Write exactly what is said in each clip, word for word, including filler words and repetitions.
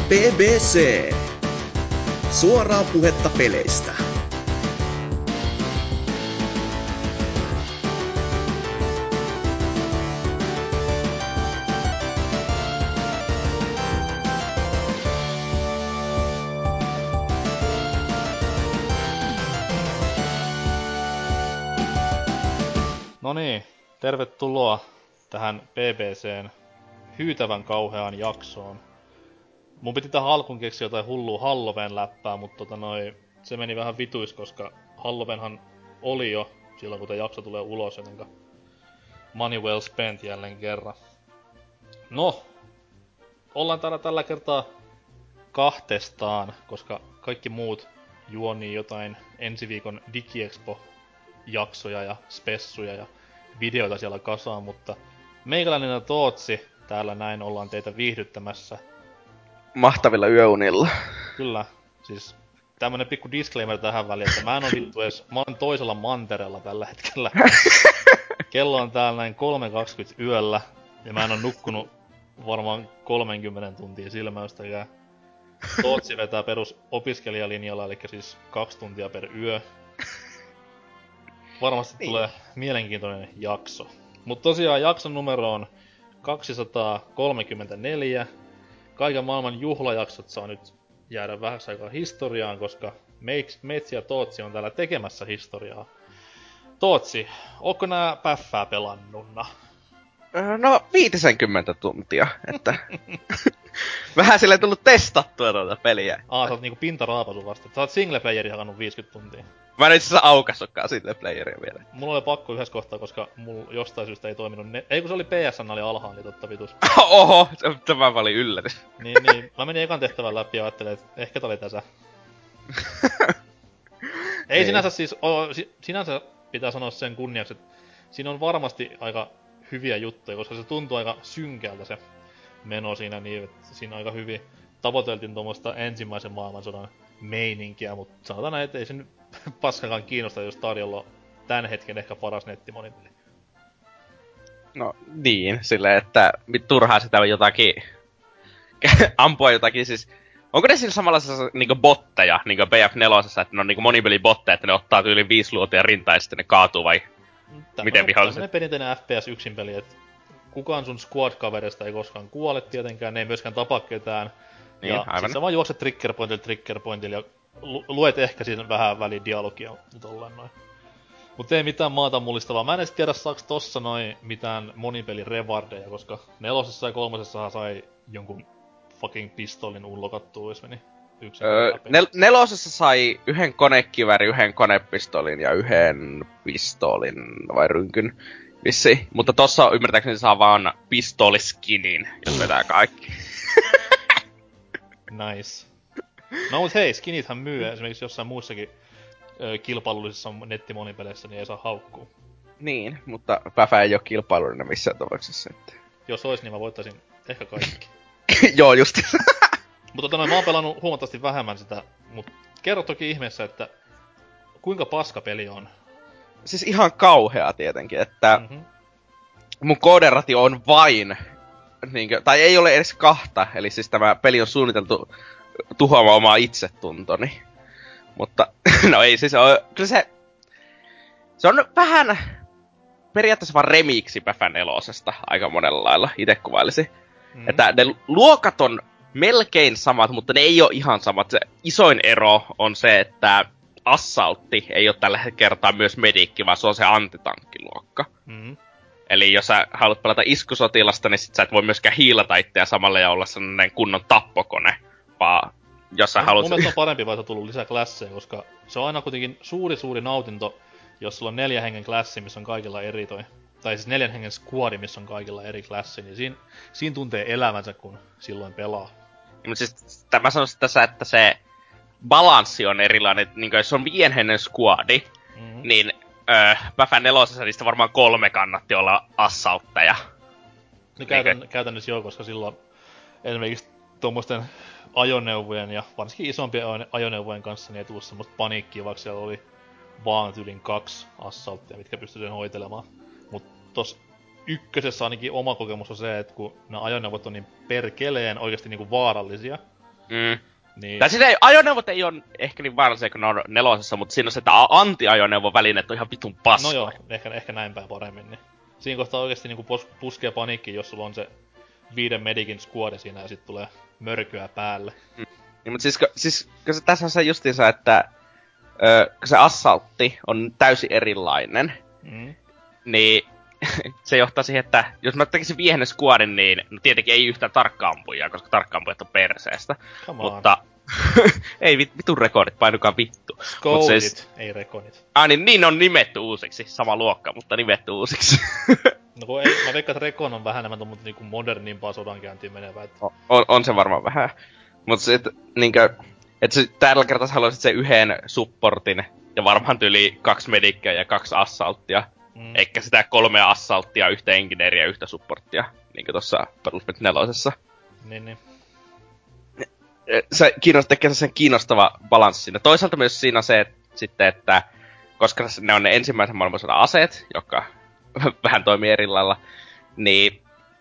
B B C. Suoraa puhetta peleistä. No niin, tervetuloa tähän B B C:n hyytävän kauheaan jaksoon. Mun piti tähän alkuun keksiä jotain hullua Halloween läppää, mutta tota noi, se meni vähän vituis, koska Halloweenhan oli jo silloin, kun tää jakso tulee ulos, jotenka money well spent jälleen kerran. No, ollaan täällä tällä kertaa kahtestaan, koska kaikki muut juonii jotain ensi viikon Digiexpo-jaksoja ja spessuja ja videoita siellä kasaan, mutta meikäläinen ja Tootsi täällä näin ollaan teitä viihdyttämässä. Mahtavilla yöunilla. Kyllä, siis tämmönen pikku disclaimer tähän väliin, että mä en oo vittu edes, mä olen toisella mantereella tällä hetkellä. Kello on täällä näin kolme kaksikymmentä yöllä, ja mä en oo nukkunut varmaan kolmekymmentä tuntia silmäystäkään. Tootsi vetää perus opiskelijalinjalla, eli siis kaksi tuntia per yö. Varmasti niin tulee mielenkiintoinen jakso. Mut tosiaan jakson numero on kaksisataakolmekymmentäneljä. Kaiken maailman juhlajaksot saa nyt jäädä vähäksi aikaa historiaan, koska Meitsi ja Tootsi on täällä tekemässä historiaa. Tootsi, ootko nää päffää pelannunna? No, viitisenkymmentä tuntia, että vähän silleen tullut testattua tuota peliä. Aa, sä oot niinku pintaraapasu vasta. Sä oot singleplayeri hakannut viisikymmentä tuntia. Mä en itse asiassa aukassukaan singleplayeria vielä. Mulla oli pakko yhdessä kohtaa, koska mulla jostain syystä ei toiminut ne... Ei kun se oli P S N oli alhaan, niin totta vitus. Oho, tämä oli yllätys. Niin, niin. Mä menin ekan tehtävän läpi ja ajattelin, että ehkä tää oli tässä. Ei, ei sinänsä siis... O, si, sinänsä pitää sanoa sen kunniaksi, että siinä on varmasti aika hyviä juttuja, koska se tuntuu aika synkältä se meno siinä niin, että siinä aika hyvin tavoiteltiin tuommoista ensimmäisen maailmansodan meininkiä, mutta sanotaan näin, että ei se nyt paskakaan kiinnosta, jos tarjolla on tän hetken ehkä paras nettimonipeli. No niin, silleen, että turhaa sitä jotakin ampua jotakin siis. Onko ne siinä samanlaisessa niinku botteja, niinku B F neljä, että ne on niinku monipelibotteja, että ne ottaa tyyliin viisi luotia rintaan ja sitten ne kaatuu vai Tämmönen, miten viholliset? Tämmönen perinteinen F P S yksin peli, että kukaan sun squad-kaverista ei koskaan kuole tietenkään, ne ei myöskään tapa ketään. Niin, ja sit sä vaan juokset trigger pointille trigger pointille ja lu- luet ehkä siinä vähän väliin dialogia tolleen noin. Mut ei mitään maata mullistavaa. Mä en edes tiedä saaks tossa noin mitään monipeli rewardeja, koska nelosessa ja kolmosessahan sai jonkun fucking pistolin unlokattua, jos meni yksin. Öö, nel- nelosessa sai yhden konekiväri, yhden konepistolin ja yhden pistolin vai rynkyn vissi. Mutta tossa ymmärtääkseni saa vaan pistoliskinin, jos vetää kaikki. Nice. No mut hei, skinithän myy esimerkiksi jossain muissakin ö, kilpailullisissa nettimonipeleissä, niin ei saa haukkuu. Niin, mutta Päfä ei oo kilpailullinen missään tapauksessa. Että... Jos ois, niin mä voittaisin ehkä kaikki. Joo, justi. Mutta tota, mä oon pelannut huomattavasti vähemmän sitä, mut kerro toki ihmeessä, että kuinka paska peli on? Siis ihan kauhea tietenkin, että Mm-hmm. mun kooderatio on vain, niinkö, tai ei ole edes kahta, eli siis tämä peli on suunniteltu tuhoamaan omaa itsetuntoni. Mutta, no ei siis oo, kyllä se, se on vähän periaatteessa vaan remiksi Päfän nelosesta aika monella lailla, ite kuvailisi. Mm. Että ne luokat on melkein samat, mutta ne ei oo ihan samat. Se isoin ero on se, että Assaultti ei oo tällä kertaa myös medikki, vaan se on se antitankkiluokka. Mm-hmm. Eli jos sä haluat pelata iskusotilasta, niin sit sä et voi myöskään hiilata itseä samalle ja olla sellainen kunnon tappokone. Vaan jos sä mun, haluat... Mun mielestä on parempi, vai tullut lisää klasseja, koska se on aina kuitenkin suuri suuri nautinto, jos sulla on neljä hengen klassi, missä on kaikilla eri toi. Tai siis neljän hengen squadi, missä on kaikilla eri klassi, niin siinä, siinä tuntee elämänsä, kun silloin pelaa. Mutta siis mä sanoisin tässä, että se balanssi on erilainen. Niin jos on viien hengen squadi, mm-hmm. niin öö, Päfän nelosessa niistä varmaan kolme kannatti olla assaultteja. No käytän, niin, käytännössä joo, koska silloin esimerkiksi tuommoisten ajoneuvojen ja varsinkin isompien ajoneuvojen kanssa niin ei tullut semmoista paniikkia, vaikka siellä oli vaan tyylin kaksi assaulttia, mitkä pystyi sen hoitelemaan. Mut tossa ykkösessä ainakin oma kokemus on se, että kun nämä ajoneuvot on niin perkeleen oikeasti niinku vaarallisia, Mm. Niin. Tai sitä ei, ajoneuvot ei ole ehkä niin vaarallisia kuin ne on nelosessa, mutta siinä on se, että anti-ajoneuvovälineet on ihan vitun paskoja. No joo, ehkä, ehkä näin päin paremmin. Niin. Siinä kohtaa oikeesti niinku pos, puskee paniikki, jos sulla on se viiden medikin squad siinä ja sit tulee mörkyä päälle. Mm. Niin, mutta siis, siis kun se, tässä on se justiinsa, että ö, kun se assaltti on täysin erilainen, mm. niin se johtaa siihen, että jos mä tekisin viehen squadin, niin no tietenkin ei yhtään tarkkaampujaa, koska tarkkaampujat on perseestä. Come on. Mutta ei vit, vitun rekordit, painukaa vittu. Scoldit, siis... ei rekonit. Ah niin, niin on nimetty uusiksi, sama luokka, mutta nimetty uusiksi. No kun ei, mä veikkaan, että rekon on vähän enemmän tuommoista niinku modernimpaa sodankäyntiin menevää. Että... On, on se varmaan vähän. Mut sit niinkö, et se tällä kertaa sä haluaisit sen yhden supportin, ja varmaan tyyli kaksi medikkiä ja kaksi assalttia. Mm. Eikä sitä kolmea assalttia, yhtä engineeriä ja yhtä supporttia, niinkö tossa Battlefront nelosessa. Niin, niin. Se kiinnost, tekee sen kiinnostava balanssi siinä. Toisaalta myös siinä on se, että, sitten, että koska ne on ne ensimmäisen maailmansodan aseet, jotka vähän toimii eri lailla, niin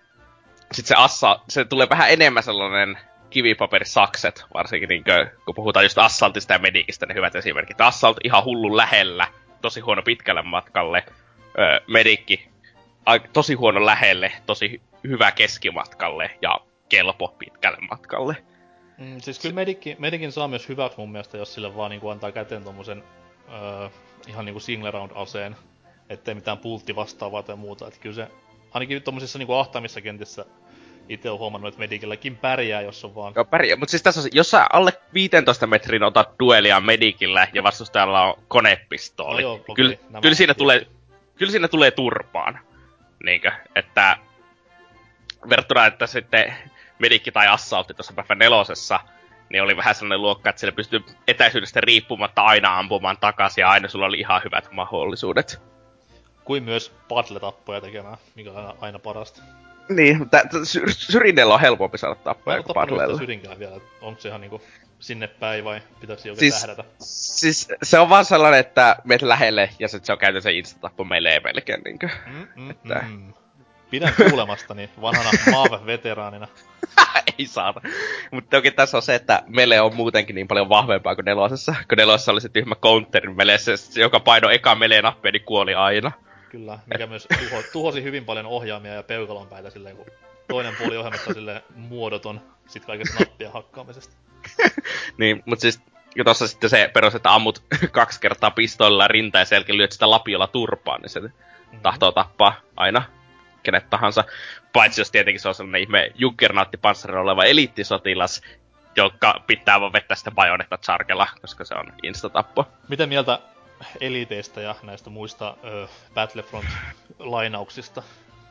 sit se assa, se tulee vähän enemmän sellainen kivipaperisakset, varsinkin niinkö, kun puhutaan just assaltista ja medikistä, ne hyvät esimerkit. Assalt ihan hullun lähellä, tosi huono pitkälle matkalle, öö, medikki tosi huono lähelle, tosi hyvä keskimatkalle ja kelpo pitkälle matkalle. Mm, siis kyllä Medikin, Medikin saa myös hyväksi mun mielestä, jos sille vaan niinku antaa käteen tommosen öö, ihan niinku single round aseen, ettei mitään pultti vastaavaa tai muuta. Et kyllä se, ainakin tommosissa niinku ahtaamissa kentissä ite on huomannut, että Medikilläkin pärjää, jos on vaan... Joo, pärjää, mut siis tässä on, jos sä alle viisitoista metrin otat duelia Medikillä ja vastustajalla on konepistooli, no joo, okay, kyllä, kyllä, siinä tulee, kyllä siinä tulee turpaan. Niinkö, että verrattuna, että sitten Medikki tai Assaultti tuossa Päffä nelosessa, niin oli vähän sellainen luokka, että siellä pystyy etäisyydestä riippumatta aina ampumaan takaisin ja aina sulla oli ihan hyvät mahdollisuudet. Kuin myös paddle-tappoja tekemään, mikä on aina, aina parasta. Niin, mutta Syrinellä on helpompi saada tappoja kuin paddlella. Syrinkään vielä, onko se ihan niinku sinne päin vai pitääkö se jokin siis, tähdätä? Siis se on vaan sellainen, että meet lähelle ja sit se on käytännössä insta-tappo melee melkein niinkö. Mm, mm, että... mm. Pidän kuulemastani vanhana Maave-veteraanina. Ei saata. Mutta toki tässä on se, että melee on muutenkin niin paljon vahvempaa kuin nelosessa. Kun nelosessa oli se tyhmä counterin meleessä, joka paino eka melee-nappia, niin kuoli aina. Kyllä, mikä Et... myös tuho, tuhosi hyvin paljon ohjaamia ja peukalonpäitä silleen, kun toinen puoli ohjelmasta on silleen muodoton sit kaikesta nappien hakkaamisesta. Niin, mut siis ja tossa sitten se perus, että ammut kaksi kertaa pistoolilla rinta ja sen jälkeen lyöt sitä lapiolla turpaan, niin se mm-hmm. tahtoo tappaa aina kenet tahansa. Paitsi jos tietenkin se on sellainen ihme juggernaattipanssarilla oleva eliittisotilas, joka pitää vaan vettää sitä bajonetta chargella, koska se on instatappo. Miten mieltä eliteistä ja näistä muista ö, Battlefront-lainauksista?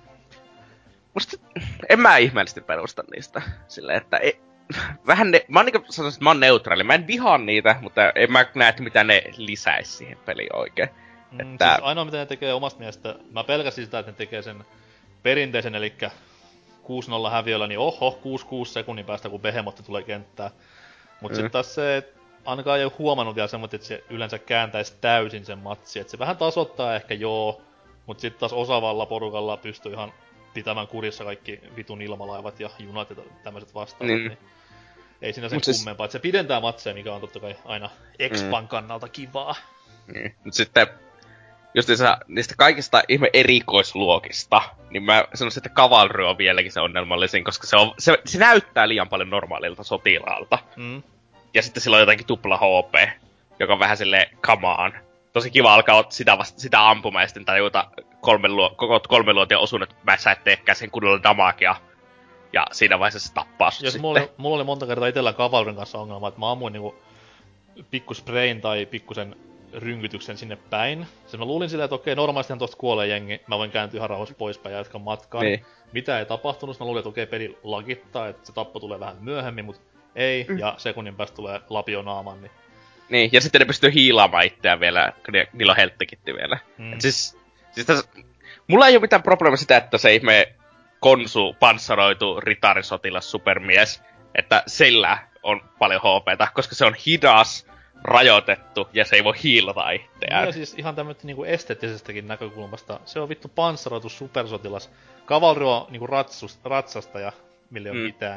Musta en mä ihmeellisesti perusta niistä. Silleen, että ei, vähän ne, mä oon niinku sanoisin, että mä oon neutraali. Mä en vihaa niitä, mutta en mä näe, että mitä ne lisäis siihen peliin oikein. Mm, että... siis ainoa mitä ne tekee omasta mielestä, mä pelkäsin sitä, että ne tekee sen perinteisen, eli kuusi nolla häviöllä, niin oho, kuusi kuusi sekunnin päästä, kun Behemotti tulee kenttään. Mut mm. sit taas se, et ainakaan ei oo huomannut vielä semmoinen, että se yleensä kääntäisi täysin sen matsi. Et se vähän tasoittaa ehkä joo, mut sit taas osaavalla porukalla pystyy ihan pitämään kurissa kaikki vitun ilmalaivat ja junat ja tämmöiset vastaavat. Niin. Niin ei siinä sen mut kummempaa. Siis... Et se pidentää matseja, mikä on totta kai aina Expan mm. kannalta kivaa. Niin. Mut sitten justiinsa niistä kaikista ihme erikoisluokista, niin mä sanoisin, että Cavalry on vieläkin se onnelmallisin, koska se, on, se, se näyttää liian paljon normaalilta sotilaalta. Mm. Ja sitten sillä on jotakin tupla H P, joka on vähän silleen kamaan. Tosi kiva alkaa sitä, vasta, sitä ampumaan ja sitten tajuta kolme luo, koko kolme luotia osun, että mä sä et teekään sen kunnolla damagea. Ja siinä vaiheessa se tappaa sut Jos sitten. Mulla oli, mulla oli monta kertaa itellä Cavalryn kanssa ongelma, että mä ammuin niinku pikkusprayn tai pikkusen rynkytyksen sinne päin. Siis mä luulin silleen, että okei, normaalistihan tosta kuolee jengi, mä voin kääntyä ihan rauhassa poispäin ja jatkaa matkaan. Niin. Mitä ei tapahtunut, mä luulin, että okei, peli lagittaa, että se tappo tulee vähän myöhemmin, mut ei, mm. ja sekunnin päästä tulee lapio naamaan, niin... Niin, ja sitten ne pystyy hiilaamaan itseään vielä, kun ne, niillä on helttikitti vielä. Mm. Et siis, siis täs, mulla ei oo mitään probleema sitä, että se ihme konsu, panssaroitu, ritarisotilas, supermies, että sillä on paljon H P:tä, koska se on hidas, rajoitettu, ja se ei voi hiilata itseään. Ja siis ihan tämmöistä niinku esteettisestäkin näkökulmasta, se on vittu panssaroitu supersotilas. Cavalry on niinku ratsus, ratsasta ja millä ei mm. mitään.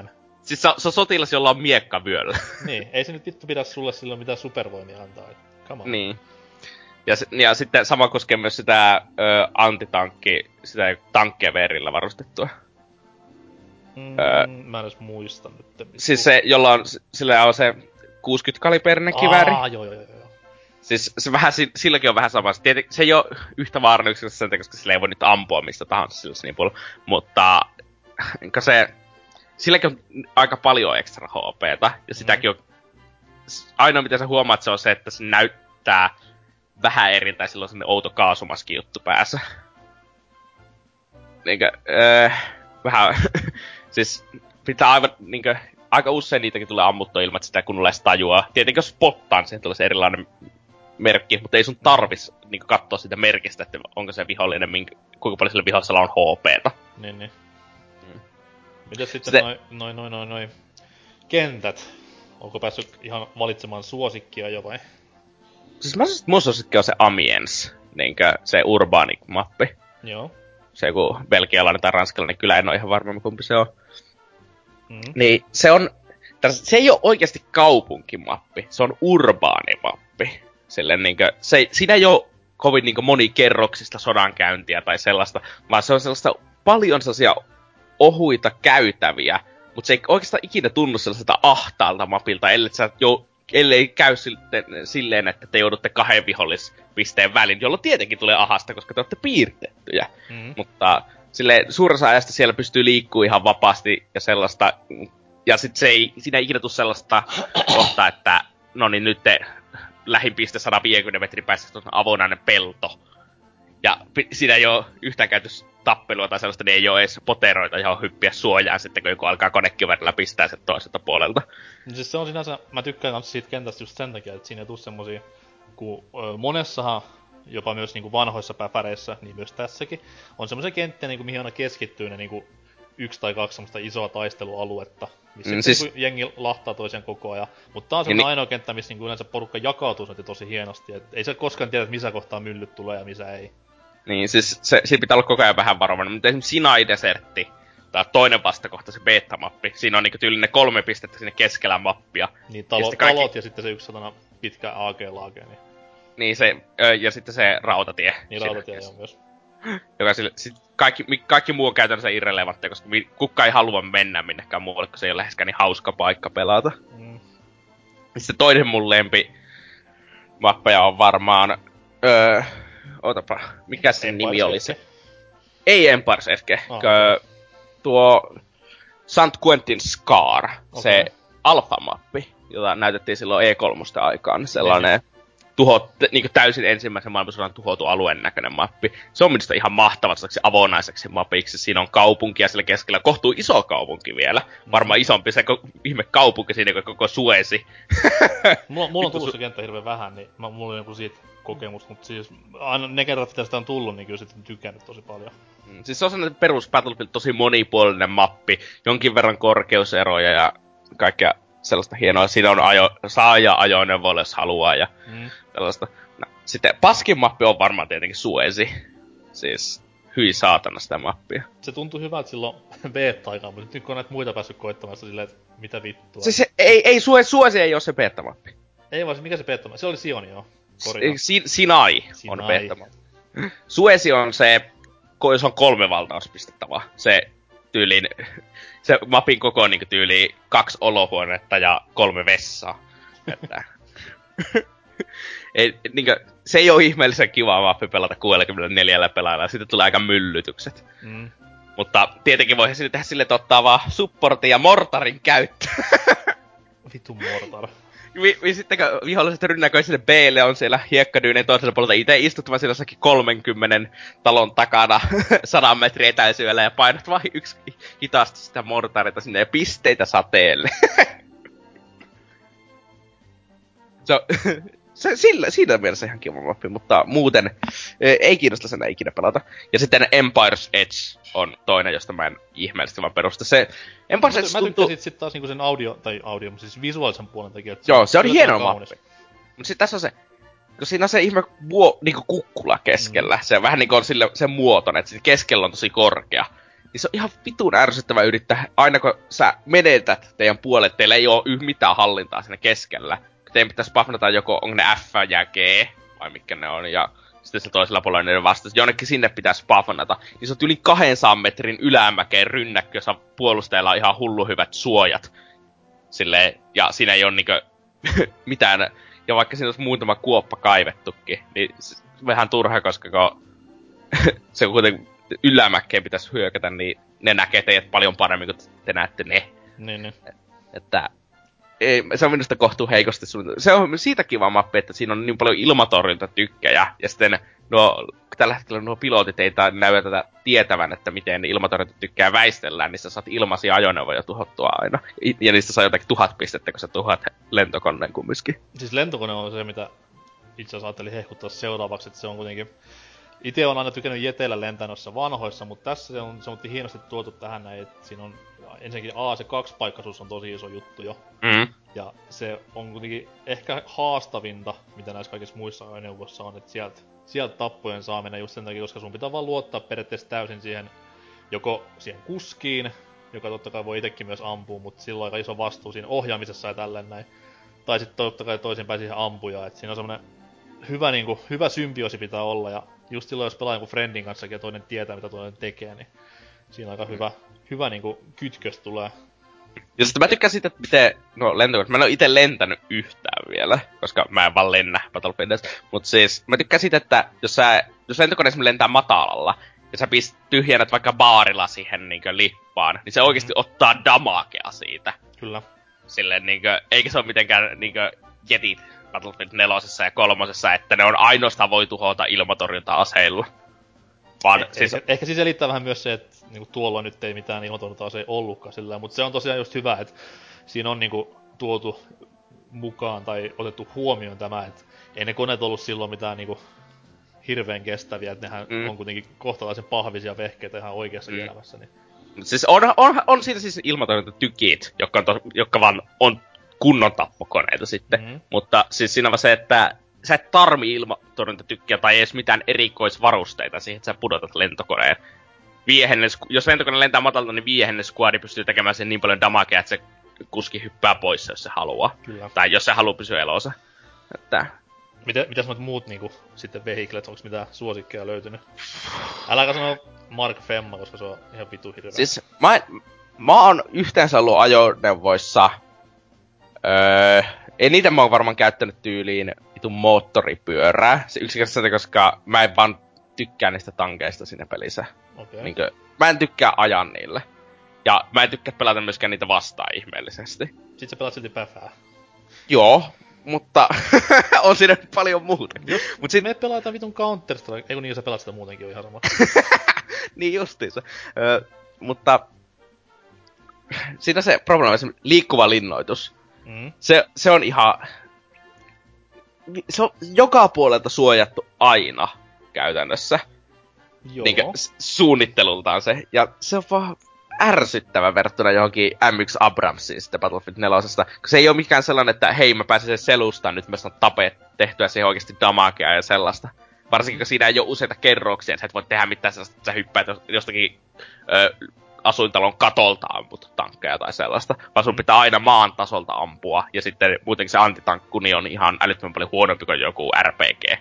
Siis se, se on sotilas, jolla on miekkavyöllä. Niin, ei se nyt vittu pidä sulle silloin mitään supervoimia antaa. Come on. Niin. Ja, ja sitten sama koskee myös sitä ö, antitankki, sitä tankkeverillä varustettua. Mm, öö, mä en edes muista nyt. Siis se, jolla on, sillä on se kuusikymmentä kaliberinen kivääri. Aa, joo, joo, joo. Siis se vähän, silläkin on vähän sama. Tieten, se ei oo yhtä vaarallinen yksinkertaisesti sen takia, koska sillä ei voi nyt ampua mistä tahansa sillä snipulla. Mutta se, silläkin on aika paljon ekstra H P:tä. Ja sitäkin on, ainoa mitä sä huomaat se on se, että se näyttää vähän eriltä ja sillä on sellainen outo kaasumaski juttu päässä. Niinkö, öö, vähän, siis pitää aivan niinkö, aika usein niitäkin tulee ammuttua ilman, että sitä kunnolla edes tajuaa. Tietenkin jos spottaan, siihen tulee se erilainen merkki, mutta ei sun tarvis niinku katsoa sitä merkistä, että onko se vihollinen, minkä, kuinka paljon sillä vihollisella on H P:tä. Niin, niin. Mm. Mitäs sitten Sitä... noin noi, noi, noi, noi kentät? Onko päässyt ihan valitsemaan suosikkia jo vai? Siis mä sanoisin, että mun suosikki on se Amiens, niinkö se urbaani-mappi. Joo. Se joku belgialainen tai ranskalainen, kyllä en ole ihan varma kumpi se on. Mm. Niin se on, se ei ole oikeasti kaupunkimappi, se on urbaanimappi. Silleen niinkö, se, siinä ei ole kovin niinkö monikerroksista sodankäyntiä tai sellaista, vaan se on sellaista paljon sellaisia ohuita käytäviä, mutta se ei oikeastaan ikinä tunnu sellaiselta ahtaalta mapilta, ellei, sä jo, ellei käy silleen, että te joudutte kahden vihollispisteen välin, jolloin tietenkin tulee ahasta, koska te olette piirtettyjä. Mm. Mutta silleen suurassa ajasta siellä pystyy liikkuu ihan vapaasti ja sellaista, ja sit se ei, siinä ei ikinä tule sellaista kohtaa, että no niin nyt te lähin piste sata viisikymmentä metrin päässä on avonainen pelto. Ja siinä ei ole yhtään käytös tappelua tai sellaista, niin ei ole edes poteroita, johon hyppiä suojaan sitten, kun joku alkaa konekivärillä pistää sen toiselta puolelta. Siis se on sinänsä, mä tykkään kans siitä kentästä just sen takia, että siinä ei tuu semmosia, kun ö, monessahan, jopa myös niinku vanhoissa päpäreissä, niin myös tässäkin, on semmosia kenttiä, niinku, mihin aina keskittyy ne niinku yksi tai kaksi semmoista isoa taistelualuetta, missä mm, siis... niinku jengi lahtaa toisen koko ajan. Mutta tää on semmoinen niin... ainoa kenttä, missä niinku yleensä porukka jakautuu tosi hienosti, et ei se koskaan tiedä, missä kohtaa myllyt tulee ja missä ei. Niin, siis se, siinä pitää olla koko ajan vähän varovainen, mutta esimerkiksi Sinai-desertti, tai toinen vastakohta, se beta-mappi, siinä on niinku tyylinen kolme pistettä sinne keskellä mappia. Niin, talo, ja kaikki... talot ja sitten se yksi satana pitkä A G-laake, niin... Niin, se, ja sitten se rautatie. Niin, rautatie on myös. Joka sille, sit kaikki, kaikki muu on käytännössä irrelevantteja, koska kukaan ei halua mennä minnekään muualle, kun se ei ole läheskään niin hauska paikka pelata. Mm. Sitten toinen mun lempi mappeja on varmaan... Öö, Otapa, mikä sen nimi oli se? Ei Empires ehkä. Oh, okay. Tuo Sant Quentin Scar, okay. Se alfa-mappi, jota näytettiin silloin E kolme aikaan. Sellainen tuho, niin täysin ensimmäisen maailmansodan tuhoutu alueen näköinen mappi. Se on minusta ihan mahtava avonaiseksi mapiksi. Siinä on kaupunki ja sillä keskellä kohtuu iso kaupunki vielä. Varmaan isompi se ihme kaupunki siinä kuin koko Suezi. mulla, mulla on tullut se kenttä hirveän vähän, niin mä, mulla on joku siitä kokemus, mutta siis aina ne kerrat, mitä sitä on tullut, niin kyllä sitten tykännyt tosi paljon. Mm, siis se on sellainen perus Battlefield, tosi monipuolinen mappi, jonkin verran korkeuseroja ja kaikkea sellaista hienoa. Siinä on ajo, saa ajaa ajoneuvoille, jos haluaa ja mm. sellaista. No, sitten paskin mappi on varmaan tietenkin Suezi. Siis hyi saatana sitä mappia. Se tuntui hyvältä silloin beta-aikaan, mutta nyt kun on näitä muita päässyt koittamassa silleen, että mitä vittua. Siis se, ei, ei Suezi, Suezi ei oo se beta-mappi. Ei vaan, mikä se beta-mappi? Se oli Sioni, joo. Si- Sinai, Sinai on beta-mappi. Suezi on se, se on kolme valtauspistettä vaan. Se tyyliin, se mapin koko on niinku tyyliin kaksi olohuonetta ja kolme vessaa. Että... ei, niinkö, se ei oo ihmeellisen kiva mappi pelata kuusikymmentäneljä pelaajalla, siitä tulee aika myllytykset. Mm. Mutta tietenkin voi tehdä sille, että ottaa vaan supportin ja mortarin käyttöön. Vittu mortar. Vi, vi, sitten kun viholliset rynnäköi sinne B:lle on siellä hiekkadyyneen toisella puolelta ite istuttava siellä jossakin kolmenkymmenen talon takana sadan metrin etäisyydellä ja painat vaan yksi hitaasti sitä mortarita sinne ja pisteitä sateelle. So, se, sillä, siinä mielessä ihan kiva mappi, mutta muuten e, ei kiinnosta sen ikinä pelata. Ja sitten Empire's Edge on toinen, josta mä en ihmeellisesti vaan perusta. Se Empire's Edge tuntuu... Mä tykkäsin sit taas niinku sen audio, tai audio, siis visuaalisen puolen takia. Joo, se on hieno mappi. Mut sit tässä on se, kun siinä on se ihme vuo, niinku kukkula keskellä. Mm. Se on vähän niinku on sille, sen muotoinen, että keskellä on tosi korkea. niin se on ihan vitun ärsyttävä yrittää, aina kun sä menetät teidän puolet, teillä ei oo yh mitään hallintaa siinä keskellä. Teidän pitäisi buffnata joko, onko ne F ja G, vai mitkä ne on, ja sitten se toisella puolella ne vastaus. Jonnekin sinne pitäisi buffnata. Niin se on yli kahdensadan metrin ylämäkeen rynnäkkö, jossa puolustajilla on ihan hullu hyvät suojat. Silleen, ja siinä ei oo niinkö mitään, ja vaikka siinä olisi muutama kuoppa kaivettukin, niin se vähän turha, koska kun se kuitenkin ylämäkkeen pitäisi hyökätä, niin ne näkee teidät paljon paremmin, kun te näette ne. Niin, niin. Että ei, se on minusta kohtuu heikosti suunniteltu. Se on siitä kiva mappi, että siinä on niin paljon ilmatorjuntatykkejä, ja sitten nuo, tällä hetkellä nuo pilotit ei näytä tätä tietävän, että miten ilmatorjuntatykkejä väistellään, niin sä saat ilmaisia ajoneuvoja tuhottua aina. Ja niistä saa jotakin tuhat pistettä, kun sä tuhat lentokoneen kumminkin. Siis lentokone on se, mitä itse asiassa ajattelin hehkuttaa seuraavaksi, että se on kuitenkin... Itse on aina tykännyt jeteillä lentää noissa vanhoissa, mutta tässä se on, se on hienosti tuotu tähän näin, että siinä on ensinnäkin A, se kaksipaikkaisuus on tosi iso juttu jo. Mm. Ja se on kuitenkin ehkä haastavinta, mitä näissä kaikissa muissa ajoneuvoissa on, että sieltä, sieltä tappojen saaminen just sen takia, koska sun pitää vaan luottaa periaatteessa täysin siihen, joko siihen kuskiin, joka totta kai voi itekin myös ampua, mutta silloin on aika iso vastuu siinä ohjaamisessa ja tälleen näin. Tai sitten totta kai toisinpäin siihen ampujaan, että siinä on semmonen hyvä, niinku, hyvä symbioosi pitää olla, ja just silloin jos pelaa jonkun friendin kanssa ja toinen tietää mitä toinen tekee, niin siinä aika hyvä, hyvä niinku kytkös tulee. Ja sitten mä tykkään siitä, että miten, no lentokoneet, mä en oo ite lentänyt yhtään vielä, koska mä en vaan lennä Battlefieldissä. Mut siis, mä tykkään siitä, että jos sä, jos lentokone lentää matalalla, ja sä pist tyhjennät vaikka baarilla siihen niinkö lippaan, niin se oikeesti mm. ottaa damakea siitä. Kyllä. Silleen niinkö, eikä se oo mitenkään niinkö jetit Battlefield nelosessa ja kolmosessa, että ne on ainoastaan voi tuhota ilmatorjunta-aseilla. Vaan eh, siis... Ehkä, ehkä siis selittää vähän myös se, että niinku tuolla nyt ei mitään ilmatorjunta-aseja ollutkaan sillä, mutta se on tosiaan just hyvä, että siinä on niinku tuotu mukaan tai otettu huomioon tämä, että ei ne koneet ollut silloin mitään niinku hirveän kestäviä, että nehän mm. on kuitenkin kohtalaisen pahvisia vehkeitä ihan oikeassa mm. elämässä. Niin. Siis on, on, on siitä siis ilmatorjuntatykit, jotka, on to, jotka vaan on kunnon tappokoneita sitten. Mm-hmm. Mutta siis siinä on se, että sä et tarvi ilmatorjuntatykkiä tai edes mitään erikoisvarusteita siihen, että sä pudotat lentokoneen. Viihennen, jos lentokone lentää matalta, niin viihennen squadi pystyy tekemään sen niin paljon damagea, että se kuski hyppää pois, jos se haluaa. Kyllä. Tai jos se haluaa pysyä elossa. Että... Mitä, mitäs muut niinku sitten vehiklet, onks mitään suosikkeja löytynyt? Äläkä sano Mark Femma, koska se on ihan vitu hirveä. Siis mä, mä oon yhteensä ollut ajoneuvoissa... Öö, eniten mä oon varmaan käyttänyt tyyliin vitun moottoripyörää. Se yksinkertaisesti, koska mä en vaan tykkää niistä tankeista siinä pelissä. Okay. Niinkö, mä en tykkää ajaa niille. Ja mä en tykkää pelata myöskään niitä vastaan ihmeellisesti. Sitten sä pelaat silti päfää. Joo, mutta on siinä paljon muuta. Jos Mut sit... me pelataan vitun Counter-Strike, ei kun niin, sä pelaat sitä muutenkin, on ihan sama. Niin justiinsa. Ö, mutta siinä se probleema on se liikkuva linnoitus. Mm. Se, se on ihan... Se on joka puolelta suojattu aina, käytännössä. Joo. Niinkö suunnittelultaan se. Ja se on vaan ärsyttävä verrattuna johonkin M yksi Abramsiin sitten Battlefield nelosesta. Kun se ei oo mikään sellainen, että hei mä pääsen sen selustaan, nyt mä saan tapet tehtyä siihen oikeesti damagea ja sellaista. Varsinkin kun siinä ei oo useita kerroksia, sä et voi tehdä mitään sellaista, että sä hyppäät jostakin ö, asuintalon katolta amput tankkeja tai sellaista. Vaan sun pitää aina maan tasolta ampua, ja sitten muutenkin se antitankkuni on ihan älyttömän paljon huonompi kuin joku R P G.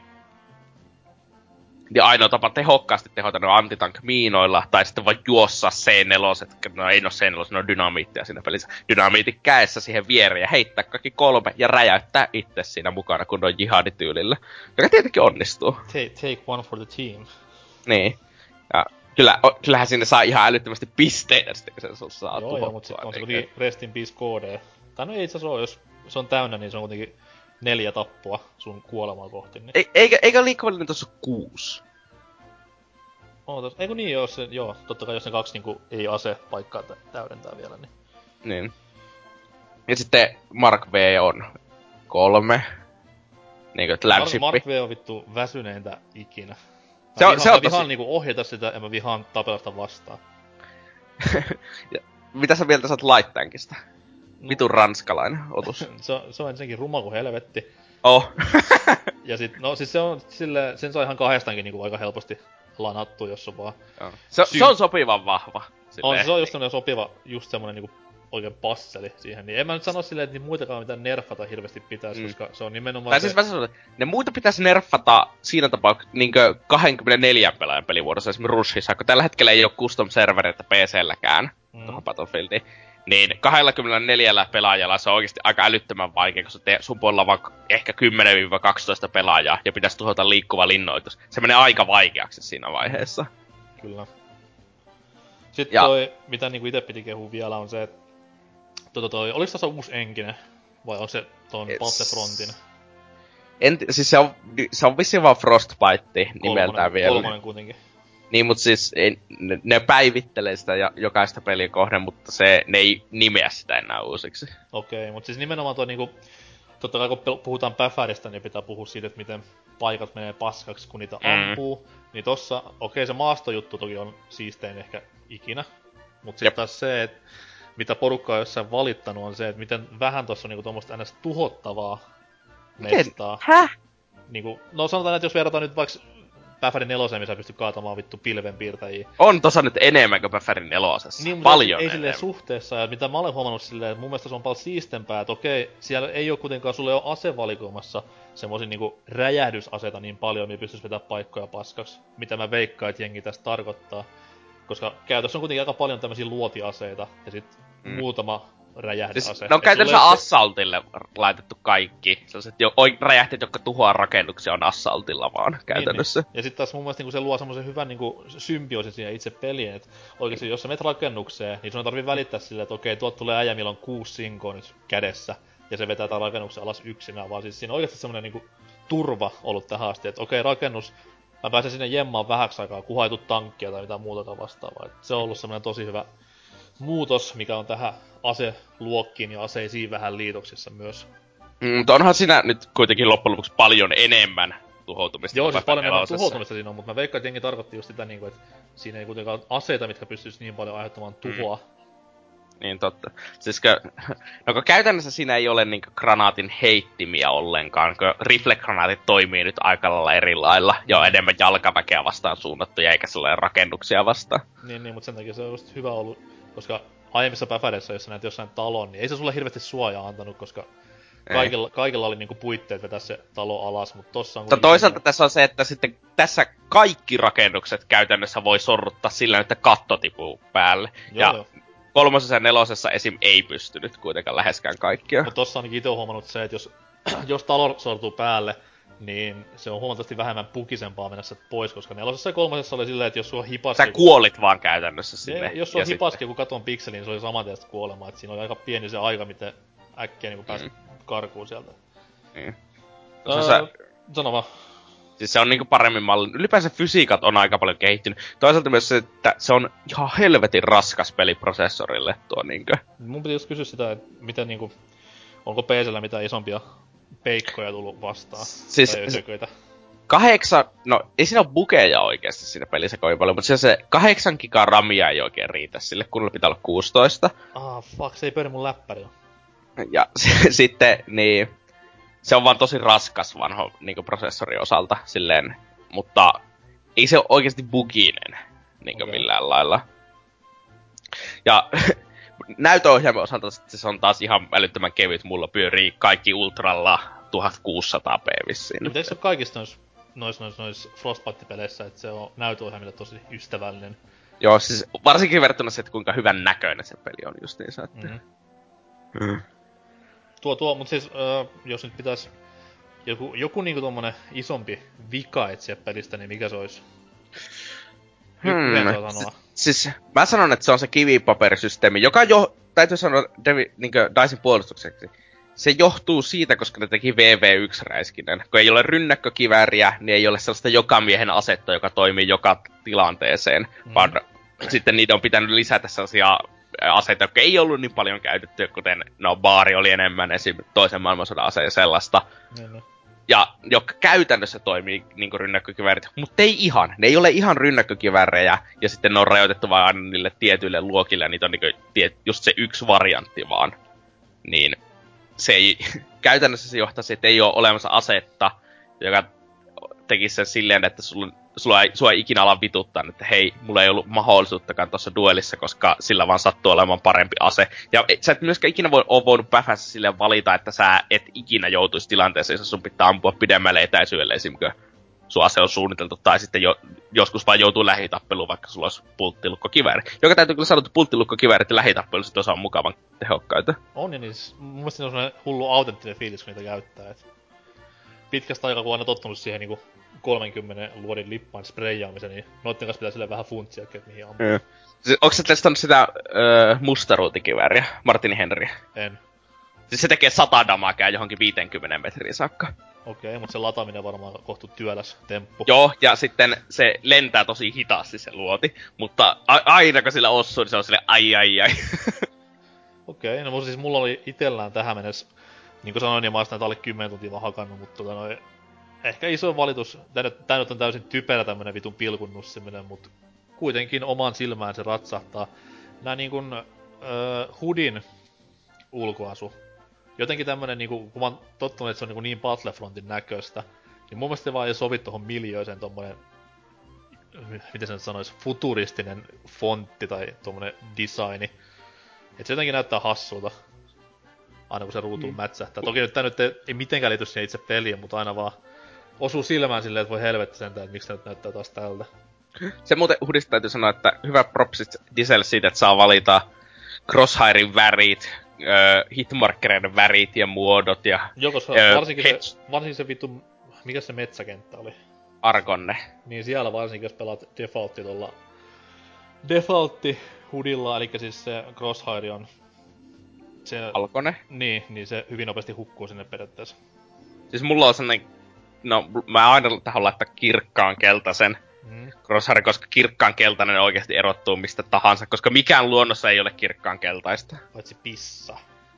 Ja ainoa tapa tehokkaasti tehota ne on antitank-miinoilla, tai sitten vaan juossa C neljä, no ei no C neljä, ne on dynamiittia siinä pelissä. Dynamiitin käessä siihen viereen ja heittää kaikki kolme ja räjäyttää itse siinä mukana, kun on jihadityylillä. Joka tietenkin onnistuu. Take, take one for the team. Niin. Ja kyllä, kyllähän sinne saa ihan älyttömästi pisteitä sitten, kun se saa tuhottua. Joo, mutta sitten on se kuitenkin Rest in Peace K D. Tai no ei itse asiassa ole, jos se on täynnä, niin se on kuitenkin neljä tappoa sun kuolemaa kohti. Niin... Ei, eikä, eikä liikkuvallinen tossa kuusi? Ootas, eikö niin, jos se, joo, totta kai jos ne kaksi niinku ei ase paikkaa täydentää vielä, niin... Niin. Ja sitten Mark V on kolme. Niinkö, Landship. Mark V on vittu väsyneintä ikinä. Mä se on, vihaan, se on mä vihaan tosi... niinku ohjata sitä ja mä vihaan tapella sitä vastaan. ja, mitä sä mieltä sä oot Light Tankista? No. Vitun ranskalainen otus. se, on, se on ensinnäkin ruma kuin helvetti. Oh. ja sit, no siis se on sille, sen saa ihan kahdestaankin niinku aika helposti lanattu, jos on vaan... Se, sy- se on sopivan vahva. On, se on just semmonen sopiva, just semmonen niinku oikein passeli siihen. Niin en mä nyt sano silleen, että niitä muitakaan mitään nerfata hirveästi pitäis, mm. koska se on nimenomaan tai se... siis mä sanon, että ne muita pitäis nerfata siinä tapauksessa niinkö kaksikymmentäneljä pelaajan pelivuodossa, esimerkiksi Rushissa, kun tällä hetkellä ei oo custom-servereitä P C:lläkään mm. tuohon Battlefieldiin. Niin kaksikymmentäneljä pelaajalla se on oikeesti aika älyttömän vaikea, koska te, sun puolella on vaan ehkä kymmenen kaksitoista pelaajaa ja pitäis tuhota liikkuva linnoitus. Se menee aika vaikeaksi siinä vaiheessa. Kyllä. Sitten ja. toi, mitä niinku ite piti kehua vielä, on se, että tota toi, oliks tässä uusi enkinen? Vai onko se ton yes. Battlefrontin? En, siis se on, se on vissiin vaan Frostbite nimeltään vielä. Kolmonen kuitenkin. Niin, mut siis ei, ne, ne päivittelee sitä ja, jokaista peliä kohden, mutta se, ne ei nimeä sitä enää uusiksi. Okei, okay, mut siis nimenomaan toi niinku... Totta kai kun puhutaan Päfäristä, niin pitää puhua siitä, että miten paikat menee paskaksi, kun niitä mm. ampuu. Niin tossa, okei okay, se maastojuttu toki on siistein ehkä ikinä. Mut sit taas se, että mitä porukka on jossain valittanut, on se, että miten vähän tossa on niinku tommoista ns. Tuhottavaa mestaa. Häh? Niinku, no sanotaan, että jos verrataan nyt vaikka Päfärin neloseen, missä pystyy kaatamaan vittu pilvenpiirtäjiä. On tossa nyt enemmän kuin Päfärin nelosessa. Niin, paljon ei, ei enemmän. silleen suhteessa, ja mitä mä olen huomannut silleen, että mun mielestä se on paljon siistempää, että okei, siellä ei oo kuitenkaan, sulle ole asevalikoimassa semmosia niinku räjähdysaseita niin paljon, niin pystyis vetää paikkoja paskaksi. Mitä mä veikkaan, että jengi tästä tarkoittaa. Koska käytössä on kuitenkin aika paljon tämmösiä luotiaseita, ja sit mm. muutama räjähdysase. Siis ne on käytännössä se... Assaultille laitettu kaikki. Sellaiset jo, räjähteet, jotka tuhoaa rakennuksia, on Assaultilla vaan käytännössä. Niin, niin. Ja sit taas mun mielestä niin se luo semmosen hyvän niin symbioosin siihen itse peliin. Et oikeesti jos sä menet rakennukseen, niin sun ei tarvii välittää silleen, että okei, tuot tulee äijä, millä on kuusi sinkoa nyt kädessä. Ja se vetää tämän rakennuksen alas yksinään, vaan siis siinä on oikeesti semmonen niin turva ollut tähän asti. Että okei, rakennus, mä pääsen sinne jemmaan vähäksi aikaa, kunhan ei tuu tankkia tai mitään muuta vastaavaa. Et se on ollut semmonen tosi hyvä muutos, mikä on tähän aseluokkiin ja aseisiin vähän liitoksissa myös. Mm, mutta onhan siinä nyt kuitenkin loppujen lopuksi paljon enemmän tuhoutumista. Joo, siis paljon enemmän tuhoutumista siinä on, mutta mä veikkaan, että jengi tarkoitti just sitä, että siinä ei kuitenkaan aseita, mitkä pystyis niin paljon aiheuttamaan tuhoa. Mm. Niin totta. Siis kun, no kun käytännössä siinä ei ole niinku granaatin heittimiä ollenkaan, kun riflegranaatit toimii nyt aika lailla eri lailla, ja on enemmän jalkaväkeä vastaan suunnattuja, eikä sellainen rakennuksia vastaan. Niin, niin, mutta sen takia se on just hyvä ollut, koska aiemmissa Päfäreissä, jos sä näet jossain talon, niin ei se sulle hirveästi suojaa antanut, koska kaikilla, kaikilla oli niinku puitteet vetää se talo alas, mutta tossa on... Toisaalta niin... tässä on se, että sitten tässä kaikki rakennukset käytännössä voi sorruttaa sillä, että katto tipuu päälle. Joo, ja joo. Kolmosessa ja nelosessa esim. Ei pystynyt kuitenkaan läheskään kaikkia. Mutta tossa ainakin ite on huomannut se, että jos, jos talo sortuu päälle, niin se on huomattavasti vähemmän pukisempaa mennä sieltä pois, koska nelosessa ja kolmosessa oli silleen, että jos sulla on hipaski... Sä kuolit vaan käytännössä sinne. Jos sulla on hipaski joku katon pikseli, niin se oli saman tien kuolemaa. Et siinä oli aika pieni se aika, miten äkkiä niin pääsit mm. karkuun sieltä. Niin. Öö, sä... Sano vaan. Siis se on niinku paremmin mallin. Ylipäänsä fysiikat on aika paljon kehittynyt. Toisaalta myös se, että se on ihan helvetin raskas peli prosessorille tuo niinkö. Mun piti just kysyä sitä, että miten niinku... Onko P C:llä mitään isompia peikkoja tullut vastaan? Siis... Se, kahdeksan... No, ei siinä ole bugeja oikeesti siinä pelissä kovin paljon, mutta se kahdeksan gigaa ramia ei oikein riitä sille, kunnolla pitää olla kuusitoista. Ah, fuck, se ei pyöri mun läppärillä. Ja se, sitten, niin... Se on vaan tosi raskas vanho niinku prosessorin osalta, silleen, mutta ei se ole oikeesti buginen, niinku okay. millään lailla. Ja näytöohjaimen osalta se on taas ihan älyttömän kevyt, mulla pyörii kaikki ultralla tuhatkuusisataa p vissiin. No, eikö se ole kaikista nois, nois, nois, nois Frostbite-peleissä, että se on näytöohjaimille tosi ystävällinen? Joo, siis varsinkin verrattuna se, että kuinka hyvän näköinen se peli on justiinsa, että... Mm-hmm. Mm. Tuo, tuo, mut siis, äh, jos nyt pitäis joku, joku niinku tommonen isompi vika etsiä pelistä, niin mikä se ois? Hmm. S- siis, mä sanon, että se on se kivipaperisysteemi, joka jo, täytyy sanoa Devi, niinkö Dicen puolustukseksi, se johtuu siitä, koska ne teki V V yksi-räiskinnän. Kun ei ole rynnäkkökivääriä, niin ei ole sellaista joka miehen asetta, joka toimii joka tilanteeseen, mm. vaan sitten niitä on pitänyt lisätä sellaisia aseita, jotka ei ollut niin paljon käytetty, kuten no baari oli enemmän esim. Toisen maailmansodan ase ja sellaista. Mm-hmm. Ja jotka käytännössä toimii niinku rynnäkkökiväärit, mutta ei ihan. Ne ei ole ihan rynnäkkökiväärejä, ja sitten ne on rajoitettu vain aina niille tietyille luokille, ja niitä on niinku tiet, just se yksi variantti vaan. Niin se ei, käytännössä se johtaa siihen, että ei ole olemassa asetta, joka tekisi sen silleen, että sulla sua ei, sua ei ikinä ala vituttaa, että hei, mulla ei ollut mahdollisuuttakaan tuossa duelissa, koska sillä vaan sattuu olemaan parempi ase. Ja sä et myöskään ikinä voi, ole voinut päfässä silleen valita, että sä et ikinä joutuisi tilanteeseen, jossa sun pitää ampua pidemmälle etäisyydelle esimerkiksi sun ase on suunniteltu, tai sitten jo, joskus vaan joutuu lähitappeluun, vaikka sulla olisi pulttilukkokivääri. Joka täytyy kyllä sanoa, että pulttilukkokiväärit ja lähitappelu sit osa on mukavan tehokkaita. On, ja niin siis, mun mielestä se on sellainen hullu autenttinen fiilis, kun niitä käyttää. Et pitkästä aikaa, kun on aina tottunut siihen niinku kolmenkymmenen luodin lippaan spreijaamisen, niin noitten kanssa pitää silleen vähän funtsia, että mihin ampuu. Mm. Siis, onko sä testannut sitä öö, mustaruutikivääriä, Martin Henryä? En. Siis se tekee sata damagea johonkin viisikymmentä metriin saakka. Okei, okay, mutta se lataaminen on varmaan kohtu työläs temppu. Joo, ja sitten se lentää tosi hitaasti se luoti, mutta a- aina kun sillä osuu, niin se on silleen ai ai ai. Okei, okay, no siis mulla oli itellään tähän mennessä, niin kuin sanoin, niin mä oon sitä alle kymmenen tuntia vaan hakannut, mutta tota noin, ehkä iso valitus, tää nyt, tää nyt on täysin typerä tämmönen vitun pilkunnussiminen, mutta kuitenkin oman silmään se ratsahtaa. Nää niinkun öö, Hoodin ulkoasu. Jotenkin tämmönen niinku, kun mä oon tottunut, että se on niinku niin Battlefrontin näköistä, niin mun mielestä se vaan ei sovi tohon miljööseen tommonen, miten sen sanois, futuristinen fontti tai tommonen designi. Et se jotenkin näyttää hassulta, aina kun se ruutuun mm. mätsähtää. Toki nyt tää nyt ei, ei mitenkään liity siihen itse peliin, mutta aina vaan osuu silmään silleen, että voi helvetti sentään, että miksi tää nyt näyttää taas tältä. Se muuten Hoodista täytyy sanoa, että hyvä propsit Diselle siitä, että saa valita Crosshairin värit, äh, hitmarkkereiden värit ja muodot ja... Joo, koska äh, varsinkin, se, varsinkin se vittu... Mikä se metsäkenttä oli? Argonne. Niin siellä varsinkin, jos pelaat defaultti tuolla... Defaultti Hoodilla, eli siis se Crosshair on... Se, Alkone? Niin, niin se hyvin nopeasti hukkuu sinne periaatteessa. Siis mulla on sellainen... No, mä aina tähän laittaa kirkkaan keltaisen mm. Crosshair, koska kirkkaan keltainen oikeasti erottuu mistä tahansa, koska mikään luonnossa ei ole kirkkaan keltaista. Paitsi pissa.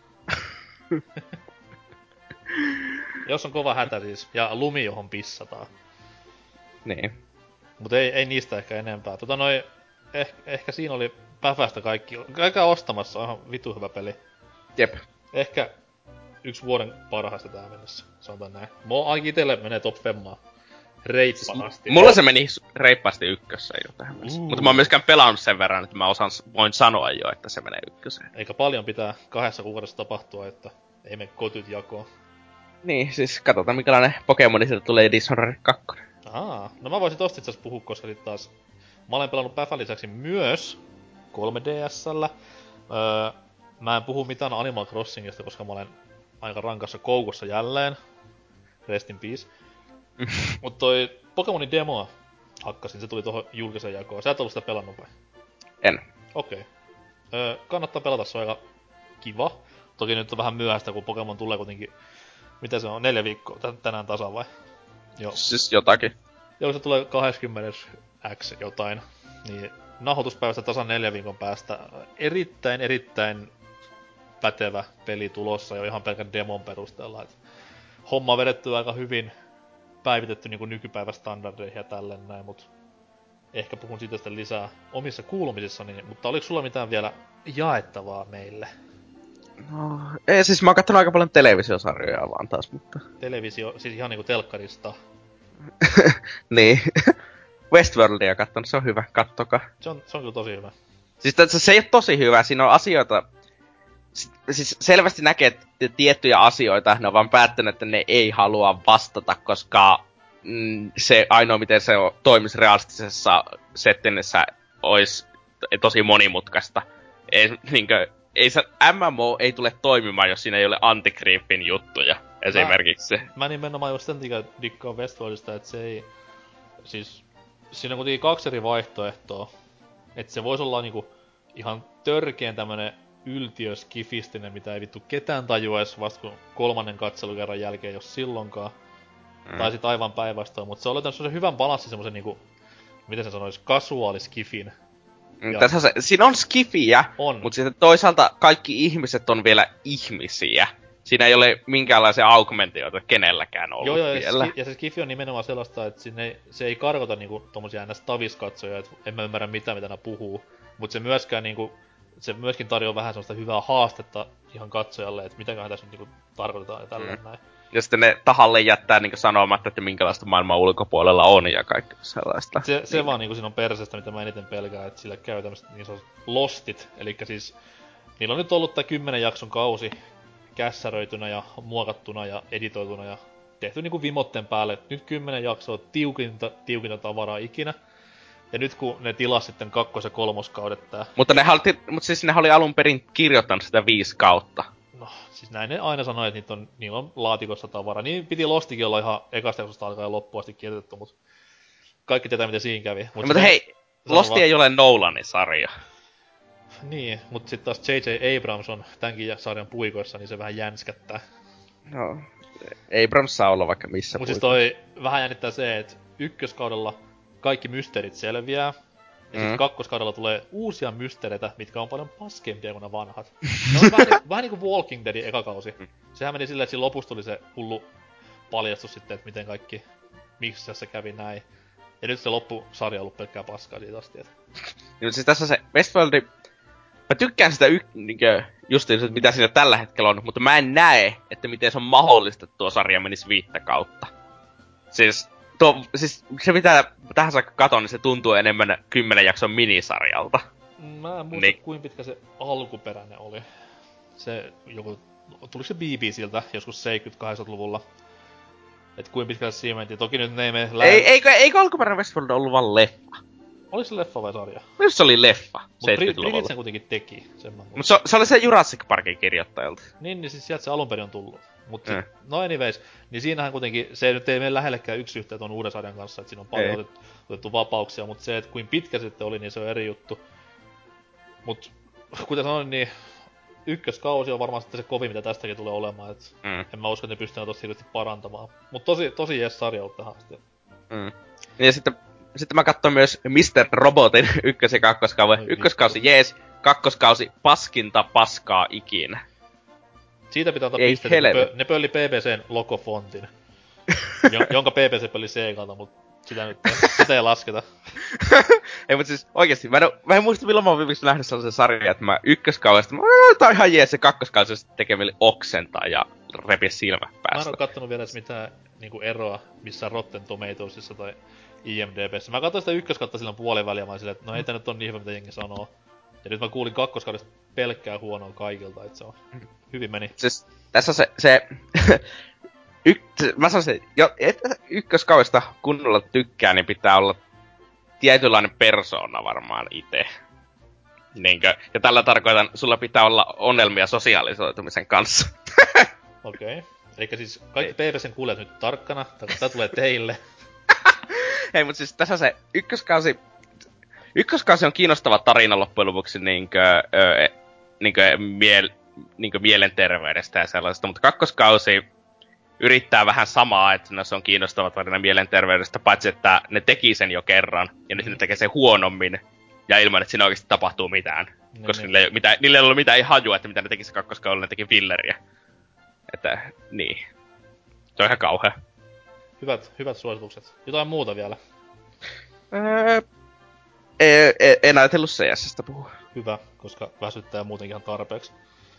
Jos on kova hätä siis, ja lumi johon pissataan. Niin. Mut ei, ei niistä ehkä enempää. Tota noi, eh, ehkä siinä oli päfästä kaikki. Käykää ostamassa, on ihan vitu hyvä peli. Jep. Ehkä yksi vuoden parhaista tää mennessä, sanotaan näin. Mua ainakin itelle menee top femmaa. Reippaasti. Mulla se meni reippaasti ykkösseen jo tähän mennessä. Uh. Mutta mä oon myöskään pelannut sen verran, että mä osaan, voin sanoa jo, että se menee ykköseen. Eikä paljon pitää kahdessa kuukaudessa tapahtua, että ei mene kotyt jakoon. Niin, siis katsotaan minkälainen Pokemoni sieltä tulee Dishonored kaksi. Aa, no mä voisin tosta itse puhua, koska sit taas... Mä olen pelannut Päfän lisäksi myös kolme D S:llä. Öö, mä en puhu mitään Animal Crossingista, koska mä olen aika rankassa koukussa jälleen. Rest in peace. Mut toi Pokemonin demoa hakkasin, se tuli tohon julkisen jakoon. Sä et ollut sitä pelannut vai? En. Okei. Okay. Öö, kannattaa pelata, se on aika kiva. Toki nyt on vähän myöhäistä, kun Pokemon tulee kuitenkin... Mitä se on? Neljä viikkoa tän, tänään tasan vai? Joo. Siis jotakin. Joo, se tulee kahdeskymmenes X jotain. Niin nahoituspäivästä tasan neljän viikon päästä. Erittäin, erittäin pätevä peli tulossa jo ihan pelkän demon perusteella. Et homma on vedetty aika hyvin, päivitetty niin kuin nykypäivästandardeihin ja tälleen näin, mut ehkä puhun siitä sitten lisää omissa kuulumisissani, mutta oliko sulla mitään vielä jaettavaa meille? No, ei siis mä oon kattonut aika paljon televisiosarjoja vaan taas, mutta... Televisio, siis ihan niinku telkkarista. Niin. Westworldia kattonut, se on hyvä, kattokaa. Se on, se on kyllä tosi hyvä. Siis tässä, se ei ole tosi hyvä, siinä on asioita... Siis selvästi näkee että tiettyjä asioita, ne on vaan päättänyt, että ne ei halua vastata, koska mm, se ainoa miten se toimisi realistisessa settingissä olisi tosi monimutkaista. Ei, niinkö, ei se, M M O ei tule toimimaan, jos siinä ei ole anti-creepin juttuja, esimerkiksi. Mä, mä nimenomaan just sen takia dikkaan Westworldista, että se ei... Siis, siinä on kuitenkin kaksi eri vaihtoehtoa. Että se voisi olla niinku ihan törkeen tämmönen yltiöskifistinen, mitä ei vittu ketään tajuais vasta kun kolmannen katselukerran jälkeen, jos silloinkaan. Mm. Tai sit aivan päinvastoin, mutta se on löytänyt semmosen hyvän balanssin semmosen niinku... Miten se sanois? Kasuaaliskifin. Ja... Tässä se, siinä on skifiä, mutta sitten toisaalta kaikki ihmiset on vielä ihmisiä. Siinä ei ole minkäänlaisia augmentioita kenelläkään ollut joo, joo, vielä. Ja, ski, ja se skifi on nimenomaan sellaista, että sinne, se ei karkota niinku tommosia ns. Taviskatsoja, että en mä ymmärrä mitään, mitä ne puhuu. Mut se myöskään niinku, se myöskin tarjoaa vähän sellaista hyvää haastetta ihan katsojalle, että mitäköhän tässä nyt niinku tarkoitetaan ja tälleen mm. näin. Ja sitten ne tahalle jättää niinku sanomatta, että minkälaista maailman ulkopuolella on ja kaikkea sellaista. Se, se niin. Vaan niinku siinä on perseestä, mitä mä eniten pelkään, että sillä käy tämmöset niin sanotut lostit. Elikkä siis, niillä on nyt ollut tää kymmenen jakson kausi kässäröitynä ja muokattuna ja editoituna ja tehty niinku vimotten päälle. Nyt kymmenen jaksoa tiukinta, tiukinta tavaraa ikinä. Ja nyt kun ne tilas sitten kakkos- ja kolmoskaudet tää... Mutta ne halti, mut siis ne oli alun perin kirjoittanut sitä viisi kautta. No, siis näin ne aina sanoi, että niitä on, niillä on laatikossa tavaraa. Niin piti Lostikin olla ihan ekasta jaksosta alkaen loppuun asti kirjoitettu, mut... Kaikki tietää, miten siinä kävi. Mut no, mutta hei, Losti va... ei ole Nolanin sarja. Niin, mut sit taas J J Abrams on tämänkin sarjan puikoissa, niin se vähän jänskättää. No, Abrams saa olla vaikka missä mut puikoissa. Mut siis toi vähän jännittää se, että ykköskaudella kaikki mysteerit selviää. Ja mm. sit kakkoskaudella tulee uusia mysteereitä, mitkä on paljon paskempia kuin ne vanhat. Ne on vähän, vähän niinku Walking Deadin eka kausi. Sehän meni silleen, että siinä lopussa tuli se hullu paljastus sitten, että miten kaikki, miksi tässä kävi näin. Ja nyt se loppusarja on ollut pelkkää paskaa siitä asti. Et. Niin, siis tässä se Westworld, mä tykkään sitä y- niinkö, justiin, että mitä siinä tällä hetkellä on, mutta mä en näe, että miten se on mahdollista, että tuo sarja menisi viittä kautta. Siis... Tuo, siis se mitä tähän saakka katon, niin se tuntuu enemmän kymmenen jakson minisarjalta. Mä en muista niin. kuinka pitkä se alkuperäinen oli. Se joku, tuliko se B B C:ltä joskus seitsemänkymmentä-kahdeksankymmentäluvulla? Et kuinka pitkä se siinä mentiin. Toki nyt ne ei mene lää... Ei, eikö, eikö alkuperäinen Westworld ollut vaan leffa? Olis se leffa vai sarja? Myös se oli leffa, seitsemänkymmentäluvulla. Mut sen kuitenkin teki, sen mä Mut se, se oli se Jurassic Parkin kirjoittajalta. Niin, niin siis sieltä se alunperin on tullut. Mut mm. no anyways, niin siinähän kuitenkin, se nyt ei mene lähellekään yksi yhteen ton uuden sarjan kanssa, että siinä on paljon otettu, otettu vapauksia, mutta se, että kuin pitkä sitten oli, niin se on eri juttu. Mut kuten sanoin, niin ykköskausi on varmaan sitten se kovin, mitä tästäkin tulee olemaan, et mm. en mä usko, että ne pystyy tossa hirveesti parantamaan. Mut tosi, tosi jees sarja ollut tähän asti. Mm. Ja sitten, sitten mä katsoin myös mister Robotin ykkös- ja kakkoskauden. Ykköskausi jees, kakkoskausi paskinta paskaa ikinä. Siitä pitää ottaa pisteet, ne, pö, ne pölli P B C:n logofontin, jonka P B C pölli Segalta, mut sitä nyt sitä ei lasketa. Ei, mut siis oikeesti, mä en, mä en muista milloin mä oon viimeksi nähnyt sellaisen sarjan, että mä ykköskaudesta, mä tää on ihan jees, se kakkoskaudesta tekee meille oksentaa ja repiä silmät päästä. Mä en oo kattonut vielä edes mitään niinku eroa missään Rotten Tomatoesissa tai I M D B:ssä. Mä katsoin sitä ykköskautta silloin puoliväliä, mä olin silleen, että no ei tää nyt on niin hyvä, mitä jengi sanoo. Ja nyt mä kuulin kakkoskaudesta pelkkää huonoa kaikilta, et se on hyvin meni. Siis tässä se, se yk, mä sanoisin, jo, että ykköskaudesta kunnolla tykkää, niin pitää olla tietynlainen persoona varmaan ite. Niinkö? Ja tällä tarkoitan, sulla pitää olla ongelmia sosiaalisoitumisen kanssa. Okei. Okay. Elikkä siis kaikki P B C:n kuulijat nyt tarkkana, tää tulee teille. Hei, mut siis tässä se ykköskausi... Ykköskausi on kiinnostava tarina loppujen lopuksi niinkö, ö, niinkö, miel, niinkö mielenterveydestä ja sellaisesta, mutta kakkoskausi yrittää vähän samaa, että no, se on kiinnostava tarina mielenterveydestä, paitsi että ne teki sen jo kerran, ja nyt mm. ne tekee sen huonommin, ja ilman, että siinä oikeasti tapahtuu mitään. Ne, koska ne. Niille, ei, mitä, niille ei ollut mitään hajua, että mitä ne teki se kakkoskaudella, ne teki filleriä. Että, niin. Se on ihan kauhea. Hyvät, hyvät suositukset. Jotain muuta vielä? Öö... E, e, en ajatellut C S:stä puhua. Hyvä, koska väsyttää muutenkin ihan tarpeeksi.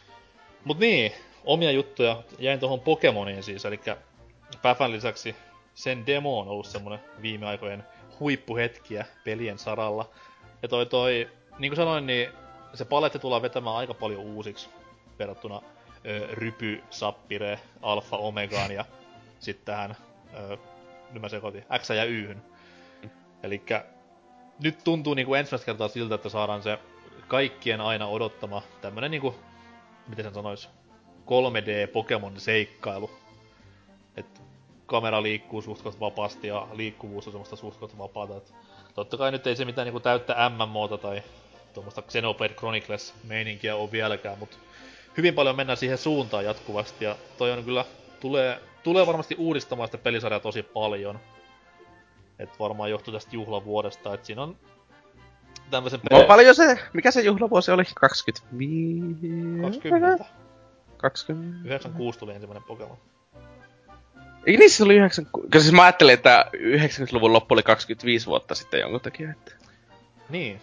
Mut niin, omia juttuja. Jäin tohon Pokemoniin siis, elikkä Päfän lisäksi sen demo on ollut semmonen viime aikojen huippuhetkiä pelien saralla. Ja toi toi, niin kuin sanoin, niin se paletti tullaan vetämään aika paljon uusiksi verrattuna ö, Rypy, Sappire, Alfa, Omegaan ja sit tähän, ö, nyt mä sekoitin, X ja Y:hyn. Elikkä nyt tuntuu niinku ensimmäistä kertaa siltä, että saadaan se kaikkien aina odottama tämmönen niinku, miten sen sanois, kolme D-Pokemon-seikkailu. Et kamera liikkuu suht vapaasti ja liikkuvuus on semmoista suht vapaata. Et totta kai nyt ei se mitään niinku täyttä M M O:ta tai tuommoista Xenoblade Chronicles-meininkiä oo vieläkään, mut hyvin paljon mennään siihen suuntaan jatkuvasti ja toi on kyllä, tulee, tulee varmasti uudistamaan sitä pelisarjaa tosi paljon. Et varmaan johtuu tästä juhlavuodesta, et siinä on tämmösen... No paljon se, mikä se juhlavuosi oli? kaksikymmentäviisi... kaksikymmentä. kaksikymmentä... yhdeksänkymmentäkuusi tuli ensimmäinen Pokemon. Eikö niissä oli yhdeksänkymmentäkuusi? Koska siis mä ajattelin, että yhdeksänkymmentäluvun loppu oli kaksikymmentäviisi vuotta sitten jonkun takia, että... Niin.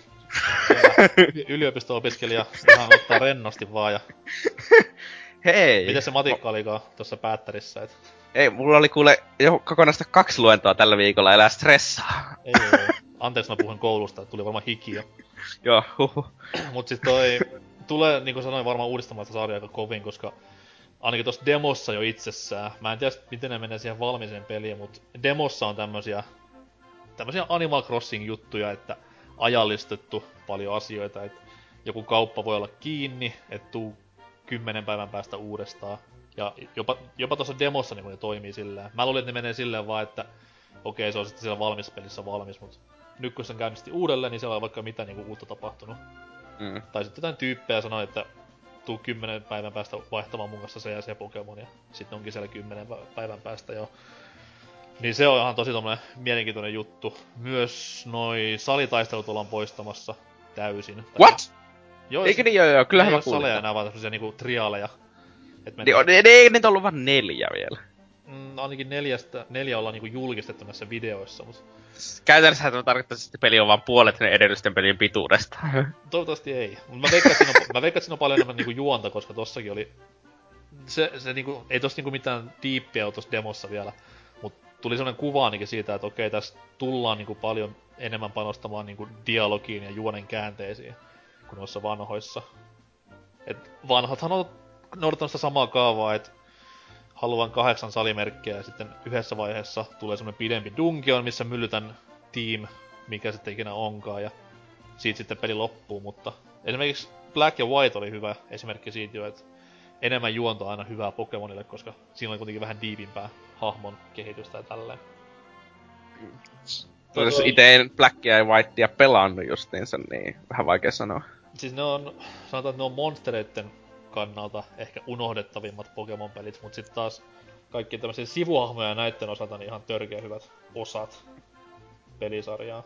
Yliopisto-opiskelija ihan ottaa rennosti vaan ja... Hei! Miten se matikka olikaan tossa päättärissä, et... Ei, mulla oli kuule jo kokonaista kaksi luentoa tällä viikolla, elää stressaa. Ei, ei, ei. Anteeksi, mä puhun koulusta, että tuli varmaan hiki jo. Joo, huhu. Mut sit toi tulee, niinku sanoin, varmaan uudistamaan sitä sarjaa aika kovin, koska ainakin tossa demossa jo itsessään, mä en tiedä miten ne menee siihen valmiiseen peliin, mut demossa on tämmösiä, tämmösiä Animal Crossing juttuja, että ajallistettu paljon asioita, että joku kauppa voi olla kiinni, että tuu kymmenen päivän päästä uudestaan. Ja jopa, jopa tuossa demossa niin ne toimii silleen. Mä luulin, että ne menee silleen vaan, että okei, se on sitten siellä valmis pelissä valmis, mut nyt kun sen käynnisti uudelleen, niin siellä on vaikka mitä niinku uutta tapahtunut. Mm. Tai sitten jotain tyyppejä sanoi, että tuu kymmenen päivän päästä vaihtamaan mun kanssa se ja se Pokemon, ja sitten onkin siellä kymmenen päivän päästä jo. Niin se on ihan tosi tommonen mielenkiintoinen juttu. Myös noi salitaistelut ollaan poistamassa täysin. What? Joo, eikö niin joo joo, kyllähän mä mä kuulin. Ei saleja enää, vaan tämmösiä niinku triaaleja. Et Niin, on, ei niitä ollut vaan neljä vielä. Mm, ainakin neljästä, neljä ollaan niinku julkistettu näissä videoissa, mut... Käytännössä tämä tarkoittaa, että peli on vaan puolet ne edellisten pelien pituudesta. Toivottavasti ei. Mut mä veikkaan, että siinä on, mä veikkaan, että siinä on paljon enemmän niinku juonta, koska tossakin oli... Se, se niinku, ei tossa niinku mitään diippiä oo tossa demossa vielä. Mut tuli sellainen kuva ainakin siitä, että okei, tässä tullaan niinku paljon enemmän panostamaan niinku dialogiin ja juonen käänteisiin kuin noissa vanhoissa. Et vanhathan on noudattanut sitä samaa kaavaa, että haluan kahdeksan salimerkkiä ja sitten yhdessä vaiheessa tulee semmonen pidempi dungeon, missä myllytän team, mikä sitten ikinä onkaan, ja siitä sitten peli loppuu, mutta esimerkiksi Black ja White oli hyvä esimerkki siitä jo, että enemmän juontoa aina hyvää Pokemonille, koska siinä oli kuitenkin vähän diipimpää hahmon kehitystä ja tälleen. Jos ite en Blackia ja Whitea pelannut justiinsa, niin vähän vaikea sanoa. Siis ne on, sanotaan, että ne on monstereitten kannalta ehkä unohdettavimmat Pokemon-pelit, mut sit taas kaikki tämmöisiä sivuhahmoja ja näitten osalta niin ihan törkeä hyvät osat pelisarjaa.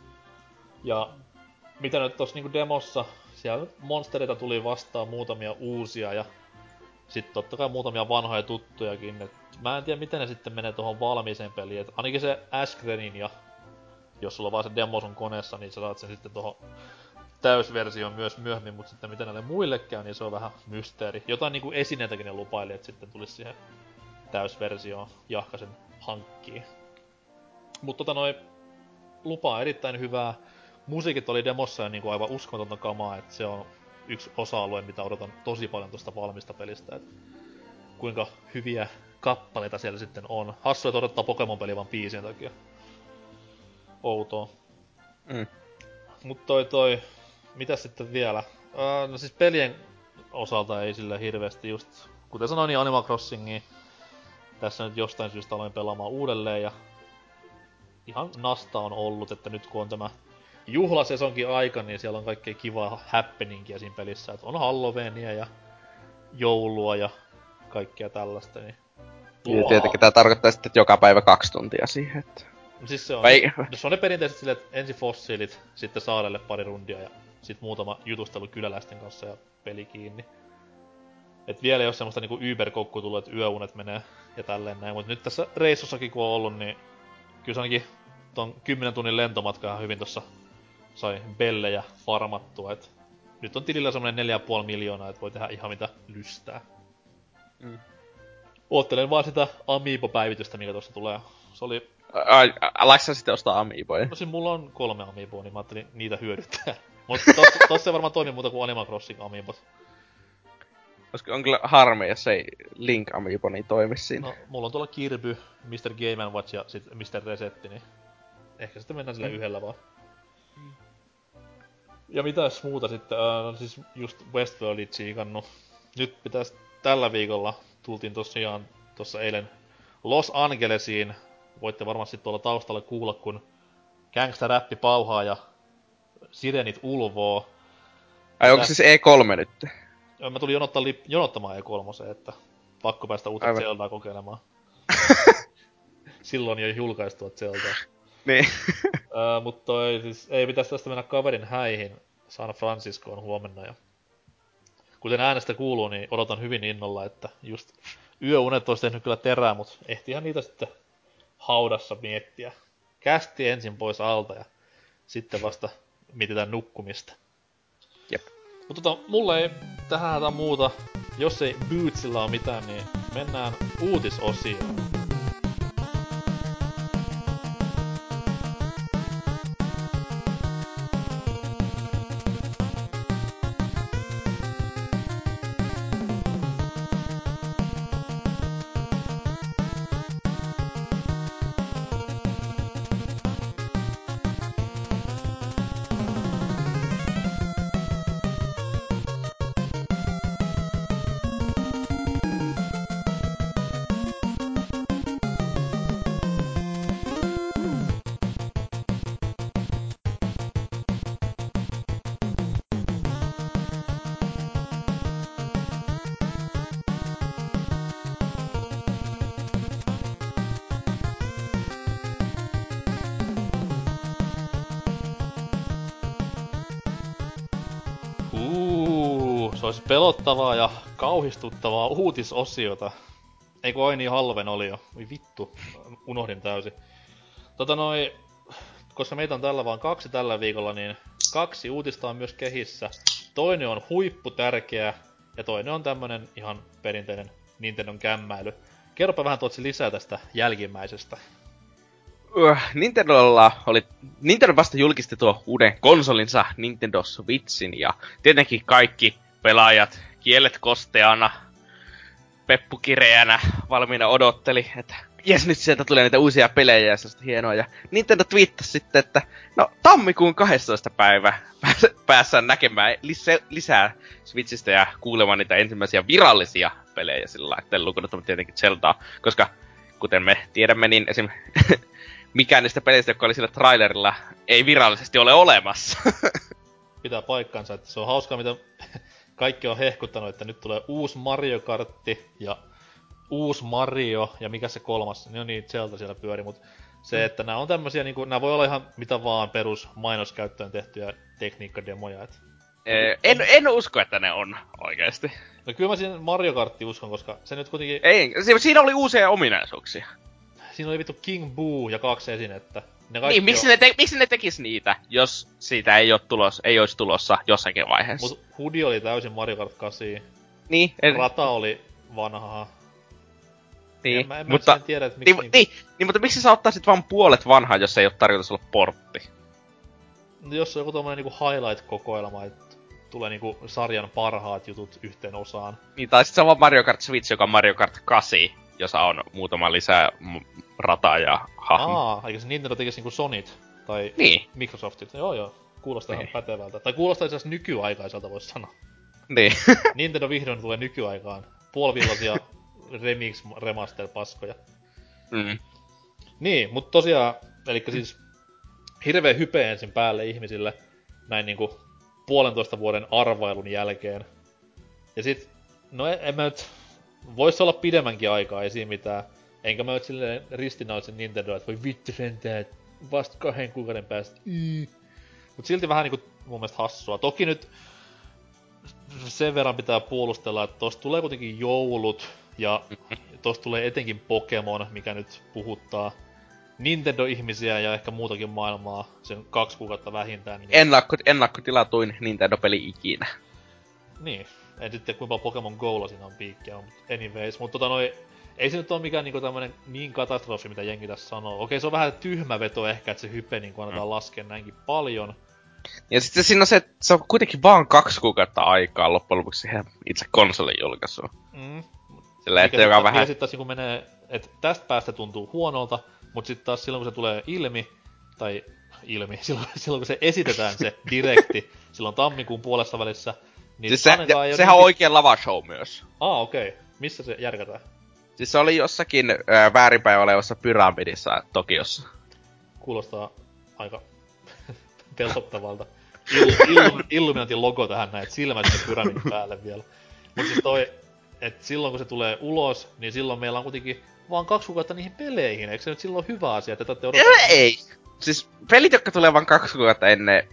Ja mitä nyt tossa niinku demossa, siellä monstereita tuli vastaan muutamia uusia ja sit totta kai muutamia vanhoja tuttujakin. Et mä en tiedä miten ne sitten menee tohon valmiiseen peliin, et ainakin se Askrenin ja jos sulla vaan se demo sun koneessa, niin sä saat sen sitten tohon täysversioon myös myöhemmin, mutta sitten mitä näille muille käy, niin se on vähän mysteeri. Jotain niinku esineitäkin ne lupaili, että sitten tulisi siihen täysversioon Jahkasen hankkii. Mutta tota noi lupaa erittäin hyvää. Musiikit oli demossa ja niinku aivan uskomatonta kamaa, että se on yksi osa-alue, mitä odotan tosi paljon tosta valmista pelistä. Et kuinka hyviä kappaleita siellä sitten on. Hassu, että odottaa Pokemon-peliä vaan biisien takia. Outoa. Mm. Mut toi toi... Mitäs sitten vielä? Öö, no siis pelien osalta ei sillä hirveästi just... Kuten sanoin, niin Animal Crossingia tässä nyt jostain syystä aloin pelaamaan uudelleen ja... Ihan nasta on ollut, että nyt kun on tämä juhlasesonkin aika, niin siellä on kaikkea kivaa happeningia siinä pelissä. Et on Halloweenia ja joulua ja kaikkea tällaista, niin... Ja tietenkin tää tarkoittaa sitten, että joka päivä kaksi tuntia siihen, että... No siis se on... Vai... Se on ne perinteiset silleen, että ensin fossiilit, sitten saarelle pari rundia ja sit muutama jutustelu kyläläisten kanssa ja peli kiinni. Et vielä ei oo semmoista niinku Uber-koukku tullut, että yöunet menee ja tälleen näin, mut nyt tässä reissussakin kun on ollut, niin kyllä se ainakin ton kymmenen tunnin lentomatka ihan hyvin tossa sai bellejä farmattua, et nyt on tilillä semmonen neljä pilkku viisi miljoonaa, et voi tehdä ihan mitä lystää. Mm. Oottelen vaan sitä Amiibo-päivitystä, mikä tossa tulee. Se oli... Ai, alaksä sitten ostaa Amiiboja? No siis mulla on kolme Amiiboa, niin mä ajattelin niitä hyödyttää. Mut tossa, tossa ei varmaan toimi muuta kuin Animal Crossing Amiibot. Koska on kyllä harmi, jos ei Link Amiibo niin toimi siinä. No, mulla on tuolla Kirby, mister Game and Watch ja sit mister Resetti, niin ehkä sitten mennään sillä mm. yhdellä vaan. Mm. Ja mitäs muuta sitten, äh, no siis just Westworldit siikannut. Nyt pitäis tällä viikolla, tultiin tosiaan tossa eilen Los Angelesiin. Voitte varmasti tuolla taustalla kuulla, kun gangsta-räppi pauhaa ja sirenit ulvoo. Ai onko siis E kolme nyt? Joo, mä tulin jonottaa li- jonottamaan E kolme, että pakko päästä uutta Aivan. Zeldaa kokeilemaan. Silloin jo julkaistua Zeldaa. Niin. uh, mut toi siis, ei pitäis tästä mennä kaverin häihin San Franciscoon huomenna ja... Kuten äänestä kuuluu, niin odotan hyvin innolla, että just yöunet ois tehnyt kyllä terää, mut ehtihän niitä sitten haudassa miettiä. Kästi ensin pois alta ja sitten vasta mietitään nukkumista. Jep. Mutta tota, mulle ei tähän hätään muuta. Jos ei Bootsilla ole mitään, niin mennään uutisosioon. se olisi pelottavaa ja kauhistuttavaa uutisosiota. Eiku oi niin halven oli jo. Oi vittu, unohdin täysin. Tota noi, koska meitä on tällä vaan kaksi tällä viikolla, niin kaksi uutista on myös kehissä. Toinen on huippu tärkeä ja toinen on tämmönen ihan perinteinen Nintendon kämmäily. Kerropa vähän tuotsi lisää tästä jälkimmäisestä. Uh, Nintendolla oli... Nintendo vasta julkisti tuo uuden konsolinsa Nintendo Switchin ja tietenkin kaikki pelaajat kielet kosteana, peppu kireänä valmiina odotteli, että jes nyt sieltä tulee niitä uusia pelejä ja sellaista hienoa. Ja Nintendo twiittasi sitten, että no tammikuun kahdestoista päivä pääs, päässään näkemään lisä, lisää Switchistä ja kuulemaan niitä ensimmäisiä virallisia pelejä sillä lailla, että lukunottamatta tietenkin Zeldaa, koska kuten me tiedämme, niin esim. Mikään niistä peleistä, jotka oli sillä trailerilla, ei virallisesti ole olemassa. Pitää paikkansa, että se on hauskaa, mitä kaikki on hehkuttanut, että nyt tulee uusi Mario Kartti ja uusi Mario ja mikä se kolmas, no niin, Zelda siellä pyöri, mutta se, että nämä on tämmösiä, niinku, nämä voi olla ihan mitä vaan perus mainoskäyttöön tehtyjä tekniikkademoja, et... En, en usko, että ne on oikeesti. No kyllä mä siihen Mario Kartti uskon, koska se nyt kuitenkin... Ei, siinä oli uusia ominaisuuksia. Siinä oli vittu King Boo ja kaksi esinettä. Ne niin, miksi, on... ne te, miksi ne tekis niitä, jos siitä ei, oo tulos, ei ois tulossa jossakin vaiheessa? Mut Hudi oli täysin Mario Kart kahdeksan. Niin. En... Rata oli vanhaa. Niin, en mä, en mutta... mä tiedä, että miksi... Niin, niin, niin, mutta miksi sä ottaisit vaan puolet vanhaa, jos ei oo tarkoitus olla portti? No jos on joku tommonen niinku highlight-kokoelma, että tulee niinku sarjan parhaat jutut yhteen osaan. Niin, tai sit se on vaan Mario Kart Switch, joka on Mario Kart kahdeksan, jossa on muutama lisää m- rata ja hahmo. Aa, eikä se Nintendo tekisi niinku Sonit tai niin. Microsoftit. Joo joo, kuulostaa niin. ihan pätevältä. Tai kuulostaa itse asiassa nykyaikaiselta, vois sanoa. Niin. Nintendo vihdoin tulee nykyaikaan. Puolivillaisia remix remaster paskoja. Mm. Niin, mut tosiaan, elikkä siis hirveä hype ensin päälle ihmisille näin niinku puolentoista vuoden arvailun jälkeen. Ja sit, no en, en mä nyt, vois olla pidemmänkin aikaa, ei siinä mitään. Enkä mä nyt silleen ristinautin Nintendoa, että voi vittu sentään, että vasta kahden kuukauden päästä. Ii. Mut silti vähän niinku mun mielestä hassua. Toki nyt sen verran pitää puolustella, että tosta tulee kuitenkin joulut ja tosta tulee etenkin Pokemon, mikä nyt puhuttaa Nintendo-ihmisiä ja ehkä muutakin maailmaa sen kaksi kuukautta vähintään. Niin... Ennakko, ennakkotilatuin Nintendo-peli ikinä. Niin. En sitten tiedä kuinka paljon Pokemon Golla siinä on piikkiä, mutta anyways. Mutta tota noi, ei se nyt oo mikään niinku tämmönen niin katastrofi, mitä jengi tässä sanoo. Okei, se on vähän tyhmä veto ehkä, että se hype niinku annetaan mm. laskea näinkin paljon. Ja sitten siinä on se, että se on kuitenkin vaan kaksi kuukautta aikaa loppujen lopuksi siihen itse konsolin julkaisuun. Mm. Sillä että joka vähän... Ja sit taas niinku menee, että tästä päästä tuntuu huonolta, mut sit taas silloin kun se tulee ilmi, tai ilmi, silloin, silloin kun se esitetään se direkti, silloin tammikuun puolessa välissä, niin siis se, ja, sehän niin... on oikea lavashow myös. Aa, okei. Okay. Missä se järkätään? Siis se oli jossakin äh, väärinpäin olevassa pyramidissa Tokiossa. Kuulostaa aika pelottavalta. Il- il- Illuminatin logo tähän näin, silmät sinne pyramidin päälle vielä. Mut siis toi, et silloin kun se tulee ulos, niin silloin meillä on kuitenkin vaan kaksi kuukautta niihin peleihin. Eikö se nyt silloin hyvä asia, että tätä odottaa? Ei! Siis pelit, jotka tulee vaan kaksi kuukautta ennen...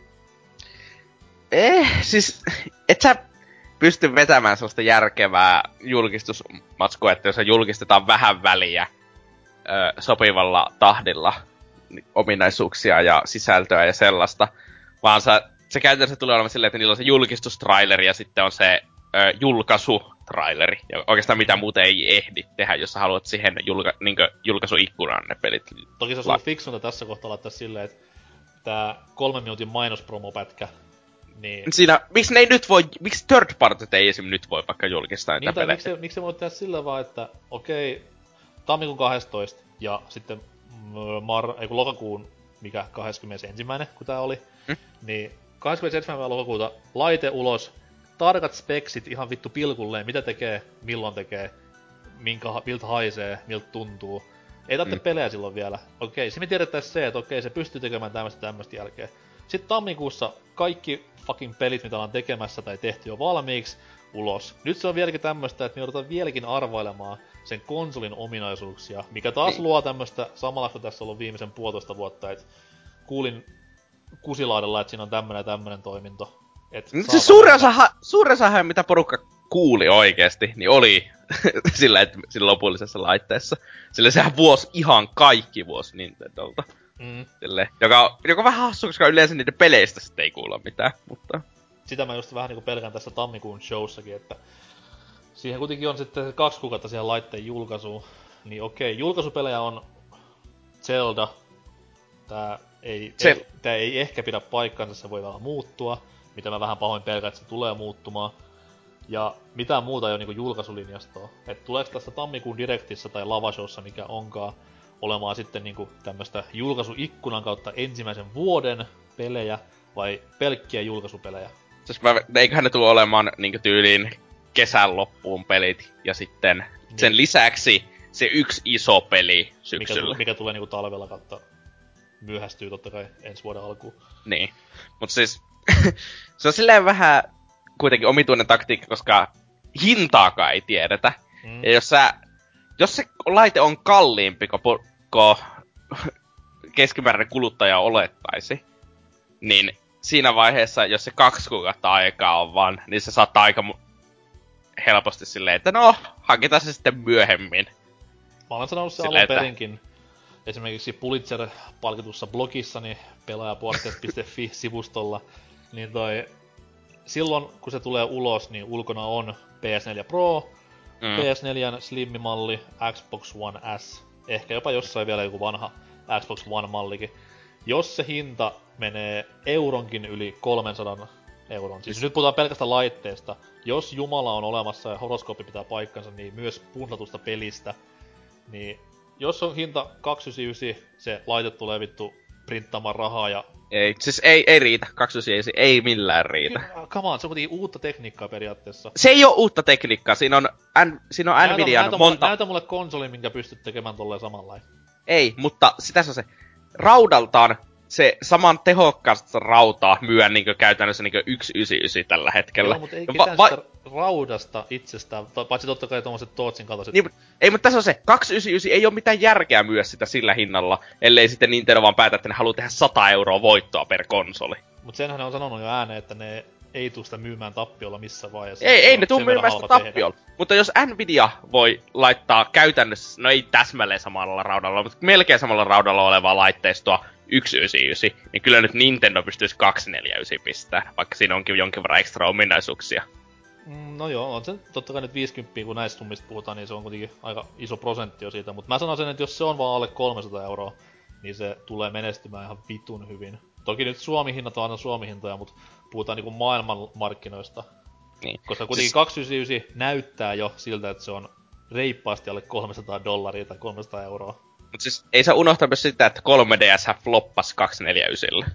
Eh, siis... Et sä pysty vetämään sellaista järkevää julkistusmatskua, että jos se julkistetaan vähän väliä ö, sopivalla tahdilla ominaisuuksia ja sisältöä ja sellaista, vaan sä, se käytännössä tulee olemaan silleen, että niillä on se julkistustraileri ja sitten on se ö, julkaisutraileri. Ja oikeastaan mitä muuta ei ehdi tehdä, jos sä haluat siihen julka, niinkö, julkaisuikkunaan ne pelit. Toki se on ollut fiksunta tässä kohtaa laittaa silleen, että tää kolmen minuutin mainospromopätkä, niin... Siinä, miksi ne ei nyt voi, miksi third partyt ei esim. Nyt voi vaikka julkistaa niitä niin, pelejä? Miksi, miksi se voi tehdä sillä vaan, että okei, tammikuun kahdestoista ja sitten mar, ei kun lokakuun, mikä kahdeskymmenesensimmäinen kun tää oli, hmm? niin kahdeskymmenesensimmäinen lokakuuta laite ulos, tarkat speksit ihan vittu pilkulleen, mitä tekee, milloin tekee, minkä, miltä haisee, miltä tuntuu. Ei tarvitse hmm. pelejä silloin vielä. Okei, se me tiedettäis se, että okei, se pystyy tekemään tämmöstä tämmöstä jälkeen. Sitten tammikuussa kaikki fucking pelit, mitä ollaan tekemässä tai tehty jo valmiiksi, ulos. Nyt se on vieläkin tämmöstä, että me joudutaan vieläkin arvailemaan sen konsolin ominaisuuksia, mikä taas niin. luo tämmöstä, samalla kun tässä on ollut viimeisen puolitoista vuotta, että kuulin Kusilaadella, että siinä on tämmönen ja tämmönen toiminto. Et se suurin osa, suurin osa, mitä porukka kuuli oikeesti, niin oli sillä, että sillä lopullisessa laitteessa. Sillä sehän vuosi ihan kaikki vuosi Nintendolta. Mm. Sille, joka, joka on vähän hassu, koska yleensä niiden peleistä sitten ei kuulla mitään, mutta... Sitä mä just vähän niinku pelkään tässä tammikuun showssakin, että... Siihen kuitenkin on sitten kaksi kuukautta siihen laitteen julkaisuun. Niin okei, julkaisupelejä on Zelda. Tää ei, Se... ei, tää ei ehkä pidä paikkansa, se voi vähän muuttua. Mitä mä vähän pahoin pelkään, että se tulee muuttumaan. Ja mitään muuta ei oo niinku julkaisulinjastoa. Et tuleeko tästä tammikuun Directissä tai Lavashowssa, mikä onkaan, olemaan sitten niinku tämmöstä julkaisuikkunan kautta ensimmäisen vuoden pelejä vai pelkkiä julkaisupelejä? Siis mä, eiköhän ne tule olemaan niinku tyyliin kesän loppuun pelit ja sitten niin. Sen lisäksi se yksi iso peli syksyllä. Mikä, mikä tulee niinku talvella kautta myöhästyy totta kai ensi vuoden alkuun. Niin. Mut siis se on silleen vähän kuitenkin omituinen taktiikka, koska hintaakaan ei tiedetä. Mm. Ja jos sä, jos se laite on kalliimpi kuin ko keskimääräinen kuluttaja olettaisi, niin siinä vaiheessa, jos se kaksi kuukautta aikaa on vaan, niin se saattaa aika helposti silleen, että no, hankitaan se sitten myöhemmin. Mä olen sanonut se alun perinkin. Esimerkiksi Pulitzer-palkitussa blogissani pelaajapuolesta piste fi-sivustolla, niin toi... Silloin, kun se tulee ulos, niin ulkona on P S neljä Pro, mm. P S neljän slimmimalli, Xbox One S, ehkä jopa jossain vielä joku vanha Xbox One-mallikin. Jos se hinta menee euronkin yli kolmesataa euron, siis nyt puhutaan pelkästä laitteesta, jos Jumala on olemassa ja horoskooppi pitää paikkansa, niin myös puntatusta pelistä, niin jos on hinta kaksisataayhdeksänkymmentäyhdeksän, se laite tulee vittu printtaamaan rahaa ja... Ei, siis ei, ei riitä. kaksisataayhdeksänkymmentäyhdeksän ei millään riitä. Come on, se on kuitenkin uutta tekniikkaa periaatteessa. Se ei oo uutta tekniikkaa, siinä on, N, siinä on näytä, Nvidian näytä monta... Mulle, näytä mulle konsoli, minkä pystyt tekemään tolleen samanlainen. Ei, mutta sitä se on se. Raudaltaan se saman tehokkaasta rautaa myö niinkö käytännössä niinkö sata yhdeksänkymmentäyhdeksän tällä hetkellä. Joo, mutta ei ketään va- sitä raudasta itsestään, paitsi totta kai tommoset Tootsin kaltaiset. Niin, ei, mutta tässä on se, kaksisataayhdeksänkymmentäyhdeksän ei oo mitään järkeä myö sitä sillä hinnalla, ellei sitten Nintendo vaan päätä, että ne haluu tehdä sata euroa voittoa per konsoli. Mut senhän ne on sanonut jo ääneen, että ne ei tuu sitä myymään tappiolla missään vaiheessa. Ei, ei ne tuu myymään sitä tappiolla. Tehdä. Mutta jos Nvidia voi laittaa käytännössä, no ei täsmälleen samalla raudalla, mutta melkein samalla raudalla olevaa laitteistoa sata yhdeksänkymmentäyhdeksän, niin kyllä nyt Nintendo pystyisi kaksisataaneljäkymmentäyhdeksän pistää, vaikka siinä onkin jonkin verran ekstra ominaisuuksia. Mm, no joo, on se totta kai nyt viisikymmentä, kun näistä summista puhutaan, niin se on kuitenkin aika iso prosentti jo siitä. Mutta mä sanoisin, että jos se on vaan alle kolmesataa euroa, niin se tulee menestymään ihan vitun hyvin. Toki nyt Suomi-hinnat on aina Suomi-hintoja, mutta puhutaan niinku maailmanmarkkinoista. Niin. Koska kuitenkin siis... kaksisataayhdeksänkymmentäyhdeksän näyttää jo siltä, että se on reippaasti alle kolmesataa dollaria tai kolmesataa euroa. Mut siis ei saa unohtaa myös sitä, että kolme D S floppas kaksisataaneljäkymmentäyhdeksän.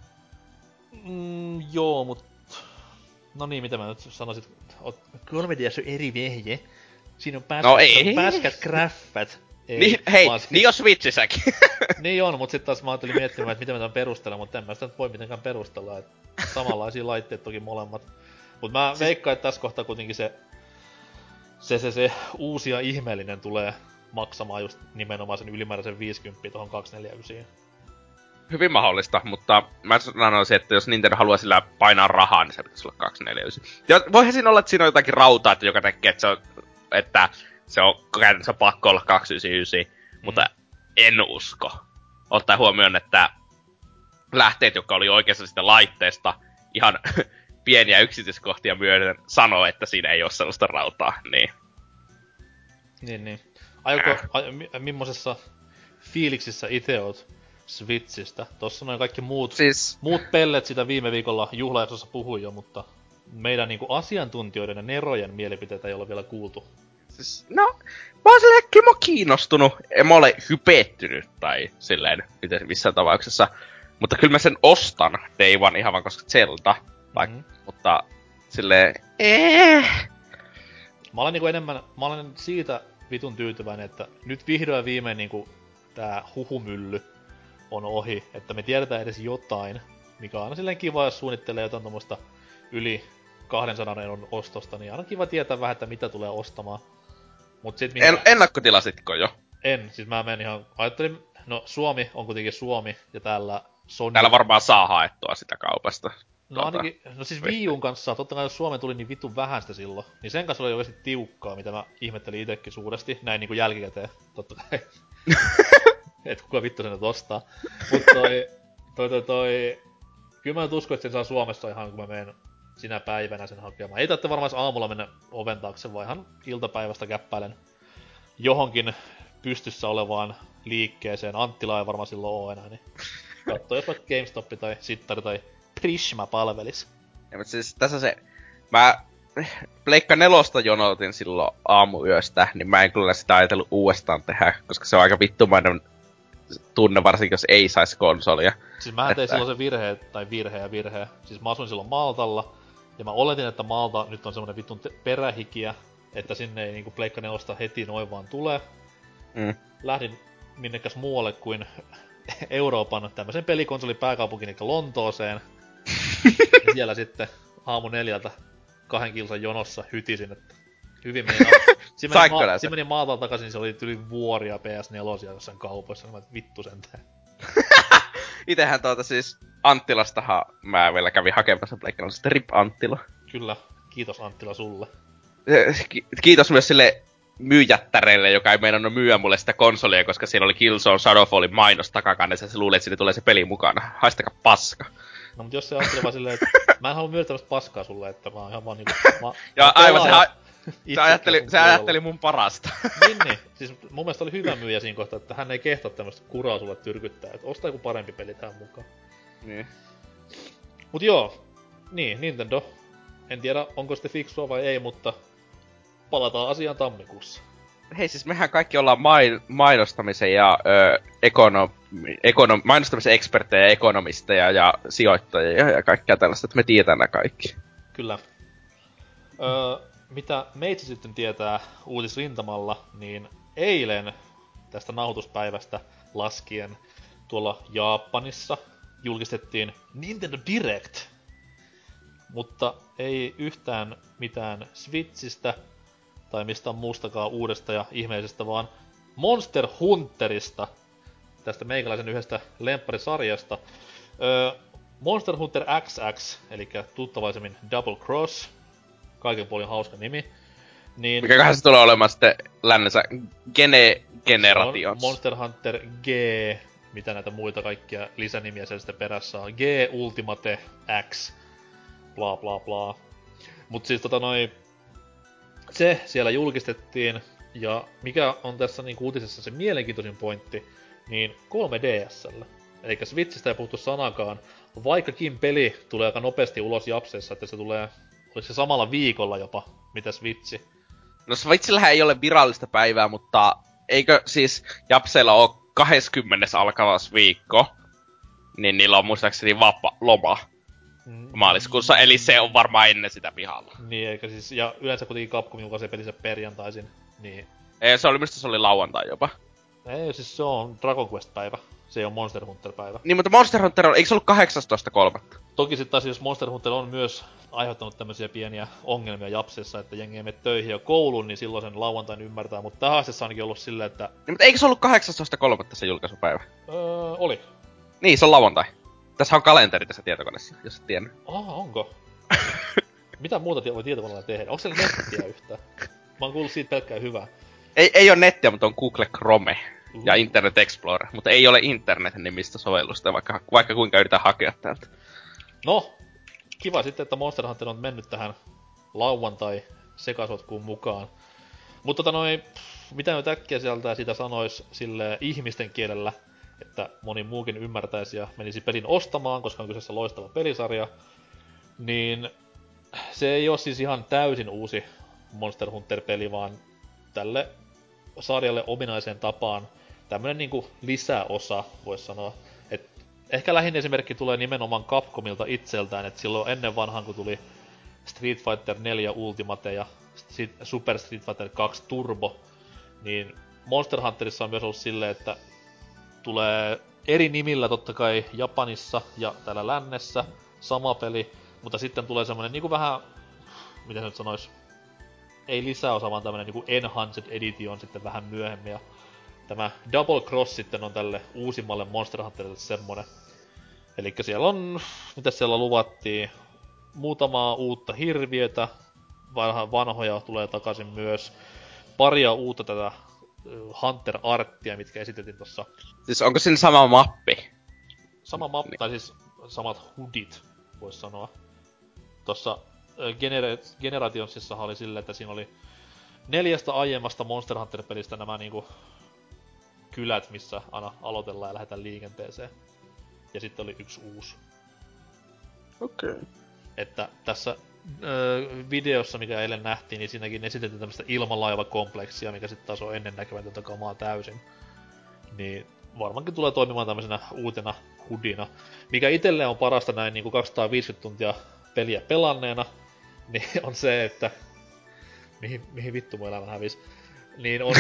Mm, joo, mut... No niin, mitä mä nyt sanoisin, kolme D S on eri vehje. Siinä on päskät, no ei. päskät graffat. Ei, niin, hei, siis... niin on Switchissäkin. Niin on, mut sit taas mä ajattelin miettimään, että miten mä tämän perustelen, mutta en mä sitä nyt voi mitenkään perustella, että samanlaisia laitteet toki molemmat. Mut mä siis... veikkaan, että tässä kohtaa kuitenkin se, se, se, se uusi ja ihmeellinen tulee maksamaan just nimenomaan sen ylimääräisen viisikymmentä tohon kaksisataaneljäkymmentäyhdeksän. Hyvin mahdollista, mutta mä sanoisin, että jos Nintendo haluaa sillä painaa rahaa, niin se pitäisi olla kaksisataaneljäkymmentäyhdeksän. Ja voihan siinä olla, että siinä on jotakin rautaa, että joka tekee, että se on, että se on käytännössä pakko olla kaksisataayhdeksänkymmentäyhdeksän, mm. mutta en usko. Ottaen huomioon, että lähteet, jotka oli oikeassa sitä laitteesta, ihan pieniä yksityiskohtia myöden sanoo, että siinä ei ole sellaista rautaa, niin... Niin, niin. Aioko, äh. ai, mi, millaisessa fiiliksissä ite oot Switchistä? Tossa noin kaikki muut, siis... muut pellet sitä viime viikolla juhlajaksossa puhui jo, mutta meidän niinku asiantuntijoiden ja nerojen mielipiteitä ei ole vielä kuultu. Siis, no, mä oon silleen Kimo kiinnostunut, en mä ole hypettynyt tai silleen missään tapauksessa. Mutta kyllä mä sen ostan Day One ihan vaan koska Zelda, vaik- mm-hmm. mutta silleen, eh. Mä olen niinku enemmän, mä olen siitä vitun tyytyväinen, että nyt vihdoin viimein niinku tää huhumylly on ohi, että me tiedetään edes jotain, mikä on aina silleen kiva, jos suunnittelee jotain tommoista yli kaksisataa euron ostosta, niin aina kiva tietää vähän, että mitä tulee ostamaan. Mut sit minkä... En, ennakkotilasitko jo? En, siis mä menen ihan, ajattelin, no Suomi on kuitenkin Suomi, ja täällä Sony... Täällä varmaan saa haettua sitä kaupasta. No ainakin, no siis Wii U:n kanssa, totta kai jos Suomeen tuli niin vitun vähän sitä silloin, niin sen kanssa oli oikeesti tiukkaa, mitä mä ihmettelin itekin suuresti, näin niinku jälkikäteen, totta kai. Et kuka vittu sen nyt ostaa. Mut toi, toi, toi, toi, kyllä mä nyt uskon, että sen saa Suomessa ihan kun mä menen sinä päivänä sen hakemaan. Ei tarvitse varmaan aamulla mennä oven taakse, vaan ihan iltapäivästä käppäilen johonkin pystyssä olevaan liikkeeseen. Anttila ei varmaan silloin oo enää, niin katso jos vaikka GameStop tai Sittari tai Prisma palvelis. Ja, mutta siis tässä se... Mä Pleikka nelosta jonotin silloin aamuyöstä, niin mä en kyllä sitä ajatellut uudestaan tehdä, koska se on aika vittumainen tunne, varsinkin jos ei saisi konsolia. Siis mä tein silloin se virhe, tai virhe ja virhe. Siis mä asuin silloin Maltalla, ja mä oletin, että Malta nyt on semmonen vittun te- perähikiä, että sinne ei niinku Pleikka nelosta heti noin vaan tule. Mm. Lähdin minnekäs muualle kuin Euroopan tämmösen pelikonsolin pääkaupunkiin, eli Lontooseen. Ja siellä sitten aamu neljältä kahden kilsan jonossa hytisin, että hyvin meni... Siinä meni, ma- siinä meni Maltalta takaisin, niin se oli yli vuoria P S neljä jossain kaupoissa, niin mä vittu sentään. Itehän tuota siis Anttilastahan mä vielä kävin hakemassa Pleikka sitten Rip Anttila. Kyllä, kiitos Anttila sulle. Ki- kiitos myös sille myyjättäreille, joka ei meinannut myyä mulle sitä konsolia, koska siellä oli Killzone Shadowfallin mainos takakannessa, se luuli, että sinne tulee se peli mukana. Haistakaa paska. No mut jos se ajattelee vaan silleen, että mä en halua myydä tämmöstä paskaa sulle, että mä oon ihan vaan niinku... Mä, ja mä aivan, se, ha- se ajatteli, se ajatteli mun parasta. niin, niin. Siis mun mielestä oli hyvä myyjä siinä kohtaa, että hän ei kehtaa tämmöstä kuraa sulle tyrkyttää, että ostaa joku parempi peli tähän mukaan. Niin. Mut joo, niin, Nintendo. En tiedä, onko sitten fiksua vai ei, mutta palataan asiaan tammikuussa. Hei, siis mehän kaikki ollaan main, mainostamisen ja ö, ekono, ekono, mainostamisen eksperttejä ja ekonomisteja ja sijoittajia ja kaikkea tällaista, että me tiedetään nämä kaikki. Kyllä. Öö, mitä meitsi sitten tietää uutisrintamalla, niin eilen tästä nauhoituspäivästä laskien tuolla Japanissa julkistettiin Nintendo Direct. Mutta ei yhtään mitään Switchistä tai mistään muustakaan uudesta ja ihmeisestä, vaan Monster Hunterista, tästä meikäläisen yhdestä lempparisarjasta. Öö, Monster Hunter X X, eli tuttavaisemmin Double Cross, kaiken puolin hauska nimi. Niin mikäköhän se tulee olemaan sitten lännessä Gene Generations? Monster Hunter G, mitä näitä muita kaikkia lisänimiä siellä sitten perässä on. G Ultimate X, bla bla bla. Mut siis tota noi, se siellä julkistettiin, ja mikä on tässä niinku uutisessa se mielenkiintoisin pointti, niin kolme D S:llä. Eli Switchistä ei puhuttu sanakaan, vaikkakin peli tulee aika nopeasti ulos Japseissa, että se tulee, oliko se samalla viikolla jopa, mitä Switchi. No Switchillähän ei ole virallista päivää, mutta eikö siis Japseilla ole kahdeskymmenes alkavas viikko, niin niillä on muistaakseni vapaa loma maaliskuussa, eli se on varmaan ennen sitä pihalla. Niin, eikä siis, ja yleensä kuitenkin Capcom julkaisee pelinsä perjantaisin, niin... Ei, se oli, mistä se oli lauantai jopa. Ei, siis se on Dragon Quest-päivä, se ei ole Monster Hunter-päivä. Niin, mutta Monster Hunter on, eikö se ollut kahdeksastoista kolmatta? Toki sit taas, jos Monster Hunter on myös aiheuttanut tämmösiä pieniä ongelmia Japsissa, että jengi ei mene töihin ja kouluun, niin silloin sen lauantain ymmärtää, mutta tähän asti ainakin ollut silleen, että... Niin, mutta eikö se ollut kahdeksastoista kolmatta se julkaisupäivä? Öö, oli. Niin, se on lauantai. Tässä on kalenteri tässä tietokoneessa, jos et tiennyt. Aha, onko? Mitä muuta tie- voi tietokoneella tehdä? Onko siellä nettiä yhtään? Mä oon kuullut siitä pelkkää hyvää. Ei, ei ole nettiä, mutta on Google Chrome Uhu. ja Internet Explorer, mutta ei ole internet-nimistä sovellusta, vaikka, vaikka kuinka yritän hakea täältä. No, kiva sitten, että Monster Hunter on mennyt tähän lauantai sekasotkuun mukaan. Mutta tota noin, mitä nyt äkkiä sieltä sitä sanois sille ihmisten kielellä, että moni muukin ymmärtäisi ja menisi pelin ostamaan, koska on kyseessä loistava pelisarja, niin se ei ole siis ihan täysin uusi Monster Hunter-peli, vaan tälle sarjalle ominaiseen tapaan tämmönen niinku lisäosa, vois sanoa. Et ehkä lähin esimerkki tulee nimenomaan Capcomilta itseltään, että silloin ennen vanhaan kun tuli Street Fighter neljä Ultimate ja Super Street Fighter kaksi Turbo, niin Monster Hunterissa on myös ollut silleen, että tulee eri nimillä totta kai Japanissa ja täällä lännessä sama peli, mutta sitten tulee semmonen niinku vähän, miten se nyt sanois, ei lisäosa, vaan tämmönen niinku Enhanced Edition sitten vähän myöhemmin. Ja tämä Double Cross sitten on tälle uusimmalle Monster Hunterille semmonen. Elikkä siellä on, mitä siellä luvattiin, muutamaa uutta hirviötä, vanhoja tulee takaisin myös, paria uutta tätä Hunter Arttia, mitkä esitettiin tossa. Siis onko siinä sama mappi? Sama mappi, niin. Tai siis samat hoodit, vois sanoa. Tossa Gener- Generationsissahan oli silleen, että siinä oli neljästä aiemmasta Monster Hunter-pelistä nämä niinku kylät, missä aina aloitellaan ja lähdetään liikenteeseen. Ja sitten oli yksi uusi. Okei. Okay. Että tässä ö, videossa, mikä eilen nähtiin, niin siinäkin esitettiin tämmöstä ilmalaivakompleksia, mikä sitten taas on ennennäkemätöntä kamaa täysin. Niin varmaankin tulee toimimaan tämmöisenä uutena hudina. Mikä itselleen on parasta näin niinku kaksisataaviisikymmentä tuntia peliä pelanneena, niin on se, että... Mihin, mihin vittu mun elämä hävis? Niin on...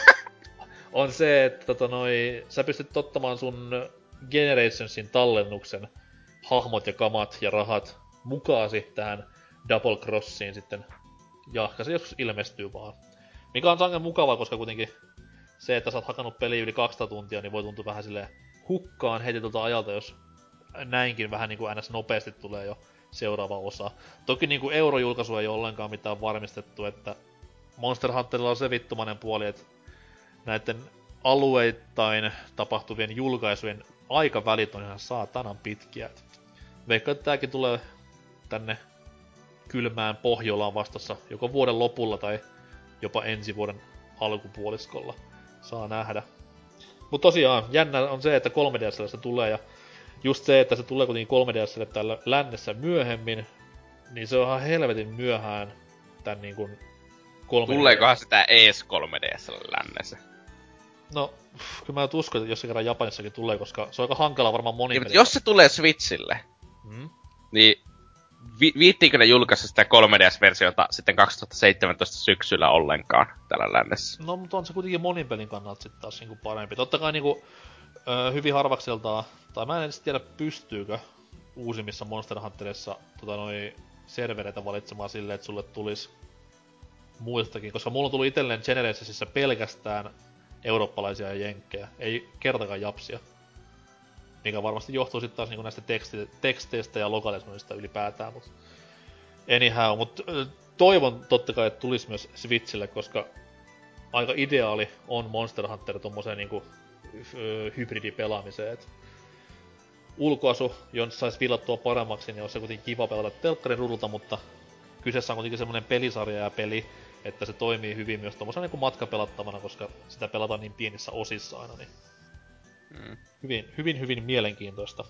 on se, että tota noi, sä pystyt ottamaan sun Generationsin tallennuksen hahmot ja kamat ja rahat mukaasi tähän Double Crossiin sitten. Jahka se joskus ilmestyy vaan. Mikä on sangen mukavaa, koska kuitenkin se, että sä oot hakannut peliä yli kaksisataa tuntia, niin voi tuntua vähän silleen hukkaan heitetyltä ajalta, jos näinkin vähän niinku ns. Nopeasti tulee jo seuraava osa. Toki niinku eurojulkaisu ei ole ollenkaan mitään varmistettu, että Monster Hunterilla on se vittumainen puoli, että näiden alueittain tapahtuvien julkaisujen aikavälit on ihan saatanan pitkiä. Veikkaan, että tääkin tulee tänne kylmään Pohjolaan vastassa joko vuoden lopulla tai jopa ensi vuoden alkupuoliskolla. Saa nähdä. Mut tosiaan, jännä on se, että kolme D S:lle se tulee, ja just se, että se tulee kuitenkin kolme D S:lle täällä lännessä myöhemmin, niin se on ihan helvetin myöhään tän niinkun kolme D S. Tuleekohan sitä ees kolme D S:lle lännessä? No, pff, kyllä mä uskon, että jos se kerran Japanissakin tulee, koska se on aika hankala varmaan moni niin, jos se tulee Switchille, hmm? niin vi- viittiinkö ne julkaista sitä kolme D S-versiota sitten kaksituhattaseitsemäntoista syksyllä ollenkaan täällä lännessä? No, mutta on se kuitenkin monin pelin kannalta sitten taas niinku parempi. Totta kai niinku ö, hyvin harvakseltaan, tai mä en edes tiedä pystyykö uusimmissa Monster Hunterissa tota noi servereitä valitsemaan silleen, että sulle tulis muistakin, koska mulla on tullut itselleen Generationsissa pelkästään eurooppalaisia ja jenkkejä, ei kertakaan japsia. Mikä varmasti johtuu sitten taas niinku näistä teksti- teksteistä ja lokalismoista ylipäätään, mut anyhow, mut toivon totta kai, että tulis myös Switchille, koska aika ideaali on Monster Hunter tommoseen niinku hybridipelaamiseen, et ulkoasu, jos sais villattua paremmaksi, niin on se kuitenkin kiva pelata telkkarin ruudulta, mutta kyseessä on kuitenkin semmonen pelisarja ja peli, että se toimii hyvin myös tommosena niinku matkapelattavana, koska sitä pelataan niin pienissä osissa aina, niin mm. hyvin, hyvin, hyvin mielenkiintoista.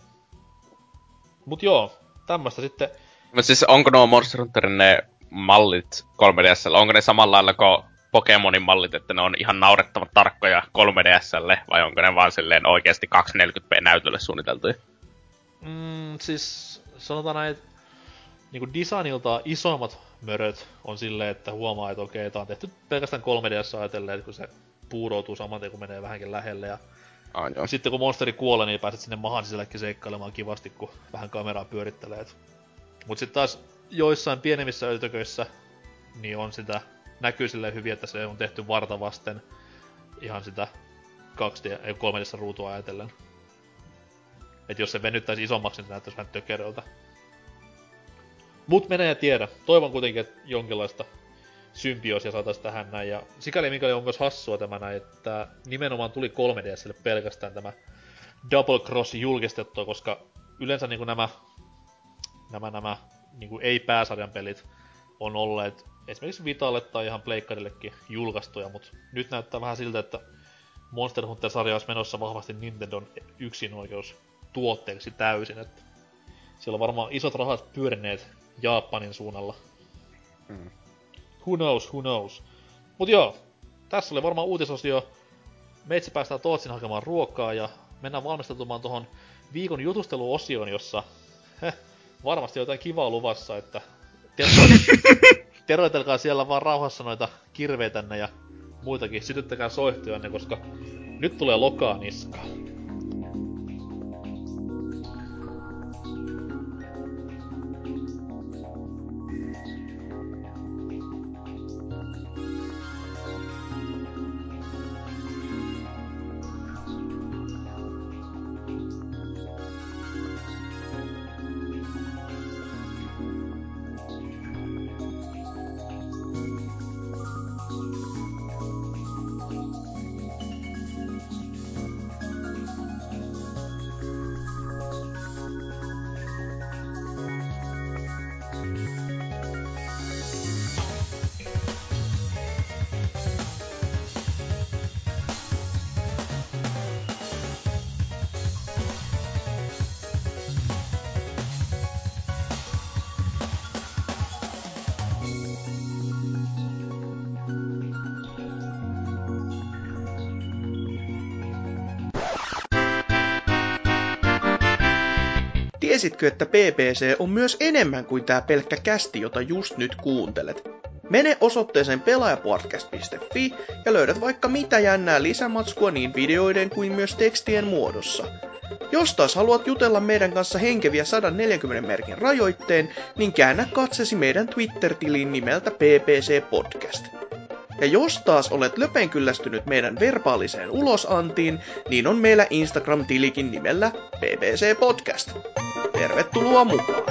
Mut joo, tämmöstä sitten... Mut siis onko nuo Monster Hunterin ne mallit kolme D S:llä, onko ne samalla lailla kuin Pokemonin mallit, että ne on ihan naurettavan tarkkoja kolme D S:lle, vai onko ne vaan silleen oikeesti kaksisataaneljäkymmentä p näytölle suunniteltuja? Mm, siis sanotaan näin, että niinku designilta isommat möröt on silleen, että huomaa, että okei, tää on tehty pelkästään kolme D S ajatellen, että kun se puuroutuu saman tien, kun menee vähänkin lähelle. Ja ah, joo. sitten kun monsteri kuolee, niin pääset sinne mahan sisällekin seikkailemaan kivasti, kun vähän kameraa pyörittelee. Mut sit taas joissain pienemmissä ötököissä, niin on sitä, näkyy silleen hyvin, että se on tehty varta vasten ihan sitä kaksi D, ei kolme D ruutua ajatellen. Et jos se venyttäisi isommaksi, niin se näyttäisi vähän tökeröltä. Mut menee ja tiedä. Toivon kuitenkin, että jonkinlaista symbioosia saatais tähän näin. Ja sikäli mikäli on myös hassua tämä näin, että nimenomaan tuli kolme D S:lle pelkästään tämä Double Cross julkistettua, koska yleensä niinku nämä, nämä, nämä niinku ei-pääsarjan pelit on olleet esimerkiksi Vitalle tai ihan pleikkarillekin julkaistuja, mut nyt näyttää vähän siltä, että Monster Hunter-sarja olisi menossa vahvasti Nintendon yksinoikeus tuotteeksi täysin, että siellä on varmaan isot rahat pyörineet Japanin suunnalla. Mm. Who knows, who knows. Mut joo, tässä oli varmaan uutisosio. Meitsi päästään Tootsin hakemaan ruokaa ja mennään valmistautumaan tohon viikon jutusteluosioon, jossa heh, varmasti jotain kivaa luvassa, että tervetelkää siellä vaan rauhassa noita kirveitänne ja muitakin. Sytyttäkää soihtujanne, koska nyt tulee lokaa niskaan. tiesitkö, että P P C on myös enemmän kuin tää pelkkä kästi, jota just nyt kuuntelet? Mene osoitteeseen pelaajapodcast piste fi ja löydät vaikka mitä jännää lisämatskua niin videoiden kuin myös tekstien muodossa. Jos taas haluat jutella meidän kanssa henkeviä sata neljäkymmentä merkin rajoitteen, niin käännä katsesi meidän Twitter-tiliin nimeltä P P C Podcast. Ja jos taas olet löpen kyllästynyt meidän verbaaliseen ulosantiin, niin on meillä Instagram-tilikin nimellä P P C Podcast. Tervetuloa mukaan!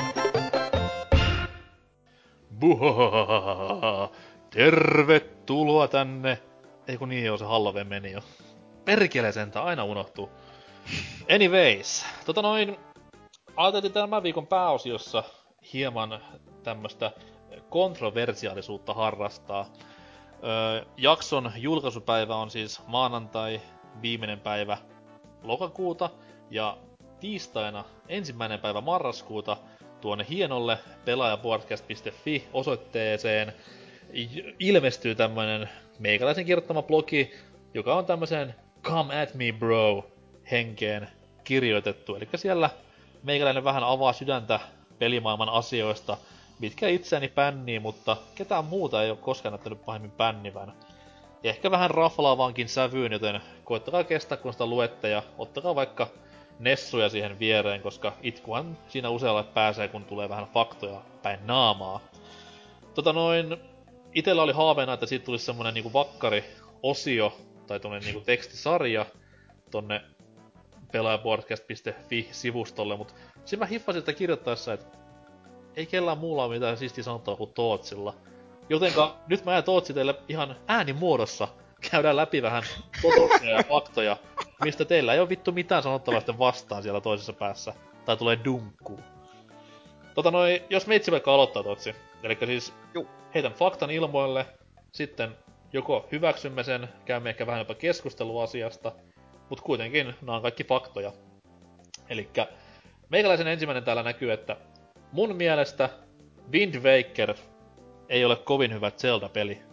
Buhahahaha. Tervetuloa tänne. Ei kun niin joo, se Halloween meni jo. Perkele sentä, aina unohtuu. Anyways, tota noin, ajateltiin tämän viikon pääosiossa hieman tämmöstä kontroversiaalisuutta harrastaa. Öö, jakson julkaisupäivä on siis maanantai, viimeinen päivä lokakuuta, ja tiistaina ensimmäinen päivä marraskuuta tuonne hienolle pelaajapodcast piste fi osoitteeseen ilmestyy tämmönen meikäläisen kirjoittama blogi, joka on tämmösen Come at me bro henkeen kirjoitettu. Eli siellä meikäläinen vähän avaa sydäntä pelimaailman asioista, mitkä itseäni pännii, mutta ketään muuta ei ole koskaan näyttänyt pahemmin pännivän. Ehkä vähän raflaavaankin sävyyn, joten koettakaa kestää kun sitä luette ja ottakaa vaikka nessuja siihen viereen, koska itkuhan siinä usealle pääsee, kun tulee vähän faktoja päin naamaa. Tota noin, itellä oli haaveena, että siitä tulisi semmonen niinku vakkari-osio, tai tommonen niinku tekstisarja tonne pelaajapodcast piste fi-sivustolle, mut siinä mä hiffasin sitä kirjoittaessa, että ei kellään muulla ole mitään siistiä sanottavaa kuin Tootsilla. Jotenka nyt mä ja Tootsi teille ihan äänimuodossa käydään läpi vähän totuuksia ja faktoja, mistä teillä ei ole vittu mitään sanottavaa sitten vastaan siellä toisessa päässä. Tai tulee dunkkuu. Tota noi, jos meitsi vaikka aloittaa, Tootsi. Elikkä siis Juh. heitän faktan ilmoille, sitten joko hyväksymme sen, käymme ehkä vähän jopa keskustelua asiasta, mut kuitenkin nämä on kaikki faktoja. Elikkä meikäläisen ensimmäinen täällä näkyy, että mun mielestä Wind Waker ei ole kovin hyvä Zelda-peli.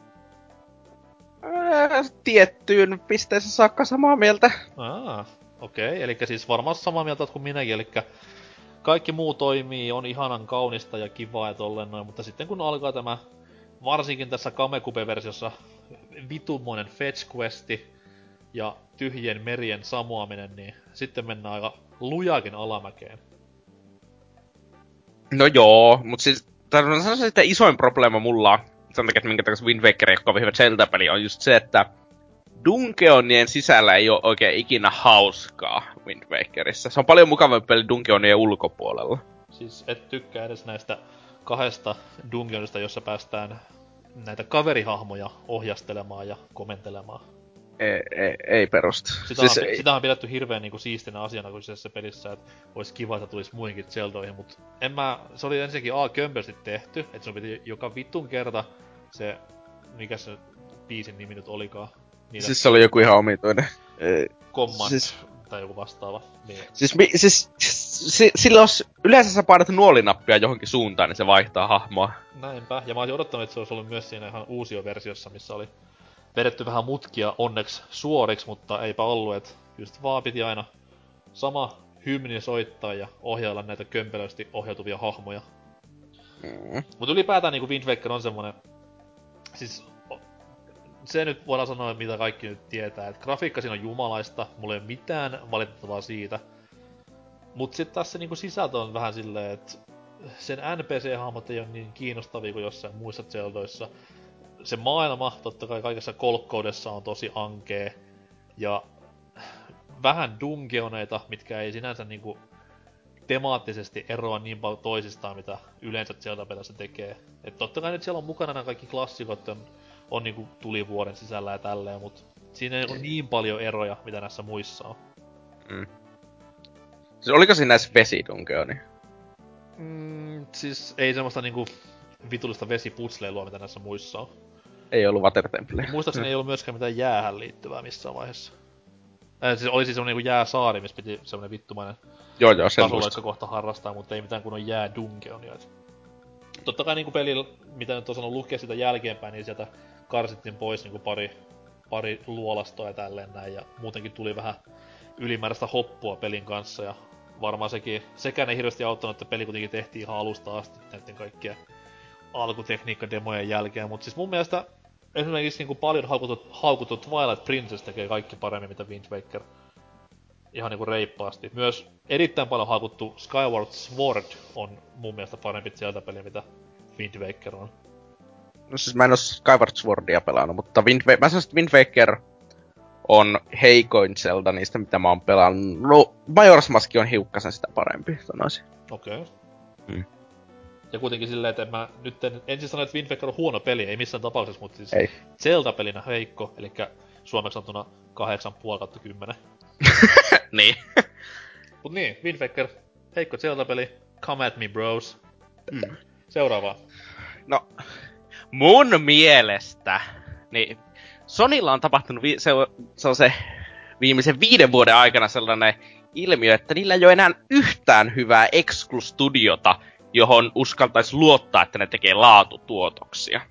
Ää, tiettyyn pisteeseen saakka samaa mieltä. Aa, okei. Okay. Elikkä siis varmaan samaa mieltä kuin minäkin, elikkä kaikki muu toimii, on ihanan kaunista ja kivaa ja tolleen noin, mutta sitten kun alkaa tämä, varsinkin tässä Kamekupe-versiossa, vitummoinen fetch questi ja tyhjien merien samoaminen, niin sitten mennään aika lujaakin alamäkeen. No joo, mut siis tarvitsen sanoa, että isoin probleema mulla on, sen takia, että minkä takia Wind Waker ei ole kovin hyvä Zelda-peli, on just se, että Dungeonien sisällä ei ole oikein ikinä hauskaa Wind Wakerissa. Se on paljon mukavampi peli Dungeonien ulkopuolella. Siis et tykkää edes näistä kahdesta Dungeonista, jossa päästään näitä kaverihahmoja ohjastelemaan ja komentelemaan. Ei, ei, ei perustu. Sitä, siis on, ei. sitä on pidetty hirveän niinku siistinä asiana kyseisessä pelissä, että olisi kiva, että tulisi muihinkin Zeldoihin, mut en mä, se oli ensinnäkin A kömpelsti tehty, että sun piti joka vittun kerta se, mikä se biisin nimi nyt olikaan. Niitä siis se oli joku ihan omituinen. Command siis, tai joku vastaava. Niin. Siis, mi, siis si, silloin jos yleensä sä painat nuolinappia johonkin suuntaan, niin se vaihtaa hahmoa. Näinpä, ja mä olisin odottanut, että se olisi ollut myös siinä ihan uusioversiossa, missä oli vedetty vähän mutkia onneksi suoriksi, mutta eipä ollut, et just vaan piti aina sama hymni soittaa ja ohjailla näitä kömpelösti ohjautuvia hahmoja. Mm. Mut ylipäätään niinku Wind Waker on semmonen, siis se nyt voidaan sanoa, mitä kaikki nyt tietää, että grafiikka siinä on jumalaista, mulla ei ole mitään valitettavaa siitä. Mut sit taas se niinku sisältö on vähän silleen, että sen N P C-hahmot ei ole niin kiinnostavia kuin jossain muissa Zeldoissa. Se maailma, totta kai kaikessa kolkkoudessa on tosi ankee, ja vähän dungeoneita, mitkä ei sinänsä niinku temaattisesti eroa niin paljon toisistaan, mitä yleensä Zelda-pelissä tekee. Et totta kai nyt siellä on mukana nämä kaikki klassikot, on, on niinku tulivuoren sisällä ja tälleen, mut siinä ei ole niin paljon eroja, mitä näissä muissa on. Mm. Siis oliko siinä näissä vesidungeoni? Mm, siis ei semmoista niinku vitullista vesiputsleilua, mitä näissä muissa on. Ei ollut Water Temple. Muistaakseni mm. ei ollut myöskään mitään jäähän liittyvää missään vaiheessa. Äh, siis oli siis semmonen niinku jääsaari, missä piti semmonen vittumainen joo, joo, sen kohta harrastaa, mutta ei mitään kunnon jäädungeonia. Totta kai niinku pelillä, mitä nyt on sanonut lukea sitä jälkeenpäin, niin sieltä karsittiin pois niinku pari, pari luolastoa ja tälleen näin. Ja muutenkin tuli vähän ylimääräistä hoppua pelin kanssa ja varmaan sekin, sekään ei hirveästi auttanut, että peli kuitenkin tehtiin ihan alusta asti näiden kaikkien alkutekniikkademojen jälkeen, mutta siis mun mielestä esimerkiksi niinku paljon haukutut, haukutut Twilight Princess tekee kaikki paremmin mitä Wind Waker. Ihan niinku reippaasti. Myös erittäin paljon haukuttu Skyward Sword on mun mielestä parempi sieltä peli mitä Wind Waker on. No siis mä en oo Skyward Swordia pelannut, mutta Wind Waker, mä sanoisin, että Wind Waker on heikoin Zelda niistä, mitä mä oon pelannut. No, Majora's Mask on hiukkasen sitä parempi, sanoisin. Okei. Okay. Hmm. Ja kuitenkin silleen, että mä nyt en, en siis sano, että Wind Waker on huono peli, ei missään tapauksessa, mutta siis ei. Zelda-pelinä heikko, eli suomeksi sanottuna kahdeksan pilkku viisi kautta kymmenen. Niin. Mut niin, Wind Waker, heikko Zelda-peli, come at me bros. Mm. Seuraavaa. No, mun mielestä, niin Sonylla on tapahtunut, vi- se, on, se on se viimeisen viiden vuoden aikana sellainen ilmiö, että niillä ei ole enää yhtään hyvää Exclu-studiota, johon uskaltaisi luottaa, että ne tekee laatutuotoksia.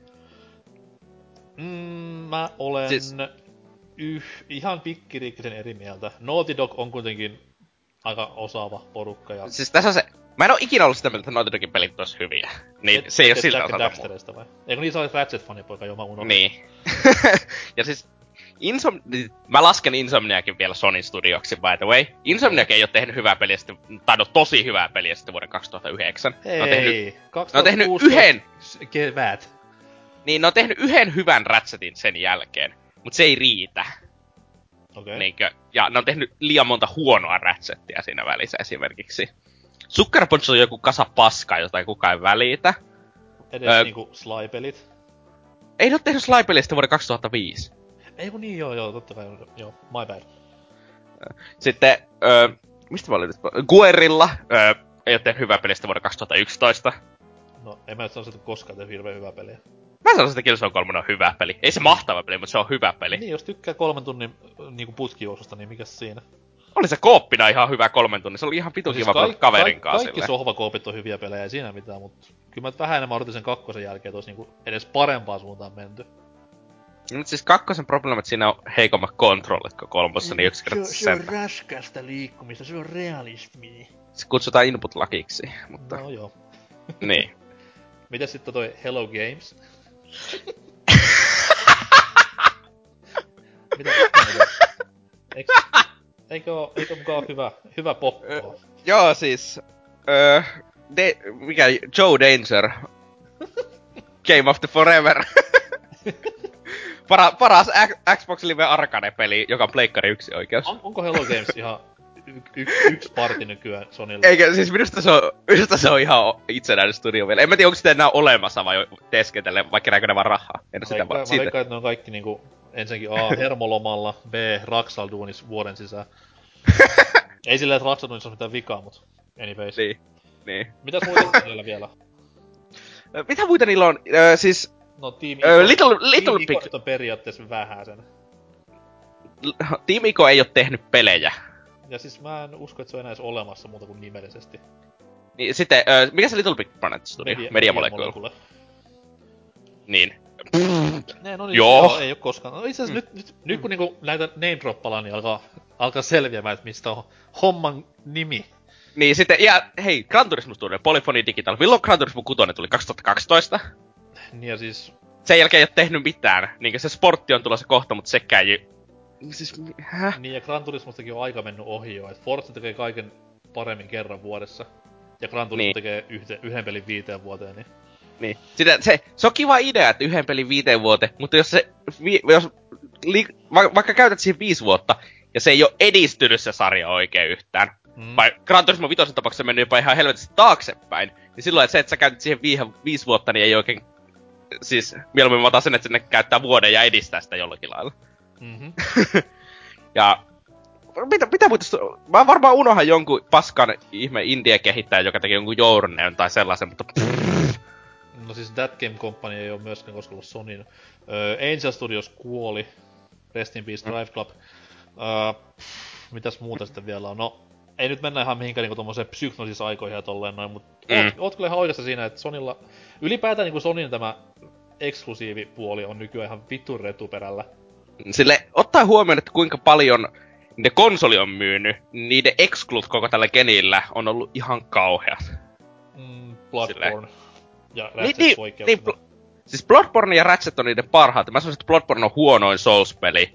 Mm, mä olen siis... yh, ihan pikkiriikkisen eri mieltä. Naughty Dog on kuitenkin aika osaava porukka. Ja... Siis tässä on se... Mä en oo ikinä ollut sitä mieltä, että Naughty Dogin pelit olisi hyviä. Niin et, se ei oo siltä osalta vai? Eikö niissä olet Ratchet-fanipoika jo, mä unohdin. Niin. Ja siis... Insom... Mä lasken Insomniakin vielä Sonyn studioksi, by the way. Insomniakin ei oo tehnyt hyvää peliä sitten... Tai no tosi hyvää peliä sitten vuoden kaksituhattayhdeksän. Hei, ne on tehnyt, kaksituhattakuusitoista ne on tehnyt yhden... Kevät. Niin, ne on tehnyt yhden hyvän Ratchetin sen jälkeen. Mut se ei riitä. Okei. Niinkö? Ja ne on tehnyt liian monta huonoa Ratchettia siinä välissä esimerkiksi. Sucker Punch on joku kasa paskaa, jota ei kukaan ei välitä. Edes öö, niinku Sly-pelit. Ei ne oo tehnyt Sly-pelistä vuoden kaksituhattaviisi. Ei kun niin, joo, joo, totta kai, joo, my bad. Sitten, öö, mistä mä olin nyt? Guerrilla, öö, ei oo tehnyt hyvää pelistä vuoden kaksituhattayksitoista. No, en mä nyt sanoisi, että koskaan tehnyt hirveen hyvää peliä. Mä sanoisin, että Killzone kolme on hyvä peli. Ei se mahtava peli, mutta se on hyvä peli. Niin, jos tykkää kolmen tunnin niinku putkijuoksusta, niin mikäs siinä? Oli se kooppina ihan hyvä kolmen tunnin. Se oli ihan vitu no, siis kiva kaik- kaverin kaik- kanssa. Kaikki sohvakoopit on hyviä pelejä, ei siinä mitään, mutta kyllä mä vähän enemmän odotin sen kakkosen jälkeen, että olisi niinku edes parempaan suuntaan menty. Mut siis kakkosen probleemat siinä on heikommat kontrollit kuin kolmossa, niin yksinkertaisesti se, se on raskasta liikkumista, se on realismia. Se kutsutaan input-lakiksi, mutta... No joo. Niin. Mitäs sitten toi Hello Games? Mitä? Eikö, eikö, oo, eikö mukaan hyvä, hyvä poppoa? Joo, siis... Öö, de, mikä Joe Danger? Game of the Forever. Para, paras X- Xbox Live Arcade-peli, joka on Pleikkari yksi oikeus. On, onko Hello Games ihan y- y- yksi parti nykyään Sonylla? Eikä, siis minusta se on, minusta se on ihan itsenäinen studio vielä. En mä tiedä, onko sitä enää olemassa vai teeskentele, vaikka kerääkö ne vaan rahaa. En sitä vaan siitä. Mä veikkaan, että ne on kaikki niinku ensinnäkin A. Hermolomalla, B. Raksalduunis vuoden sisään. Ei silleen, että Raksalduunis on mitään vikaa, mut anyways. Niin, niin. Mitäs muita niillä vielä? Mitä muita niillä on? Öö, siis... No Team Ico, Little, Little Team Big... Ico on periaatteessa vähäsen. Team Ico ei oo tehnyt pelejä. Ja siis mä en usko, että se on enää edes olemassa muuta kuin nimellisesti. Niin, sitten, öö, mikä se Little Big Planet studio? Media, Media Media Molecule. Molecule. Niin. Ne, no niin, joo. joo, ei oo koskaan. No itse asiassa mm. nyt, nyt, mm. nyt kun niinku näitä name-droppallaan, niin alkaa, alkaa selviämään, että mistä on homman nimi. Niin, sitten, ja hei, Gran Turismo Studio, Polyphony Digital. Milloin Gran Turismo kuusi tuli? kaksituhattakaksitoista? Niin ja siis... Sen jälkeen ei oo tehnyt mitään. Niinkö se sportti on tulossa kohta, mut sekään ei... Siis, häh? Niin ja Gran Turismostakin on aika mennyt ohi jo, et Forza tekee kaiken paremmin kerran vuodessa. Ja Gran Turismo niin. tekee yhden, yhden pelin viiteen vuoteen, niin... Niin. Sitä, se, se on kiva idea, että yhden pelin viiteen vuoteen, mutta jos se... Vi, jos, li, va, vaikka käytät siihen viisi vuotta, ja se ei oo edistynyt se sarja oikein yhtään. Mm. Vai Gran Turismo vitosen tapauksessa mennyt jopa ihan helvetisti taaksepäin. Niin silloin, että se, että sä käytät siihen viih, viisi vuotta, niin ei oikein... Siis mieluummin mä otan sen, että sinne käyttää vuoden ja edistää sitä jollakin lailla. Mm-hmm. Ja... Mitä, mitä muuten... Mä varmaan unohan jonkun paskan ihme indie-kehittäjä, joka teki jonkun Journeen tai sellaisen, mutta... No siis That Game Company ei oo myöskään koskaan ollut Sonyn. Öö, Angel Studios kuoli. Rest in Peace Drive Club. Öö, mitäs muuta sitten vielä on? No, ei nyt mennä ihan mihinkään niinku tommoseen psyknosis aikoihin ja tolleen noin, mut mm. oot, oot kyllä ihan oikeassa siinä, että Sonylla... Ylipäätään niinku Sonyn tämä eksklusiivipuoli on nykyään ihan vitun retuperällä. Sille, ottaen huomioon, että kuinka paljon niiden konsoli on myynyt, niiden exclut koko tällä genillä on ollut ihan kauheat. Mm, Bloodborne. Ja Niin, Ratchet niin, niin, poikkeuksena. siis Bloodborne ja Ratchet on niiden parhaat. Mä sanoisin, että Bloodborne on huonoin Souls-peli.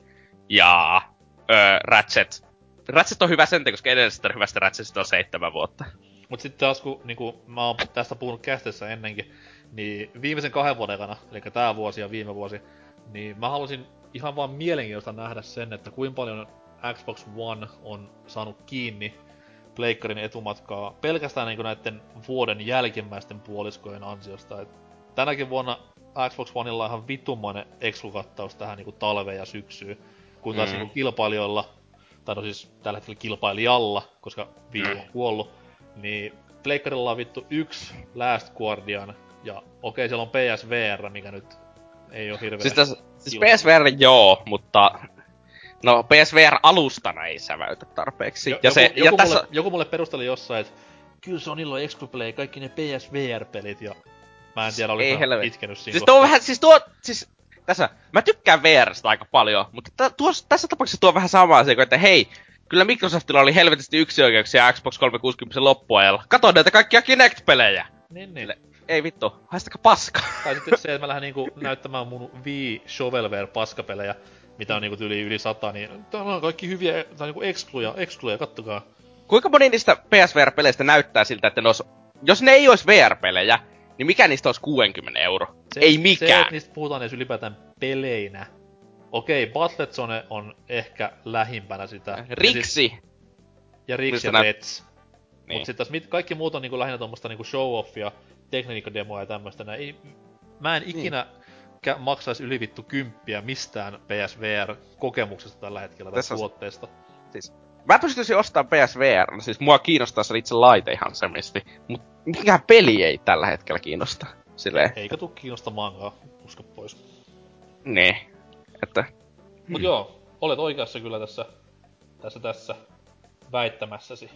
Ja öö, Ratchet. Ratchet on hyvä sen takia, koska edellisestä hyvästä Ratchetista on seitsemän vuotta. Mut sitten taas kun niinku, mä oon tästä puhunut kästessä ennenkin, niin viimeisen kahden vuoden aikana, eli tää vuosi ja viime vuosi, niin mä halusin ihan vaan mielenkiintoista nähdä sen, että kuinka paljon Xbox One on saanut kiinni pleikkarin etumatkaa pelkästään niinku näitten vuoden jälkimmäisten puoliskojen ansiosta. Et tänäkin vuonna Xbox Oneilla on ihan vittumainen exclu-kattaus tähän niinku talveen ja syksyyn, kun taas mm. niinku kilpailijoilla, tai no siis tällä hetkellä kilpailijalla, koska Wii U on kuollut, niin pleikkarilla on vittu yksi Last Guardian, ja okei, siellä on P S V R, mikä nyt ei oo hirveä... Siis, täs, siis P S V R joo, mutta... No, P S V R-alustana ei säväytä tarpeeksi. Jo, ja joku, se, joku, ja mulle, tässä... joku mulle perusteli jossain, että kyllä Sonylla on Excluplay, kaikki ne P S V R-pelit, ja mä en tiedä, oliko mä itkenyt siinä. Siis tuo vähän, siis tuo, siis tässä, mä tykkään V R:stä aika paljon, mutta t- tuossa, tässä tapauksessa tuo vähän sama asia, että hei, kyllä Microsoftilla oli helvetisti yksioikeuksia Xbox kolmesataakuusikymmentä loppuajalla. Kato näitä kaikkia Kinect-pelejä! Niin, niin. Ei vittu, haistaka paska. Tai sitten se, että mä lähden niinku näyttämään mun Wii Shovelware paskapelejä, mitä on niinku yli, yli sata, niin täällä on kaikki hyviä, tai niinku excluja, excluja, kattokaa. Kuinka moni niistä P S V R-peleistä näyttää siltä, että ne ois, jos ne ei ois V R-pelejä, niin mikä niistä olisi kuusikymmentä euro? Se, ei mikään. Se, että niistä puhutaan edes ylipäätään peleinä. Okei, Battlezone on ehkä lähimpänä sitä. Riksi! Ja, sit, ja Riksi ja nä... Reds. Niin. Mut sit taas mit, kaikki muut on niinku lähinnä tommoista niinku show-offia, tekniikkademoa ja tämmöstä. Nää ei, mä en ikinä niin. maksais yli vittu kymppiä mistään P S V R-kokemuksesta tällä hetkellä tai tuotteesta. Siis, mä pystyisin ostamaan P S V R, siis mua kiinnostaa se itse laite ihan semisti, mut mikään peli ei tällä hetkellä kiinnosta. Silleen. Eikä tuu kiinnostamaankaan, usko pois. Niin, että... Mut hmm. joo, olet oikeassa kyllä tässä, tässä, tässä väittämässäsi.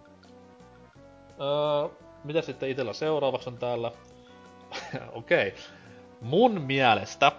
Öö, mitä sitten itellä seuraavaksi on täällä? Okei. Okay. Mun mielestä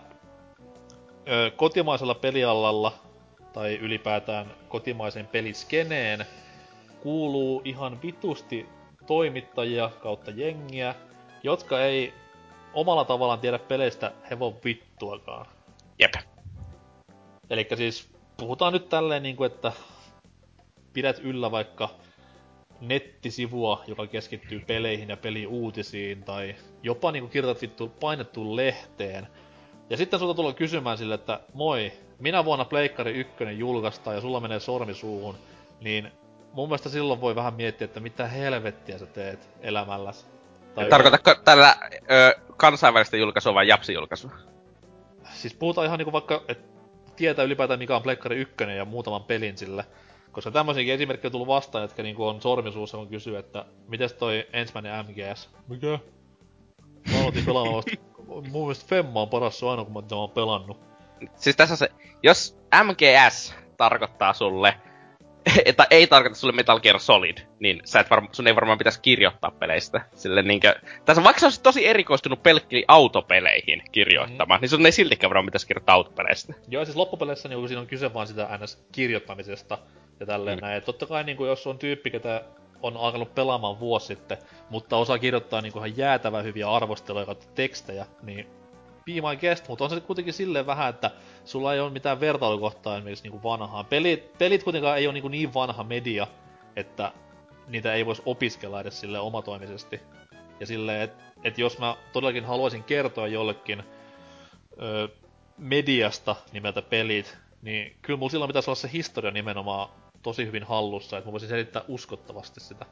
öö, kotimaisella pelialalla tai ylipäätään kotimaisen peliskeneen kuuluu ihan vitusti toimittajia kautta jengiä, jotka ei omalla tavallaan tiedä peleistä hevon vittuakaan. Jep. Elikkä siis puhutaan nyt tälleen niinku, että pidät yllä vaikka nettisivua, joka keskittyy peleihin ja peliuutisiin, tai jopa niinku kirjoitat vittu painettuun lehteen. Ja sitten sulta tulee kysymään sille, että moi, minä vuonna Pleikkari ykkönen julkaistaan ja sulla menee sormi suuhun, niin mun mielestä silloin voi vähän miettiä, että mitä helvettiä sä teet elämälläsi. Tai tarkoitatko tällä ö, kansainvälistä julkaisua vai japsijulkaisua? Siis puhutaan ihan niinku vaikka, että tietää ylipäätään mikä on Pleikkari ykkönen ja muutaman pelin sille. Koska tämmöisiäkin esimerkkejä on tullut vastaan, jotka niinku on sormisuussa, kun kysyy, että mites toi ensimmäinen M G S? Mikä? Mä aloitin pelaamaan vasta. Mun mielestä Femma on paras, se on ainoa kun mä oon pelannut. Siis tässä se, jos M G S tarkoittaa sulle, että ei tarkoita sulle Metal Gear Solid, niin sä et varma, sun ei varmaan pitäisi kirjoittaa peleistä. Sille niinkö, tässä vaikka sä olisit tosi erikoistunut pelkkiin autopeleihin kirjoittamaan, mm. niin sun ei siltikään varmaan pitäisi kirjoittaa autopeleistä. Joo, siis loppupeleissä niin siinä on kyse vaan sitä ns. Kirjoittamisesta ja tälleen mm. näin. Et totta kai niin kuin, jos on tyyppi, ketä on alkanut pelaamaan vuosi sitten, mutta osaa kirjoittaa niin kuin, ihan jäätävän hyviä arvosteluja kautta tekstejä, niin be my guest, mutta on se kuitenkin silleen vähän, että sulla ei ole mitään vertailukohtaa esimerkiksi niinku vanhaan. Pelit, pelit kuitenkaan ei ole niinku niin vanha media, että niitä ei voisi opiskella edes silleen omatoimisesti. Ja silleen, että et jos mä todellakin haluaisin kertoa jollekin ö, mediasta nimeltä pelit, niin kyllä mulla silloin pitäisi olla se historia nimenomaan tosi hyvin hallussa, että mä voisin selittää uskottavasti sitä.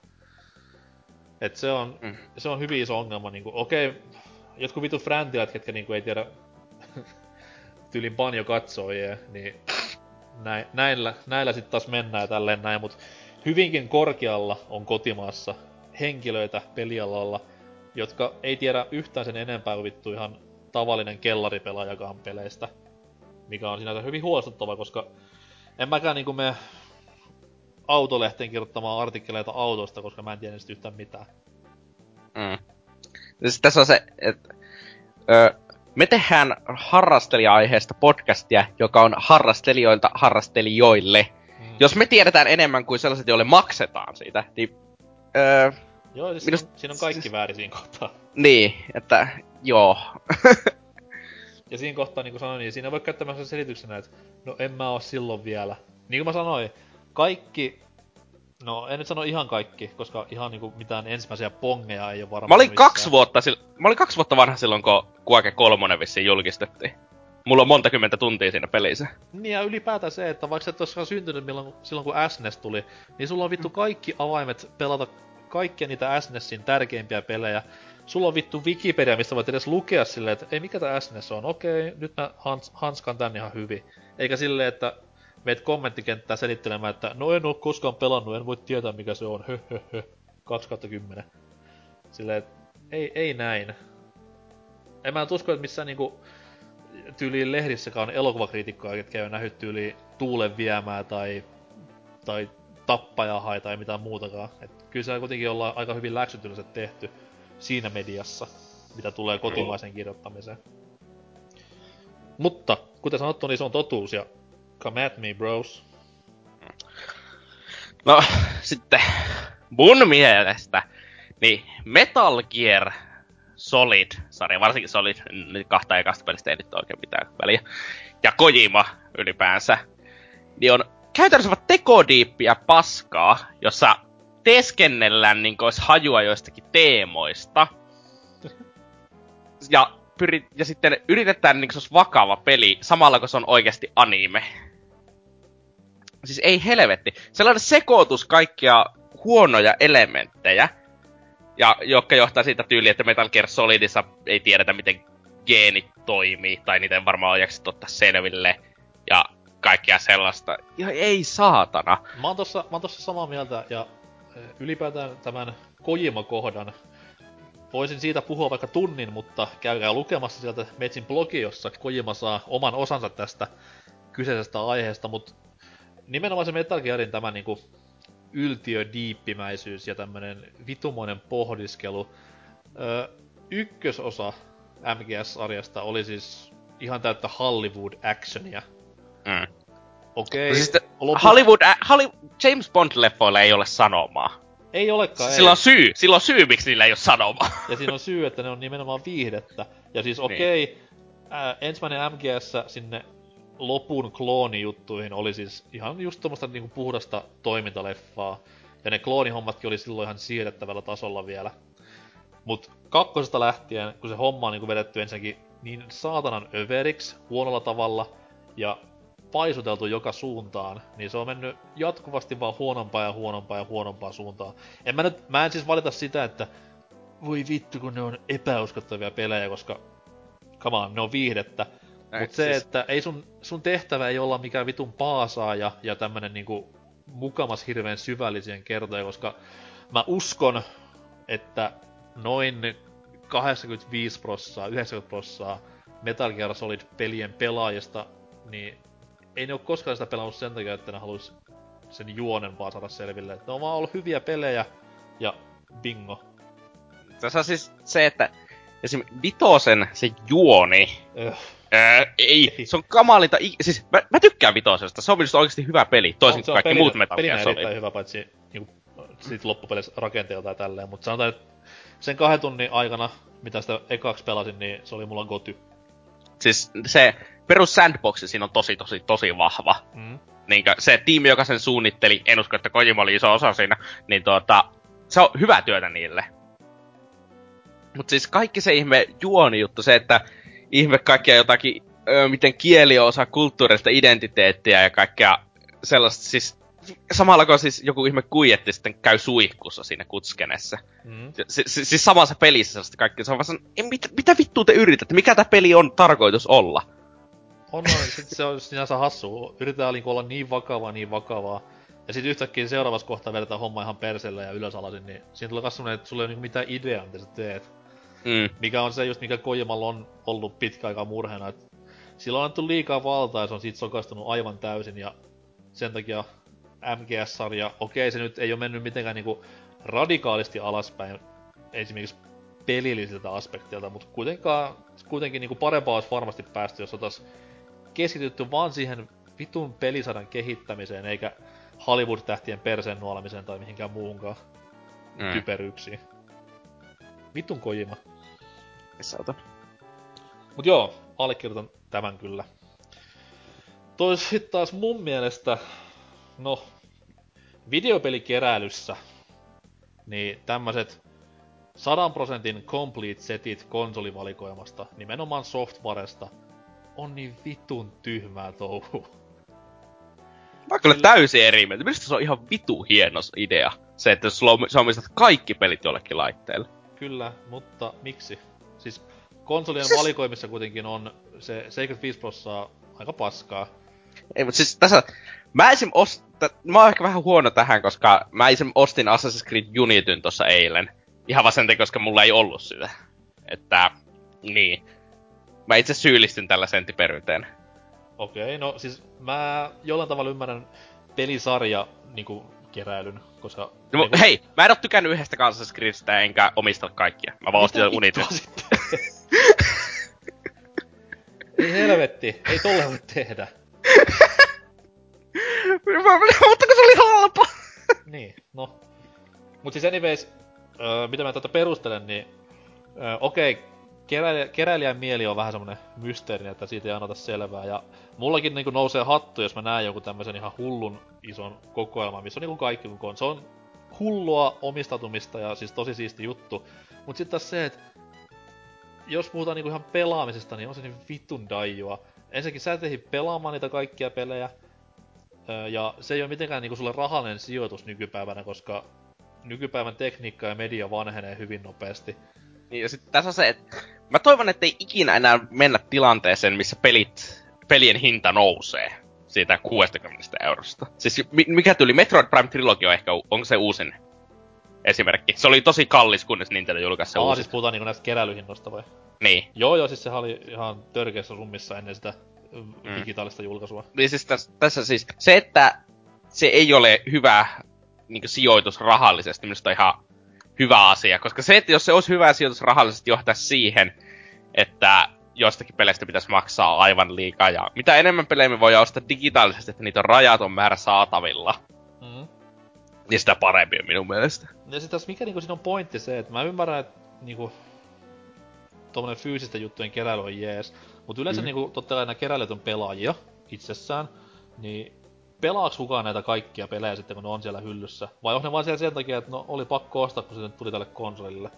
Et se on, mm. se on hyvin iso ongelma, niinku, okei, okay, jotkut vitut fräntilät, ketkä niinku ei tiedä tyylin banjo katsojia, niin näin, näillä, näillä sit taas mennään ja tälleen näin, mut hyvinkin korkealla on kotimaassa henkilöitä pelialalla, jotka ei tiedä yhtään sen enempää kuin vittu ihan tavallinen kellaripelaajakaan peleistä, mikä on sinänsä hyvin huolestuttava, koska en mäkään niinku mene autolehteen kirjoittamaan artikkeleita autosta, koska mä en tiedä niistä yhtään mitään. Mm. Siis tässä on se, että öö, me tehdään harrastelija-aiheesta podcastia, joka on harrastelijoilta harrastelijoille. Mm. jos me tiedetään enemmän kuin sellaiset, joille maksetaan siitä, niin... Öö, Joo, siis minust... siinä, on, siinä on kaikki väärin siinä kohtaa. Niin, että joo. Ja siinä kohtaa, niin kuin sanoin, niin siinä voi käyttää myös selityksenä, että no en mä oo silloin vielä. Niin kuin mä sanoin, kaikki... No, en nyt sano ihan kaikki, koska ihan niinku mitään ensimmäisiä pongeja ei oo varmaan Mä olin missään. kaksi vuotta, sil... mä olin kaksi vuotta vanha silloin, kun Quake kolme vissiin julkistettiin. Mulla on monta kymmentä tuntia siinä pelissä. Niin ja ylipäätään se, että vaikka sä et olisikaan syntynyt milloin, silloin kun S N E S tuli, niin sulla on vittu kaikki avaimet pelata kaikkia niitä S N E Sin tärkeimpiä pelejä. Sulla on vittu Wikipedia, mistä voit edes lukea silleen, että ei mikä tää S N E S on, okei, nyt mä hans, hanskan tän ihan hyvin. Eikä silleen, että meet kommenttikenttää selittelemään, että no en oo koskaan pelannut, en voi tietää mikä se on, hö hö hö, kaksi kautta kymmenen. Silleen, että ei, ei näin. En mä usko, että missään niinku tyyliin lehdissäkään on elokuvakriitikkoja, ketkä ei nähnyt tyyliin Tuulen viemää tai, tai Tappajahai tai mitään muutakaan. Et kyllä siellä kuitenkin ollaan aika hyvin läksytylliset tehty siinä mediassa, mitä tulee kotimaisen kirjoittamiseen. Mutta, kuten sanottu, niin se on totuus ja come at me, bros. No, sitten mun mielestä, niin Metal Gear Solid-sarja, varsinkin Solid, nyt kahta ekasta pelistä ei nyt oikein mitään väliä, ja Kojima ylipäänsä, niin on käytännössä vaan tekodiippiä paskaa, jossa teeskennellään niin kuin olisi hajua joistakin teemoista. Ja, pyrit, ja sitten yritetään niin kuin se olisi vakava peli, samalla kun se on oikeasti anime. Siis ei helvetti. Sellainen sekoitus kaikkia huonoja elementtejä, ja jotka johtaa siitä tyyliin, että Metal Gear Solidissa ei tiedetä, miten geenit toimii, tai niitä ei varmaan ole jaksettu ottaa selville, ja kaikkea sellaista. Ja ei saatana. Mä oon tossa, mä oon tossa samaa mieltä, ja ylipäätään tämän Kojima-kohdan voisin siitä puhua vaikka tunnin, mutta käykää lukemassa sieltä Metsin blogi, jossa Kojima saa oman osansa tästä kyseisestä aiheesta, mutta nimenomaan se Metal Gearin tämä niinku yltiödiippimäisyys ja tämmönen vitumoinen pohdiskelu. Öö, ykkösosa M G S-sarjasta oli siis ihan täyttä Hollywood-actionia. Mm. Okei. Siis loput... Hollywood, ä, Holly, James Bond-leffoilla ei ole sanomaa. Ei olekaan, Sillä ei. on syy, sillä on syy, miksi niillä ei ole sanomaa. Ja siinä on syy, että ne on nimenomaan viihdettä. Ja siis okei, niin. ää, ensimmäinen M G S sinne lopun kloonijuttuihin oli siis ihan just tommoista niinku puhdasta toimintaleffaa. Ja ne kloonihommatkin oli silloin ihan siedettävällä tasolla vielä. Mut kakkosesta lähtien, kun se homma on niinku vedetty ensinnäkin niin saatanan överiksi huonolla tavalla ja paisuteltu joka suuntaan, niin se on mennyt jatkuvasti vaan huonompaa ja huonompaa ja huonompaa suuntaan. En mä nyt, mä en siis valita sitä, että voi vittu kun ne on epäuskottavia pelejä, koska come on, ne on viihdettä. Näin, mut se, siis... että ei sun, sun tehtävä ei olla mikään vitun paasaaja ja tämmönen niinku mukamas hirveen syvällisien kertoja, koska mä uskon, että noin kahdeksankymmentäviisi prosenttia, yhdeksänkymmentä prosenttia Metal Gear Solid-pelien pelaajista, niin ei ne oo koskaan sitä pelannut sen takia, että ne haluis sen juonen vaan saada selville. Et ne on vaan ollut hyviä pelejä ja bingo. Tässä on siis se, että esim. Vitosen se juoni, öh. Öö, ei, se on kamalinta, siis mä, mä tykkään Vitosesta, se on minusta oikeesti hyvä peli, toisin kuin kaikki pelinä, muut Metal Gear Solid. Pelinä hyvä, paitsi niinku, sit loppupeleissä rakenteelta ja tälleen, mutta sanotaan, että sen kahden tunnin aikana, mitä sitä ekaksi pelasin, niin se oli mulla goty. Siis se perus sandboxi siinä on tosi tosi tosi vahva. Mm. Niinkö se tiimi, joka sen suunnitteli, en usko, että Kojima oli iso osa siinä, niin tuota, se on hyvää työtä niille. Mut siis kaikki se ihme juoni juttu, se, että ihme kaikkea jotakin, öö, miten kieli on osa kulttuurista identiteettiä ja kaikkea sellaista, siis samalla kun siis joku ihme kuijetti sitten käy suihkussa siinä kutskenessa. Mm. Si- si- siis samassa pelissä sellaista kaikkea, se on vaan san, mit, mitä vittua te yritätte, mikä tää peli on tarkoitus olla? On, on, sit se on sinänsä hassu, yritetään niinku olla niin vakavaa, niin vakavaa. Ja sit yhtäkkiä seuraavassa kohtaa vedetään homma ihan perselle ja ylösalasin, niin siinä tulee kas semmonen, että sulla ei ole niinku mitään ideaa, mitä sä teet. Mm. Mikä on se just, mikä Kojimalla on ollut pitkä aikaa murheena, että sillä on annettu liikaa valtaa ja se on siitä sokastunut aivan täysin ja sen takia M G S-sarja, okei se nyt ei ole mennyt mitenkään niinku radikaalisti alaspäin esimerkiksi pelillisiltä aspekteilta, mutta kuitenkaan, kuitenkin niinku parempaa olisi varmasti päästy, jos otais keskitytty vaan siihen vitun pelisadan kehittämiseen, eikä Hollywood-tähtien perseen nuolemiseen tai mihinkään muuhunkaan Mm. typeryksiin. Vittun Kojima. Saatan. Mut joo, allekirjoitan tämän kyllä. Tois sit taas mun mielestä, no, videopelikeräilyssä, niin tämmöset sadan prosentin complete setit konsolivalikoimasta, nimenomaan softwaresta, on niin vitun tyhmää touhua. Mä oon kyllä täysin eri mieltä. Minusta se on ihan vitu hieno idea. Se, että jos sulla on, sä omistat kaikki pelit jollekin laitteelle. Kyllä, mutta miksi? Siis konsolien Siis- valikoimissa kuitenkin on se seitsemänkymmentäviisi prosenttia aika paskaa. Ei, mut siis tässä... Mä esim. Ost... Mä oon ehkä vähän huono tähän, koska mä esim. Ostin Assassin's Creed Unityn tossa eilen. Ihan vaan sen takia, koska mulla ei ollut sitä. Että... Niin. Mä itse syyllistyn tällä senttiperinteen. Okei, no siis mä jollain tavalla ymmärrän pelisarja niinku keräilyn, koska... No, niinku- hei, mä en oo tykännyt yhdestä Assassin's Creedistä enkä omista kaikkia. Mä vaan ostin Mitä Unityn. vittua sitten? Ei helvetti, ei tolle voi tehdä. Mutta kun se oli halpa! Niin, no. Mut siis anyways, öö, mitä mä tätä perustelen, niin... Öö, okei, keräilijä, keräilijän mieli on vähän semmonen mysteerinen, että siitä ei anneta selvää. Ja mullakin niinku nousee hattu, jos mä näen joku tämmösen ihan hullun ison kokoelman, missä on niinku kaikki kun se on hullua omistautumista ja siis tosi siisti juttu. Mut sit taas se, että jos puhutaan niinku ihan pelaamisesta, niin on se niin vitun daijua. Ensinnäkin sä et ehdi pelaamaan niitä kaikkia pelejä. Öö, ja se ei oo mitenkään niinku sulle rahallinen sijoitus nykypäivänä, koska nykypäivän tekniikka ja media vanhenee hyvin nopeasti. Niin, ja sit tässä on se, että mä toivon, ettei ikinä enää mennä tilanteeseen, missä pelit, pelien hinta nousee siitä kuusikymmentä eurosta. Siis mi- mikä tuli? Metroid Prime Trilogy on ehkä, u- onko se uusin esimerkki? Se oli tosi kallis, kunnes Nintendo julkaisi se Aa, uusi. siis puhutaan niinku näistä keräilyhinnoista vai? Niin. Joo joo, siis sehän oli ihan törkeissä summissa ennen sitä mm. digitaalista julkaisua. Niin siis tässä, tässä siis se, että se ei ole hyvä niin sijoitus rahallisesti, minusta on ihan hyvä asia. Koska se, että jos se olisi hyvä sijoitus rahallisesti, johtaisi siihen, että jostakin peleistä pitäisi maksaa aivan liikaa. Ja mitä enemmän pelejä me voidaan ostaa digitaalisesti, että niitä on rajaton määrä saatavilla, Mm. niin sitä parempi on minun mielestä. Ja sit taas mikä niinku siinä on pointti se, että mä ymmärrän, että niinku tommonen fyysisten juttujen keräily on jees. Mut yleensä mm. niinku totta kai nää keräilijät on pelaajia itsessään, niin pelaaks kukaan näitä kaikkia pelejä sitten kun ne on siellä hyllyssä? Vai on ne vaan siellä sen takia, että no oli pakko ostaa kun se nyt tuli tälle konsolille?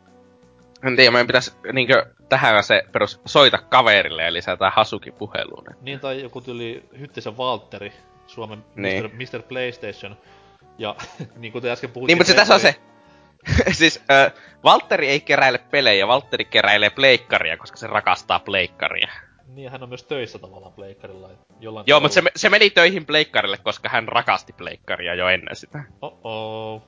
En tiedä, meidän pitäisi niinkö tähän se perus soita kaverille ja lisätä Hasuki puheluun. Niin tai joku tyyli Hyttisen Valtteri, Suomen Niin. mister mister PlayStation. Ja niin kuin te äsken puhuttiin... Niin, mutta se tässä on se. Siis, äh, Valtteri ei keräile pelejä, Valtteri keräilee pleikkaria, koska se rakastaa pleikkaria. Niin, hän on myös töissä tavallaan pleikkarilla. Jollain Joo, tavalla. mutta se, se meni töihin pleikkarille, koska hän rakasti pleikkaria jo ennen sitä. Oh-oh.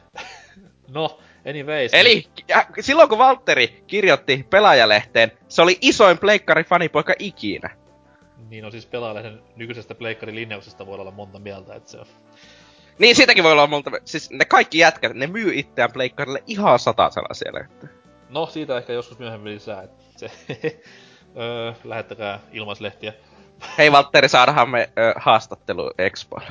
No, anyways. Eli ja, silloin kun Valtteri kirjoitti pelaajalehteen, se oli isoin pleikkari-fanipoika ikinä. Niin, no siis pelaajalehden nykyisestä pleikkarilinjauksesta voi olla monta mieltä, että se on... Niin, siitäkin voi olla monta... Siis ne kaikki jätkät, ne myy itseään pleikkarille ihan satasella siellä. Että. No, siitä ehkä joskus myöhemmin lisää, että se... öö, lähettäkää ilmaislehtiä. Hei Valtteri, saadaan me ö, haastattelu Expoilla.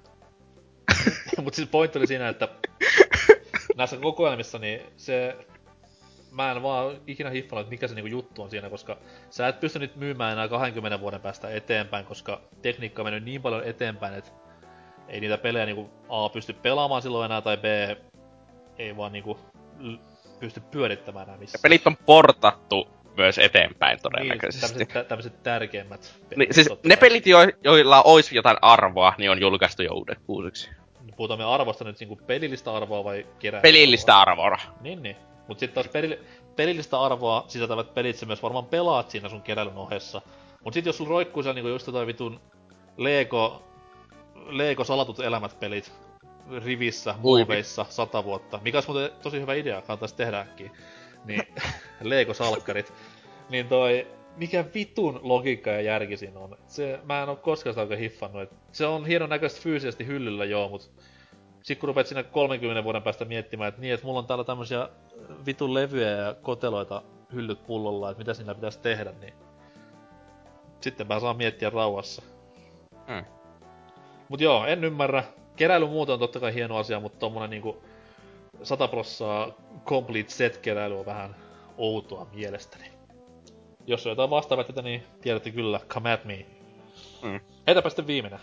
Mut siis pointti oli siinä, että näissä kokoelmissa niin se... Mä en vaan ikinä hiffannut, että mikä se niinku juttu on siinä, koska sä et pysty nyt myymään enää kahdenkymmenen vuoden päästä eteenpäin, koska tekniikka on mennyt niin paljon eteenpäin, että ei niitä pelejä niinku A pysty pelaamaan silloin enää, tai B ei vaan niinku l- pysty pyörittämään enää missään. Ja pelit on portattu myös eteenpäin todennäköisesti. Niin, tämmöset, tämmöset tärkeimmät pelit. Niin, siis totta ne kai. pelit, jo, joilla olisi jotain arvoa, niin on julkaistu jo uudet uusiksi. Puhutaan me arvosta nyt niinku pelillistä arvoa vai kerää? Pelillistä arvoa. Niin, niin. Mut sit taas peli, pelillistä arvoa sisältävät pelit sä myös varmaan pelaat siinä sun keräilyn ohessa. Mut sit jos sulla roikkuu siellä niinku just jotain vitun Lego, Lego salatut elämät pelit rivissä, muoveissa, sata vuotta. Mikä olisi muuten tosi hyvä idea, kannatais tehdä äkkiä. Niin, Lego-salkkarit. Niin toi, mikä vitun logiikka ja järki siinä on. Se, mä en oo koskaan sitä oikein hiffannut. Et se on hienon näköistä fyysisesti hyllyllä joo, mut sit kun rupeat siinä kolmenkymmenen vuoden päästä miettimään, että niin, että mulla on täällä tämmösiä vitun levyjä ja koteloita hyllyt pullolla, että mitä siinä pitäisi tehdä, niin sitten mä saan miettiä rauhassa. Mm. Mut joo, en ymmärrä. keräily muuten on totta kai hieno asia, mutta tommonen niinku sata prossaa complete set-keräily on vähän outoa mielestäni. Jos on jotain vastaavaa, niin tiedätte kyllä, come at me. Mm. Heitäpä sitten viimeinen.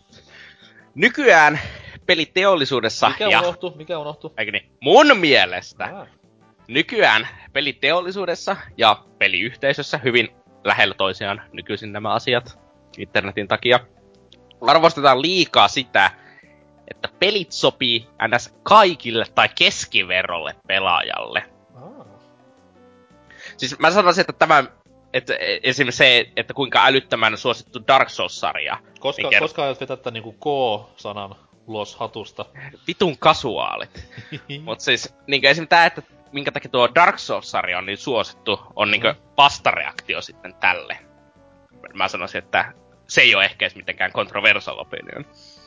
Nykyään peliteollisuudessa Mikä ja... unohtu? Mikä unohtu? Eikö niin? Mun mielestä Ah. nykyään peliteollisuudessa ja peliyhteisössä hyvin lähellä toisiaan nykyisin nämä asiat internetin takia. Arvostetaan liikaa sitä, että pelit sopii ns. Kaikille tai keskiverrolle pelaajalle. Ah. Siis mä sanoisin, että tämä, että esimerkiksi se, että kuinka älyttömän suosittu Dark Souls-sarja. Koska, niin koska aiot vetää tän niinku K-sanan ulos hatusta? Vitun kasuaalit. Mut siis niinku esimerkiksi tää, että minkä takia tuo Dark Souls-sarja on niin suosittu, on niinku Mm. vastareaktio sitten tälle. Mä sanoisin, että se ei oo ehkä edes mitenkään controversial opinion.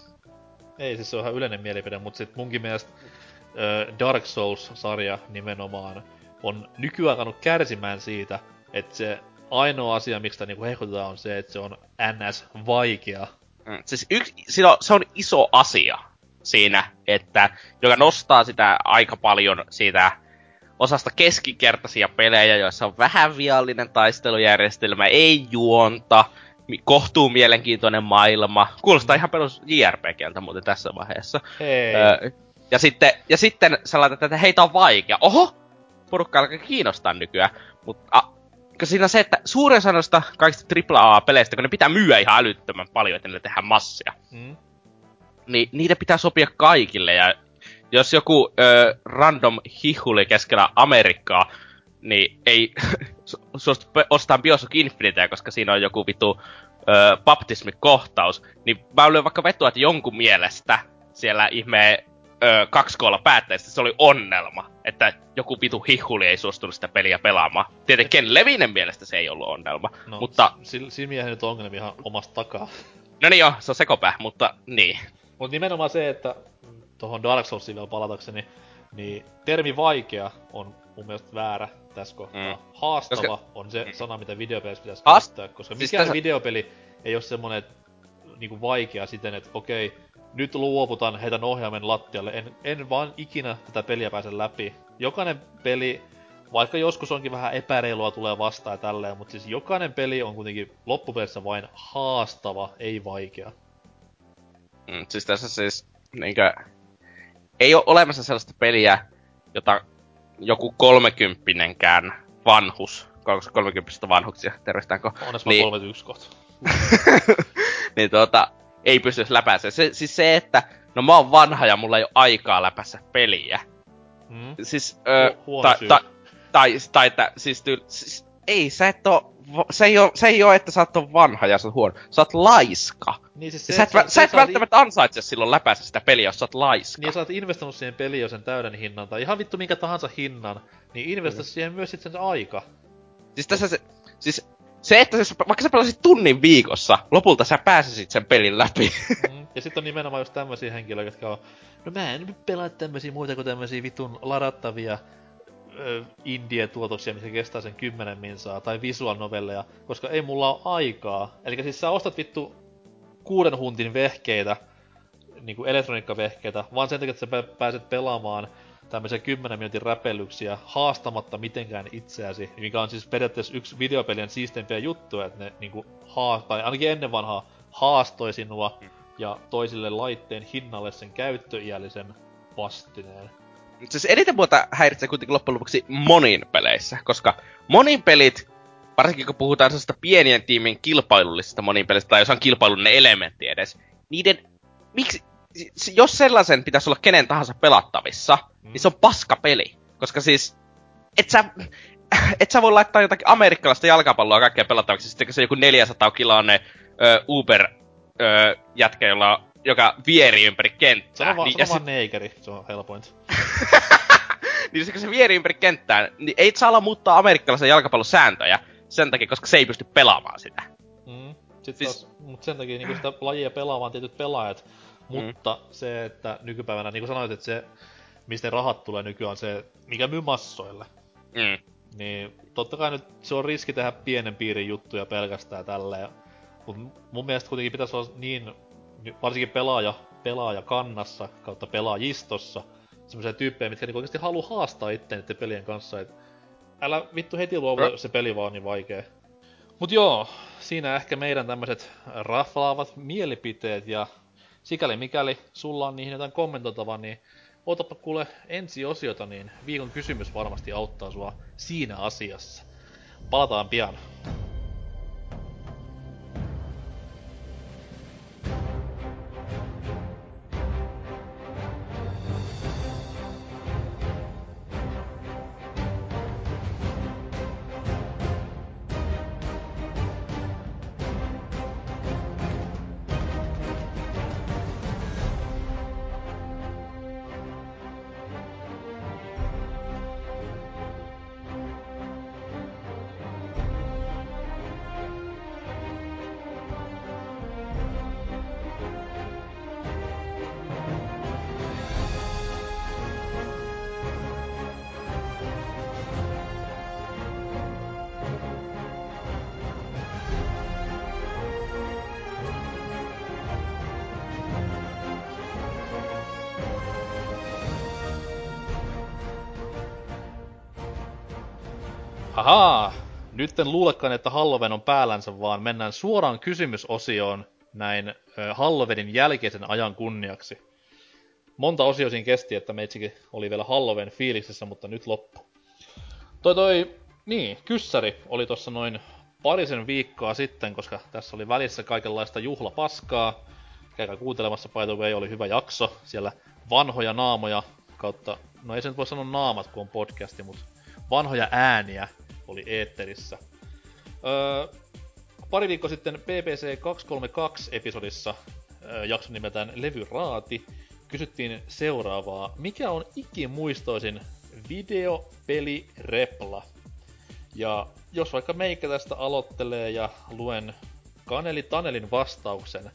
Ei, siis se on ihan yleinen mielipide, mutta sit munkin mielestä ö, Dark Souls-sarja nimenomaan on nykyään alkanut kärsimään siitä, että se ainoa asia, miksi sitä niinku hehkutetaan, on se, että se on ns. Vaikea. Mm. Siis yksi, se on, se on iso asia siinä, että joka nostaa sitä aika paljon siitä osasta keskikertaisia pelejä, joissa on vähän viallinen taistelujärjestelmä, ei juonta, mi- kohtuu mielenkiintoinen maailma. Kuulostaa ihan perus J R P G:ltä muuten tässä vaiheessa. Hei. Öö, ja sitten, ja sitten sä laitat, että heitä on vaikea. Oho! Porukka alkaa kiinnostaa nykyään. Mutta siinä on se, että suurin osa noista kaikista triple A-peleistä, kun ne pitää myyä ihan älyttömän paljon, että niille tehdään massia. Mm. Niin niiden pitää sopia kaikille. Ja jos joku ö, random hihuli keskellä Amerikkaa, niin ei su- suostu pe- ostaa Bioshock Infinitea, koska siinä on joku vitu ö, baptismikohtaus. Niin mä lyön vaikka vetoa, että jonkun mielestä siellä ihmeen ö, kaksi koolla päätteistä se oli onnelma. Että joku vitu hihuli ei suostunut sitä peliä pelaamaan. Tietenkin Ken Levinen mielestä se ei ollut onnelma. No, mutta... Sillä sil miehen nyt on ongelmia ihan omasta takaa. No niin joo, se on sekopää, mutta niin. Mut nimenomaan se, että tohon Dark Soulsiin vielä palatakseni, niin termi vaikea on mun mielestä väärä tässä kohtaa. Mm. Haastava Koska- on se sana, mitä videopelissä pitäisi Haast- käyttää, koska siis mikään tässä- videopeli ei ole semmonen niinku vaikea siten, että okei, nyt luovutan, heitän ohjaimen lattialle, en, en vaan ikinä tätä peliä pääse läpi. Jokainen peli, vaikka joskus onkin vähän epäreilua tulee vastaan ja tälleen, mutta siis jokainen peli on kuitenkin loppupeleissä vain haastava, ei vaikea. Mm, siis tässä siis niinkö... Ei oo olemassa sellaista peliä, jota joku kolmekymppinenkään vanhus, koska kolmekymppistä vanhuksia, tervestäänkö? Onnes mä Niin. kolmekymmentäyksi kohta. niin tuota, ei pystyisi läpäisemään. Se, siis se, että no mä oon vanha ja mulla ei oo aikaa läpäistä peliä. Mm. Siis, ö, Hu- huono tai, syy. tai, tai, tai, että, siis, tyyl, siis, ei, sä et oo, va- se ei oo, se ei oo, että sä oot vanha ja sä oot huono. Sä oot laiska. Niin siis Se, se, sä et, se, vä- sä et sä oot välttämättä ansaitse silloin läpäistä sitä peliä, jos sä oot laiska. Niin sä oot investoinut siihen peliin jo sen täyden hinnan, tai ihan vittu minkä tahansa hinnan, niin investoi Mm. siihen myös sit sen aika. Siis tässä se, siis se, että jos, vaikka sä pelasit tunnin viikossa, lopulta sä pääsisit sen pelin läpi. Mm. Ja sit on nimenomaan just tämmösiä henkilöitä, jotka on, no mä en nyt pelaa tämmösiä muita kuin tämmösiä vitun ladattavia ö, indie-tuotoksia, missä kestää sen kymmenen minsaa, tai visual novelleja, koska ei mulla oo aikaa. Eli siis sä ostat vittu kuuden huntin vehkeitä, niinku elektroniikkavehkeitä, vaan sen takia, että sä pä- pääset pelaamaan tämmöisiä kymmenen minuutin räpellyksiä haastamatta mitenkään itseäsi, mikä on siis periaatteessa yksi videopelien siisteimpiä juttuja, että ne niinku haa, tai ainakin ennen vanhaa haastoi sinua ja toisille laitteen hinnalle sen käyttöiällisen vastineen. Siis eniten muuta häiritsee kuitenkin loppujen lopuksi monin peleissä, koska monin pelit, varsinkin kun puhutaan sellaista pienien tiimien kilpailullisista monin pelistä, tai jos on kilpailullinen elementti edes, niiden, miksi, s- jos sellaisen pitäisi olla kenen tahansa pelattavissa, mm. niin se on paska peli. Koska siis, et sä, et sä voi laittaa jotakin amerikkalaista jalkapalloa kaikkea pelattavaksi, sitten kun se joku neljäsataa kiloinen ö, Uber ö, jätkä, jolla, joka vieri ympäri kenttää. Sano vaan, niin, sano ja vaan sit- neikeri, se on helpointa. niin kun se vieri ympäri kenttää, niin ei saa olla muuttaa amerikkalaisen jalkapallon sääntöjä sen takia, koska se ei pysty pelaamaan sitä. Mm. Sitten Siis- taas, mut sen takia niinku sitä lajia pelaa vaan tietyt pelaajat. Mutta se, että nykypäivänä, niin kuin sanoit, että se, mistä ne rahat tulee nykyään, on se, mikä myy massoille. Mm. Niin totta kai nyt se on riski tehdä pienen piirin juttuja pelkästään tälleen. Mut mun mielestä kuitenkin pitäisi olla niin, varsinkin pelaaja pelaajakannassa kautta pelaajistossa semmoisia tyyppejä, mitkä niinku oikeesti haluu haastaa itse niiden pelien kanssa, et älä vittu heti luovuta, jos se peli vaan on niin vaikee. Mut joo, siinä ehkä meidän tämmöiset raflaavat mielipiteet, ja sikäli mikäli sulla on niihin jotain kommentoitavaa, niin otapa kuule ensi osiota, niin viikon kysymys varmasti auttaa sua siinä asiassa. Palataan pian. Ahaa, nyt en luulekaan, että Halloween on päällänsä, vaan mennään suoraan kysymysosioon näin äh, Halloweenin jälkeisen ajan kunniaksi. Monta osio siinä kesti, että meitsikin oli vielä Halloween fiiliksessä, mutta nyt loppu. Toi toi, niin, kyssäri oli tossa noin parisen viikkoa sitten, koska tässä oli välissä kaikenlaista juhlapaskaa. Käykää kuuntelemassa, by the way, oli hyvä jakso. Siellä vanhoja naamoja kautta, no ei se nyt voi sanoa naamat, kun on podcasti, mutta vanhoja ääniä oli eetterissä. Öö, pari viikkoa sitten B B C kaksisataakolmekymmentäkaksi-episodissa, öö, jakson nimeltään Levyraati, kysyttiin seuraavaa. Mikä on ikimuistoisin videopelirepla? Ja jos vaikka meikä tästä aloittelee ja luen Kaneli Tanelin vastauksen.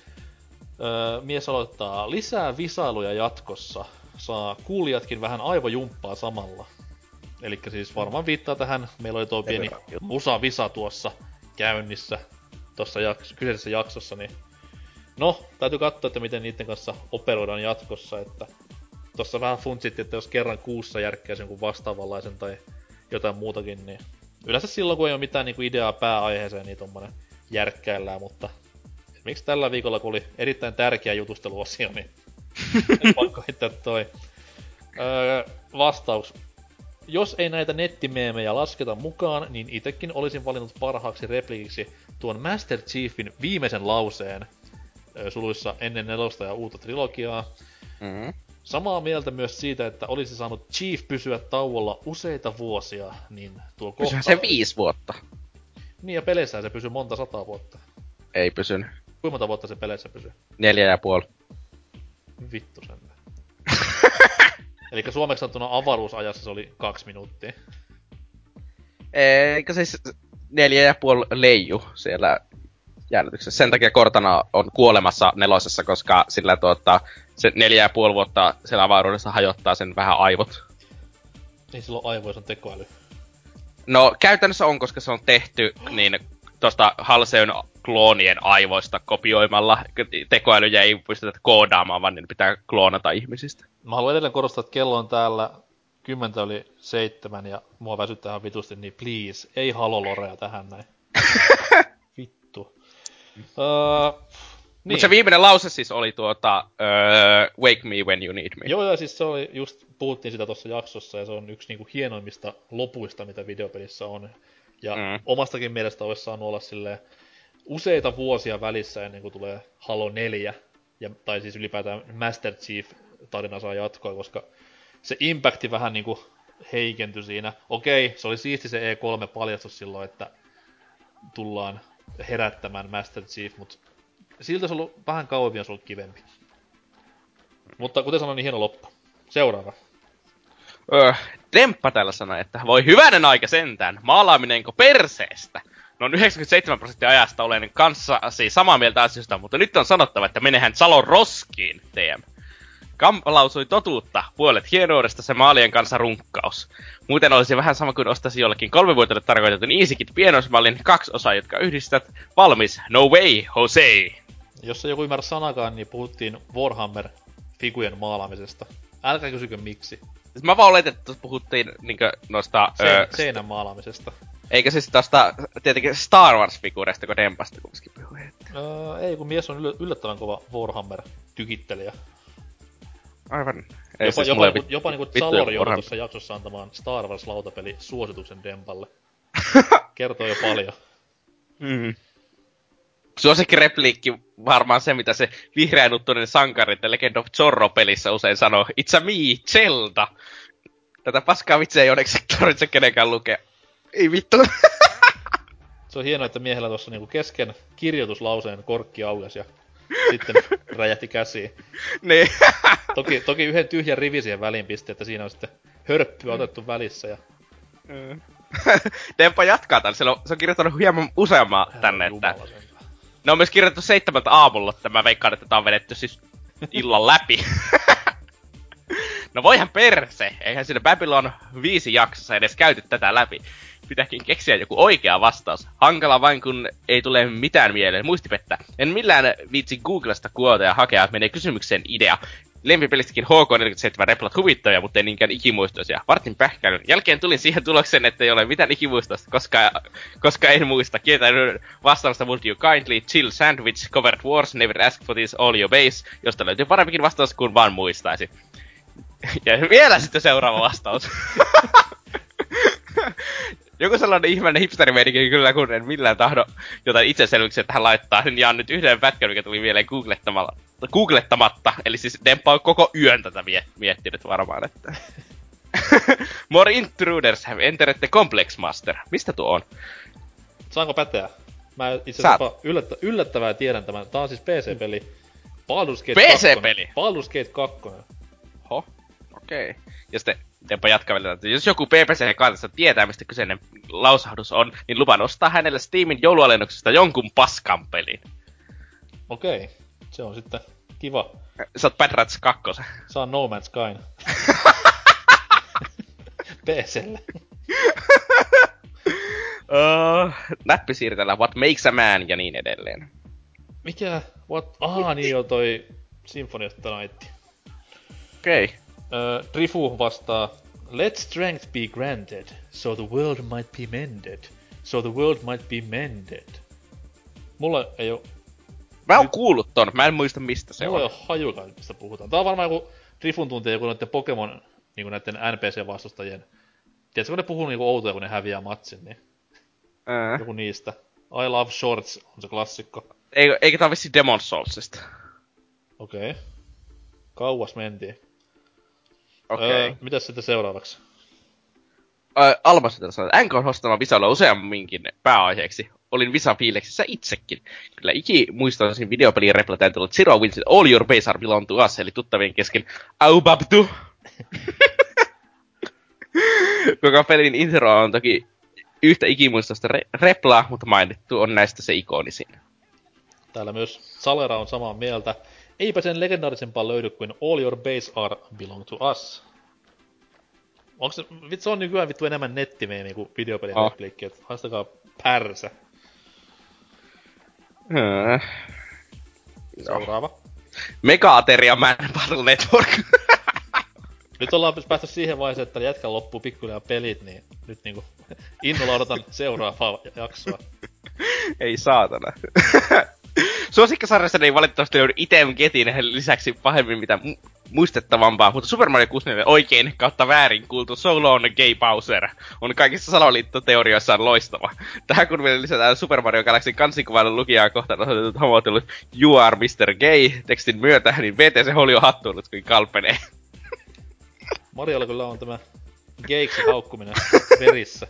Öö, mies aloittaa, lisää visailuja jatkossa. Saa kuulijatkin vähän aivojumppaa samalla. Elikkä siis varmaan viittaa tähän, meillä oli tuo pieni musavisa tuossa käynnissä, tuossa jaks- kyseisessä jaksossa, niin no, täytyy katsoa, että miten niiden kanssa operoidaan jatkossa, että tossa vähän funtsittiin, että jos kerran kuussa järkkäisi jonkun vastaavanlaisen tai jotain muutakin, niin yleensä silloin, kun ei ole mitään niinku ideaa pääaiheeseen, niin tommonen järkkäillään, mutta esimerkiksi tällä viikolla, kun oli erittäin tärkeä jutusteluosio, niin pakko heittää toi öö, vastaus. Jos ei näitä nettimeemejä lasketa mukaan, niin itekin olisin valinnut parhaaksi replikiksi tuon Master Chiefin viimeisen lauseen, suluissa ennen nelosta ja uutta trilogiaa. Mm-hmm. Samaa mieltä myös siitä, että olisi saanut Chief pysyä tauolla useita vuosia, niin tuo kohta... Pysyhän se viisi vuotta. Niin, ja peleissään se pysyy monta sataa vuotta. Ei pysynyt. Kuinka monta vuotta se peleissä pysyy? Neljä ja puoli. Vittu sen. Elikkä suomeksi sanottuna avaruusajassa se oli kaksi minuuttia. Eikö siis neljä ja puoli leiju siellä jännityksessä. Sen takia Cortana on kuolemassa nelosessa, koska sillä tuota, se neljä ja puoli vuotta siellä avaruudessa hajottaa sen vähän aivot. Ei silloin aivoissa on tekoäly. No käytännössä on, koska se on tehty niin tosta Halseyn kloonien aivoista kopioimalla. Tekoälyjä ei pystytä koodaamaan, vaan niin pitää kloonata ihmisistä. Mä haluan edelleen korostaa, että kello on täällä kymmentä yli seitsemän ja mua väsyttää ihan vitusti, niin please, ei halolorea tähän näin. Vittu. Uh, niin. Mut se viimeinen lause siis oli tuota, uh, wake me when you need me. Joo, ja siis se oli, just puhuttiin sitä tuossa jaksossa, ja se on yksi niinku hienoimmista lopuista, mitä videopelissä on. Ja mm. omastakin mielestä olisi saanut olla silleen useita vuosia välissä ennen kuin tulee Halo neljä, ja, tai siis ylipäätään Master Chief-tarina saa jatkoa, koska se impacti vähän niinku heikentyi siinä. Okei, se oli siisti se E kolme paljastus silloin, että tullaan herättämään Master Chief, mutta siltä se on ollut vähän kauemmin, jos on ollut kivempi. Mutta kuten sanoin, niin hieno loppu. Seuraava. Öö, Demppa täällä sanoi, että voi hyvänen aika sentään, maalaaminenko perseestä? No yhdeksänkymmentäseitsemän prosenttia ajasta olen kanssa siis samaa mieltä asioista, mutta nyt on sanottava, että menehän Salon roskiin, T M. Kampa lausui totuutta, puolet hienoudesta se maalien kanssa runkkaus. Muuten olisi vähän sama kuin ostasi jollekin kolmevuotiaille tarkoitetun EasyKit pienoismallin kaksi osaa, jotka yhdistät. Valmis, no way, Jose! Jos ei joku ymmärrä sanakaan, niin puhuttiin Warhammer-figujen maalaamisesta. Älkää kysykö miksi. Siis mä vaan oletin, että puhuttiin niinkö noista... Se, öö, seinän maalaamisesta. Eikä siis tosta tietenkin Star Wars-figureista, kun Dempasta kumminkin puhui. Öö, ei, kun mies on yl- yllättävän kova Warhammer-tykittelijä. Aivan. Ei Jopa, siis jopa, mulle niinku, vit- jopa niinku vittu Salori joku joutui Warhammer. tuossa jaksossa antamaan Star Wars-lautapeli suosituksen Dempalle. Kertoo jo paljon. Mm. Suosikkirepliikki varmaan se, mitä se vihreänuttuinen sankari The Legend of Zorro-pelissä usein sanoo. It's a me, Zelda! Tätä paskaa vitsi ei onneksi tarvitse kenenkään lukea. Ei vittu. Se on hienoa, että miehellä tuossa niinku kesken kirjoituslauseen korkki aukesi ja sitten räjähti käsiin. Niin. Toki, toki yhden tyhjän rivi siihen väliin pisti, että siinä on sitten hörppyä otettu välissä ja... Mm. Dempa jatkaa täällä. Se on, se on kirjoittanut hieman useamman tänne, että... Jumala sentään. Ne on myös kirjoitettu seitsemältä aamulla, että mä veikkaan, että tää on vedetty siis illan läpi. No voihan perse, eihän siinä Babylon viisi jaksossa edes käyty tätä läpi. Pitääkin keksiä joku oikea vastaus. Hankala vain kun ei tule mitään mieleen. Muistipettä. En millään viitsi Googlesta kuota ja hakea, menee kysymykseen idea. Lempipelistäkin H K neljäkymmentäseitsemän replat huvittavia, mutta ei niinkään ikimuistoisia. Vartin pähkäilyn. Jälkeen tulin siihen tulokseen, että ei ole mitään ikimuistoista, koska, koska en muista. Kieltäydyn vastaamasta Would You Kindly, Chill Sandwich, Covered Wars, Never Ask for This, All Your Base, josta löytyy parempikin vastaus kuin vaan muistaisi. Ja vielä sitten seuraava vastaus. Joku sellainen ihmeellinen hipsterimeininki kyllä, kun en millään tahdo jotain itseselvyyksiä tähän laittaa, niin jaan nyt yhden pätkän, mikä tuli mieleen googlettamalla, googlettamatta. Eli siis Demppa on koko yön tätä miettinyt varmaan, että... More intruders have entered the Complex Master. Mistä tuo on? Saanko päteä? Mä itse asiassa yllättä, yllättävää tiedän tämän. Tää on siis P C-peli. Baldur's Gate P C-peli? kaksi. Baldur's Gate kaksi. Ho, okei. Okay. Ja sitten Demppa jatkaa vielä, että jos joku P P C-kanssa tietää, mistä kyseinen lausahdus on, niin lupaan ostaa hänelle Steamin joulualennuksesta jonkun paskan pelin. Okei. Okay. Se on sitten kiva. Sä oot Bad Rats kaksi. Saa No Man's Skyn. P C:lle. uh, näppisiirtellä What Makes a Man ja niin edelleen. Mikä? What? Ah, niin jo toi Symphony of the Night. Okei. Okay. Uh, Drifu vastaa, Let strength be granted, so the world might be mended, so the world might be mended. Mulla ei oo... Mä oon kuullut ton, mä en muista mistä se mulla on. ei oo hajukaan, mistä puhutaan. Tää on varmaan joku Drifun tuntija, joku noitten Pokemon, niinku näitten N P C-vastustajien. Tiedätkö, kun ne puhuu niinku outoja, kun ne häviää matsin, niin... Ää. Joku niistä. I Love Shorts on se klassikko. Eikö, eikö tää oo vissiin Demon Soulsista? Okei. Okay. Kauas mentiin. Okei. Öö, Okay. mitäs sitten seuraavaksi? Öö, Alma sitten sanoo, että N K on hostama Visalla useamminkin pääaiheeksi. Olin Visa-fiileksissä itsekin. Kyllä iki muistaisin videopelin replataan tullut Zero Wins All Your Base are belong to us, eli tuttavien kesken Aubabtu. Koko pelin intro on toki yhtä ikimuistoista re- replaa, mutta mainittu on näistä se ikonisin. Täällä myös Salera on samaa mieltä. Eipä sen legendaarisempaa löydy kuin All Your Base are belong to us. Onks se, vittu, se on nykyään vittu enemmän nettimeemi kuin videopelin Oh. repliikki, et haistakaa pärsä. Hmm. Seuraava. Mega-ateria Man Battle Network. Nyt ollaan päästy siihen vaiheeseen, että jätkän loppuu pikkuhiljaa pelit, niin nyt niinku innolla odotan seuraavaa jaksoa. Ei saatana. Suosikkisarjassa ei valitettavasti löydy Item Getin lisäksi pahemmin mitä mu- muistettavampaa, mutta Super Mario kuusikymmentäneljä oikein kautta väärin kuultu Solo on Gay Bowser on kaikissa salaliittoteorioissaan loistava. Tähän kun vielä lisätään Super Mario Galaxyn kansikuvailun lukijaa kohtaan osoitetut havoitellut You are mister Gay tekstin myötä, niin V T C Holi on hattuunut kuin kalpenee. Mariolla kyllä on tämä geiksi haukkuminen verissä.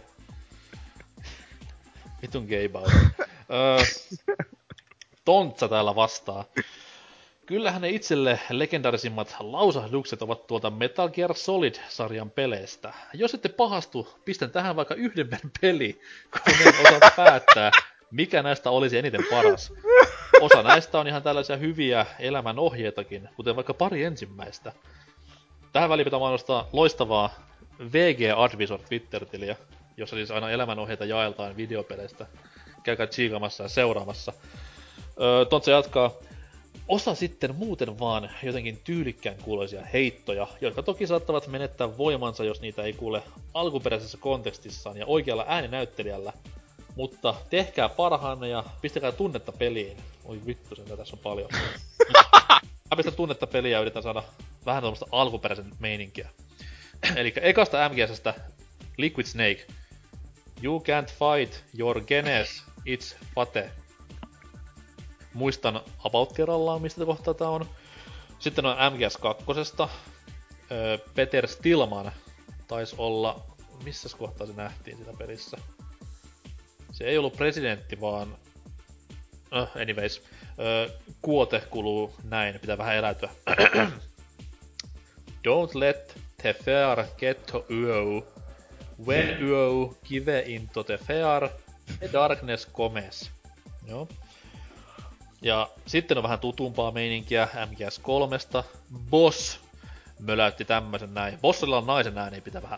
Vitun gay Bowser. Öö, Tontsa täällä vastaa. Kyllähän ne itselle legendaarisimmat lausahdukset ovat tuolta Metal Gear Solid-sarjan peleistä. Jos ette pahastu, pistän tähän vaikka yhden peli, kun en osaa päättää, mikä näistä olisi eniten paras. Osa näistä on ihan tällaisia hyviä elämän ohjeitakin, kuten vaikka pari ensimmäistä. Tähän väliin pitää mainostaa loistavaa V G Advisor Twitter-tiliä, jossa siis aina elämänohjeita jaeltaan videopeleistä. Käykää tsiikamassa ja seuraamassa. Öö, Tontsa jatkaa. osa sitten muuten vaan jotenkin tyylikkään kuuloisia heittoja, jotka toki saattavat menettää voimansa, jos niitä ei kuule alkuperäisessä kontekstissaan ja oikealla ääninäyttelijällä. Mutta tehkää parhaanne ja pistäkää tunnetta peliin. Oi vittu, sen tässä on paljon. Mä pistän tunnetta peliin ja yritän saada vähän tuommoista alkuperäisen meininkiä. Elikkä ekasta M G S:stä Liquid Snake. You can't fight your genes, it's fate. Muistan about kerrallaan, mistä kohtaa tää on. Sitten on M G S kakkosesta. Öö, Peter Stillman taisi olla... Missäs kohtaa se nähtiin siinä pelissä? Se ei ollut presidentti, vaan... Uh, anyways. Öö, kuote kuluu näin, pitää vähän eläytyä. Don't let the fair get to you. When you give into the fair, the darkness comes. Joo. Ja sitten on vähän tutumpaa meininkiä M G S kolmesta. Boss möläytti tämmösen näin. Bossilla on naisen ääni, pitää vähän...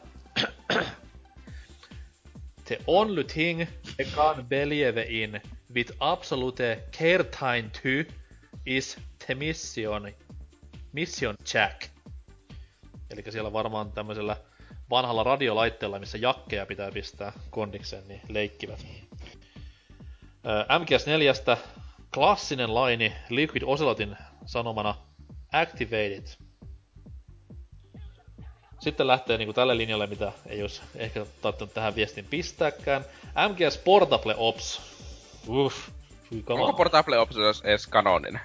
The only thing I can believe in with absolute certainty is the mission. Mission Jack. Elikkä siellä varmaan tämmöisellä vanhalla radiolaitteella, missä jakkeja pitää pistää kondikseen, niin leikkivät. M G S neljästä klassinen laini Liquid Ocelotin sanomana Activated. Sitten lähtee niinku tälle linjalle, mitä ei olisi ehkä tarttunut tähän viestiin pistääkään. M G S Portable Ops. Uff. Onko Portable Ops edes kanoninen?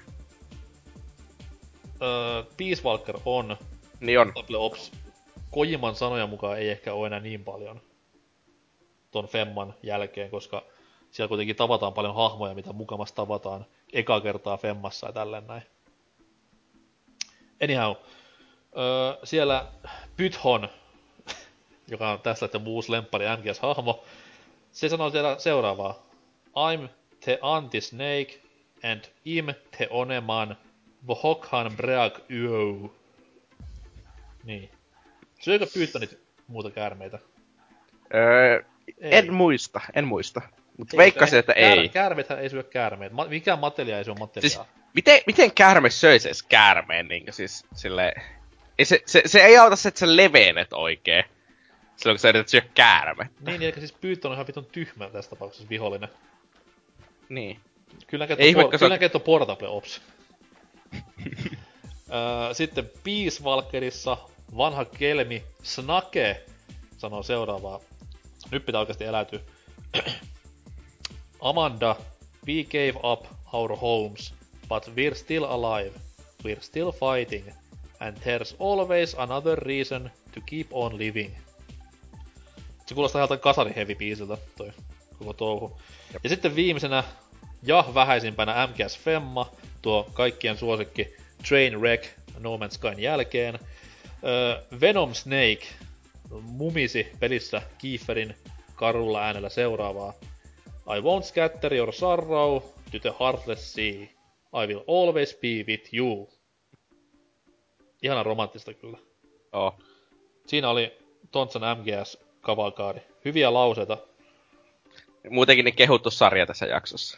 Öö, Peace Walker on. Niin on. Portable Ops. Kojiman sanoja mukaan ei ehkä ole enää niin paljon ton Femman jälkeen, koska siellä kuitenkin tavataan paljon hahmoja, mitä mukamas tavataan eka kertaa Femmassa ja tälleen näin. Anyhow, öö, siellä Python, joka on tässä että uusi lemppari M G S-hahmo, se sanoo siellä seuraavaa. I'm the anti-snake and im the oneman vohokhan break yö. Niin. Syökö Pythonit muuta käärmeitä? Öö, en muista, en muista. Mut veikkasin, että käär, ei. Käärmeethän ei syö käärmeitä. Ma- mikään materia ei syö materiaa. Siis, miten, miten käärme söisi edes käärmeen, niinkö siis silleen... Ei se, se, se ei auta se, että sä leveenet oikein. Silloin kun sä yrität syö käärmettä. Niin, eli siis Python on ihan vitun tyhmä tässä tapauksessa vihollinen. Niin. Kyllä näkee, Ei por- vaikka kyllä näkee Portable Ops. öö, sitten Peace Walkerissa vanha kelmi Snake sanoo seuraavaa. Nyt pitää oikeasti eläytyä. Amanda, we gave up our homes, but we're still alive. We're still fighting. And there's always another reason to keep on living. Se kuulostaa ihan kasari heavy biisiltä, toi koko touhu. Jep. Ja sitten viimeisenä ja vähäisimpänä M G S Femma, tuo kaikkien suosikki Trainwreck No Man's Skyn jälkeen. Öö, Venom Snake mumisi pelissä Kieferin karulla äänellä seuraavaa. I won't scatter your sorrow to the heartless sea. I will always be with you. Ihana romanttista kyllä. Oh. Siinä oli Tontsan M G S-kavalkaari. Hyviä lauseita. Muutenkin niin kehuttu sarja tässä jaksossa.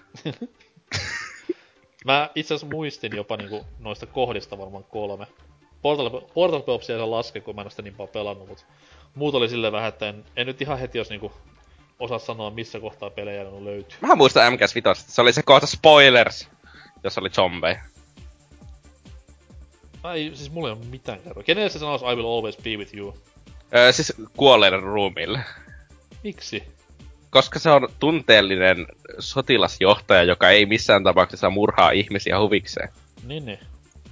Mä itse asiassa muistin jopa niinku noista kohdista varmaan kolme. Portal, Portal Popsia ei saa laske, kun mä en oo sitä niin paljon pelannut, mut muut oli silleen vähän, että en, en nyt ihan heti jos niinku osaa sanoa missä kohtaa pelejä on löytyy. Mä muistan M G S viisi, se oli se kohta spoilers, jos oli zombeja. Ai, siis mulla ei oo mitään kerroa. Kenelle se sanois I will always be with you? Öö, siis kuolleiden ruumille. Miksi? Koska se on tunteellinen sotilasjohtaja, joka ei missään tapauksessa murhaa ihmisiä huvikseen. Niin, niin.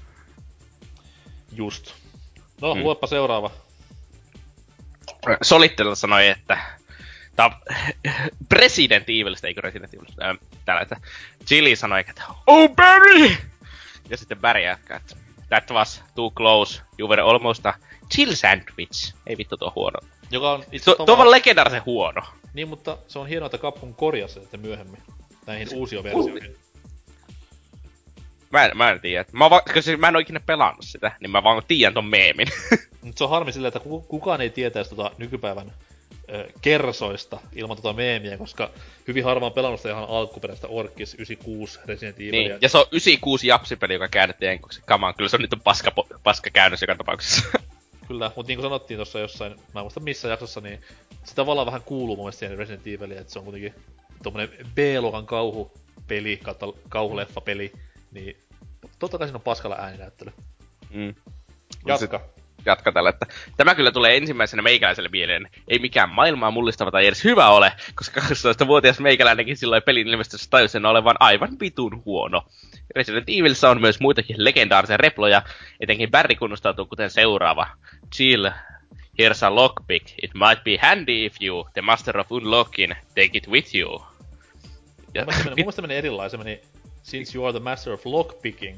Just. No, Hmm. luepa seuraava. Solittelu sanoi, että... Tää on President Evilistä, eikö Resident Evilistä? Öö, täällä, että Chili sanoi, että Oh Barry! Ja sitten Barry jatkaa, että That was too close. You were almost a chill sandwich. Ei vittu tuo huono. Joka on itse Tuo, tuo on legendaarisen huono. Niin, mutta se on hienoa, että Capcom korjasi sitä myöhemmin. Näihin uusioversioihin. Mä en, mä en tiedä. Mä, va- koska mä en oo ikinä pelannut sitä, niin mä vaan tiedän ton meemin. Mut se on harmi silleen, että kukaan ei tietäisi tota nykypäivän ö, kersoista ilman tota meemiä, koska hyvin harva on pelannut sitä ihan alkuperäistä Orkis yhdeksänkymmentäkuusi Resident Evilia. Niin, ja se on yhdeksänkymmentäkuusi japsipeli, joka käännettiin englanniksi. Come on, kyllä se on nyt paska, paska käännös joka tapauksessa. Kyllä, mutta niin kuin sanottiin tuossa jossain, mä en muista missä jaksossa, niin se tavallaan vähän kuuluu mun mielestä siihen Resident Eviliin, että se on kuitenkin tommonen B-luokan kauhupeli, kautta kauhuleffapeli, niin totta kai siinä on paskalla ääninäyttely. Mm. Jatka. Jatka tällä, että tämä kyllä tulee ensimmäisenä meikäläiselle mieleen. Ei mikään maailmaa mullistava tai edes hyvä ole, koska kaksitoistavuotias meikäläinenkin silloin pelin ilmestyssä tajusi sen olevan aivan vitun huono. Resident Evilissä on myös muitakin legendaarisia reploja, etenkin Barry kunnostautuu kuten seuraava. Chill, here's a lockpick. It might be handy if you, the master of unlocking, take it with you. Ja mun mielestä meni erilainen, se meni since you are the master of lockpicking.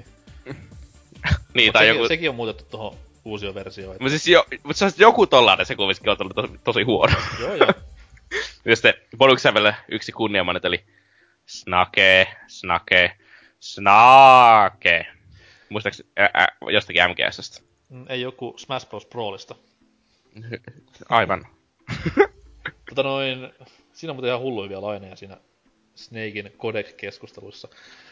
Niin, Mut tai sekin, joku... sekin on muutettu tohon uusioon versioon. Mutta siis jo, mut se on joku tollainen, se kuvissikin on ollut tosi, tosi huono. Joo, joo. Ja sitten Bonuxävelle yksi kunniamainen oli Snake, Snake, Snake. Muistaakseni ä, ä, jostakin M G S:stä. Mm, ei joku Smash Bros. Brawlista. Aivan. Tota noin, siinä on muuten ihan hullu hyviä laineja siinä Snakein Codec-keskusteluissa.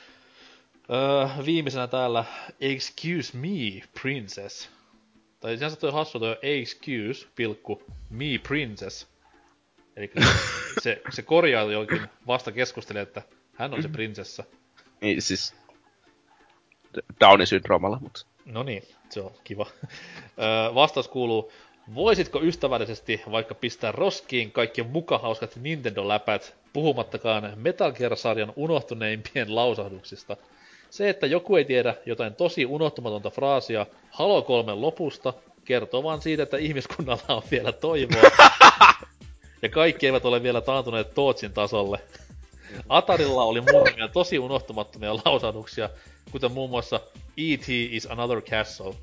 Öö, viimeisenä täällä, excuse me, princess. Tai sinänsä toi hassu toi excuse, pilkku, me princess. Eli se, se korjaa jokin vasta keskusteli, että hän on se prinsessa. Niin siis Downin syndroomalla, mutta... No niin, se on kiva. Öö, vastaus kuuluu, voisitko ystävällisesti vaikka pistää roskiin kaikki mukahauskat Nintendo-läpät, puhumattakaan Metal Gear-sarjan unohtuneimpien lausahduksista. Se, että joku ei tiedä jotain tosi unohtumatonta fraasia Halo kolmen lopusta, kertoo vaan siitä, että ihmiskunnalla on vielä toivoa. Ja kaikki eivät ole vielä taantuneet Tootsin tasolle. Atarilla oli muutamia tosi unohtumattomia lausahduksia, kuten muun muassa E T is another castle.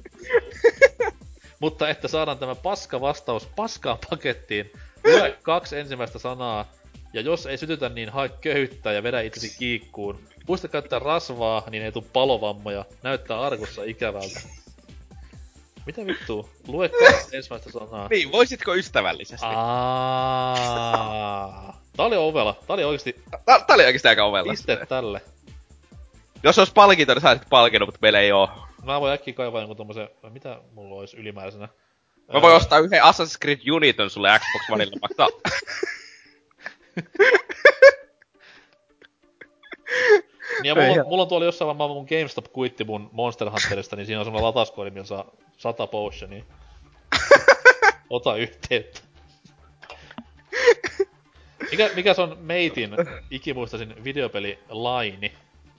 Mutta että saadaan tämä paska vastaus paskaan pakettiin, lue kaksi ensimmäistä sanaa, ja jos ei sytytä, niin hae köyhtää ja vedä itsesi kiikkuun. Muista käyttää rasvaa, niin ei tuu palovammoja. Näyttää arkussa ikävältä. Mitä vittua? Lue kaksi ensimmäistä sanaa. Niin, voisitko ystävällisesti? Aaaa. Tää oli ovela. Tää oli oikeesti... Tää, tää oli oikeesti aika ovella. Piste tälle. Jos ois palkinto, niin saisit palkinnon, mutta meillä ei oo. Mä voin äkkiä kaivaa jonkun tommosen... Mitä mulla ois ylimääräisenä? Mä voin ostaa yhden Assassin's Creed Uniton sulle Xbox Oneille maksaa. Niin ja mulla, mulla on tuolla jossain vaan mun GameStop-kuitti mun Monster Hunterista, niin siinä on semmonen latauskoodi, millä saa sata potionia. Ota yhteyttä. Mikä, mikäs on meitin ikimuistaisin videopeli laini?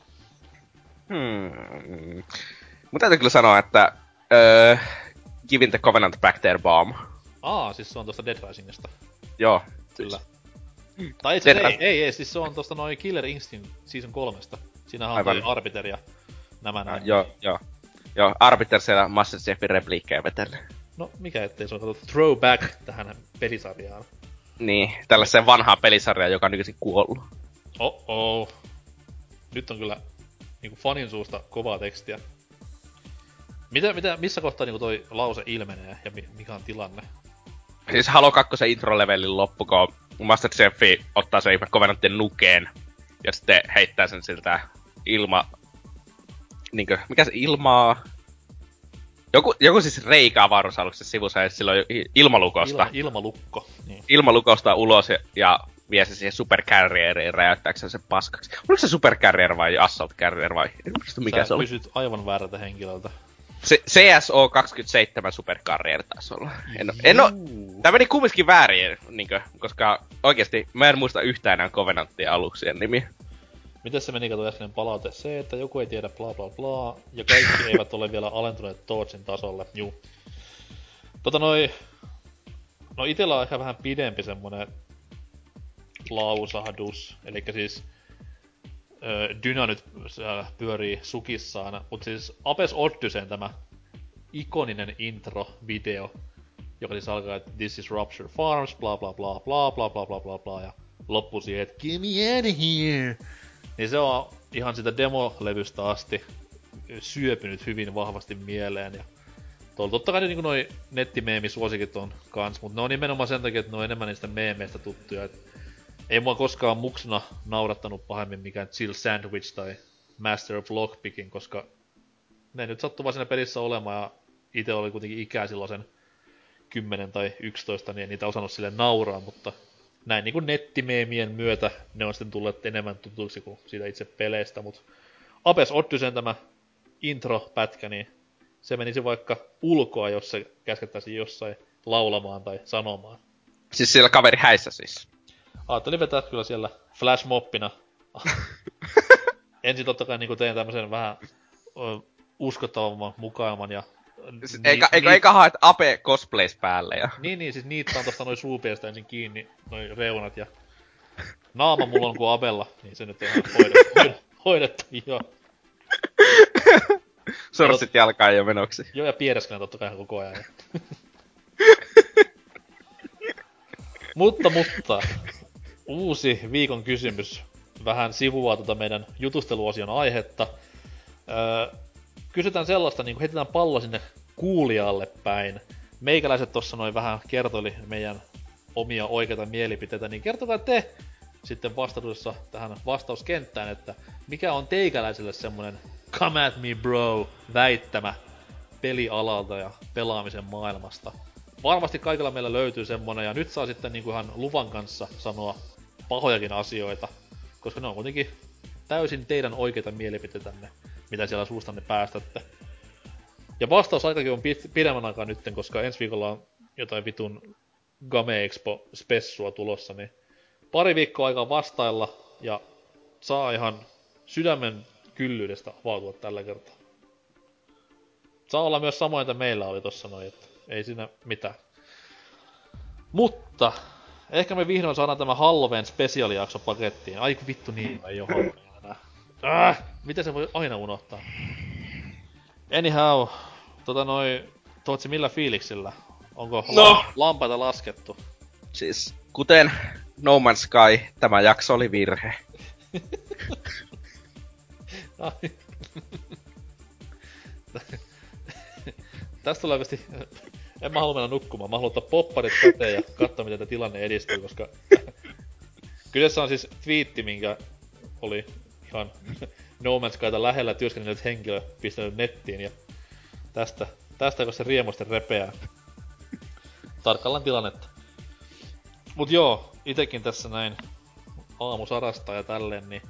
Hmm. Mun täytyy kyllä sanoa, että... Öö, Giving the Covenant back their bomb. Aa, siis se on tosta Dead Risingista. Joo. Kyllä. Tai itse Dead ei, ei, ei, siis se on tosta noin Killer Instinct Season kolmesta. Siinähän on toi Arbiter ja nämä näin. Ah, joo, joo. Joo, Arbiter siellä Master Chiefin repliikkejä vetelle. No, mikä ettei se on katsottu throwback tähän pelisarjaan. Niin, tällaiseen vanhaan pelisarjaan, joka on nykyisin kuollut. Oh oh. Nyt on kyllä niinku fanin suusta kovaa tekstiä. Mitä, mitä, missä kohtaa niinku toi lause ilmenee ja mi, mikä on tilanne? Siis Halo kaksi intro-levelin loppu, kun Master Chief ottaa sen Covenantin nukeen ja sitten heittää sen siltä ilma... Niinkö, mikä se ilmaa... Joku, joku siis reikä avaruusaluksessa sivussa ja silloin ilmalukosta. Ilma, ilmalukko. Niin. Ilmalukosta ulos ja, ja vie se siihen supercarrieriin räjäyttääkseen sen paskaksi. Oliko se supercarrier vai assault carrier vai? En muista mikä Sä se oli. kysyt aivan väärältä henkilöltä. Se, C S O kaksikymmentäseitsemän supercarrier taisi olla. En, en oo, tää meni kumminkin väärin, niinkö, koska oikeesti mä en muista yhtään enää Covenanttien aluksien nimiä. Miten se meni, kato äskeinen palaute? Se, että joku ei tiedä bla bla bla, ja kaikki eivät ole vielä alentuneet Tootsin tasolle. Juu. Tota noi... No itellä on ehkä vähän pidempi semmonen lausahdus. Elikkä siis... Ö, Dyna nyt äh, pyörii sukissaan, mut siis Apes Odysseen tämä ikoninen intro-video, joka siis alkaa, että This is Rupture Farms, bla bla bla bla bla bla bla bla bla, ja loppuu siihen, että Get me out of here! Niin se on ihan sitä demolevystä asti syöpynyt hyvin vahvasti mieleen, ja Tuolla totta kai niinku noi nettimeemisuosikit on kans, mut ne on nimenomaan sen takia, että ne on enemmän niistä meemeistä tuttuja. Et ei mua koskaan muksuna naurattanut pahemmin mikään Chill Sandwich tai Master of Lockpicking, koska ne nyt sattuu vaan siinä pelissä olemaan ja ite oli kuitenkin ikää silloin sen kymmenen tai yksitoista, niin ei niitä osannut sille nauraa, mutta näin niinku nettimeemien myötä ne on sitten tulleet enemmän tutuiksi kuin siitä itse peleistä, mut Apes Odysseen tämä intro-pätkä, niin se menisi vaikka ulkoa, jos se käskettäisiin jossain laulamaan tai sanomaan. Siis siellä kaveri häissä siis? Ajattelin vetää kyllä siellä flashmoppina. Ensin totta kai niin tein tämmösen vähän ö, uskottavamman mukailman ja... Siis eikä, ni, eikä, eikä haet Ape cosplays päälle ja... Niin, niin, siis niittaan tosta noin suupielistä ensin kiinni, noin reunat ja... Naama mulla on kuin Abella, niin se nyt on ihan hoidettu, hoidettu joo. Sorssit jalkaan jo menoksi. Joo, ja piereskelen totta kai koko ajan. mutta, mutta... Uusi viikon kysymys. Vähän sivuaa tota meidän jutusteluosion aihetta. Öö, kysytään sellaista, niin heitetään pallo sinne kuulijalle päin. Meikäläiset tossa noin vähän kertoili meidän omia oikeita mielipiteitä, niin kertokaa te sitten vastatuksessa tähän vastauskenttään, että mikä on teikäläiselle semmonen come at me bro väittämä pelialalta ja pelaamisen maailmasta. Varmasti kaikilla meillä löytyy semmonen, ja nyt saa sitten niinku ihan luvan kanssa sanoa pahojakin asioita, koska ne on kuitenkin täysin teidän oikeita mielipiteitänne, mitä siellä suustanne päästätte. Ja vastausaikakin on pit- pidemmän aikaa nytten, koska ensi viikolla on jotain vitun Game Expo-spessua tulossa, niin pari viikkoa aikaa vastailla, ja saa ihan sydämen kyllyydestä avautua tällä kertaa. Saa olla myös samoin, että meillä oli tossa noin, että ei siinä mitään. Mutta ehkä me vihdoin saadaan tämä Halloween spesiaalijakso pakettiin. Ai kun vittu niin, ei oo Halloween enää. Äh, miten se voi aina unohtaa? Anyhow, tota noi, Tootsi millä fiiliksillä? Onko no. la- lampaita laskettu? Siis, kuten No Man's Sky, tämä jakso oli virhe. Tästä tulee oikeesti... En mä halua mennä nukkumaan, mä haluan ottaa popparit käteen ja katsoa miten tämä tilanne edistyy, koska... Kyseessä on siis twiitti, minkä oli ihan No Man's Skyta lähellä työskennellyt henkilö pistänyt nettiin ja tästä, tästä kun se riemuisten repeää. Tarkkaillaan tilannetta. Mut joo, itekin tässä näin aamusarasta ja tälleen, niin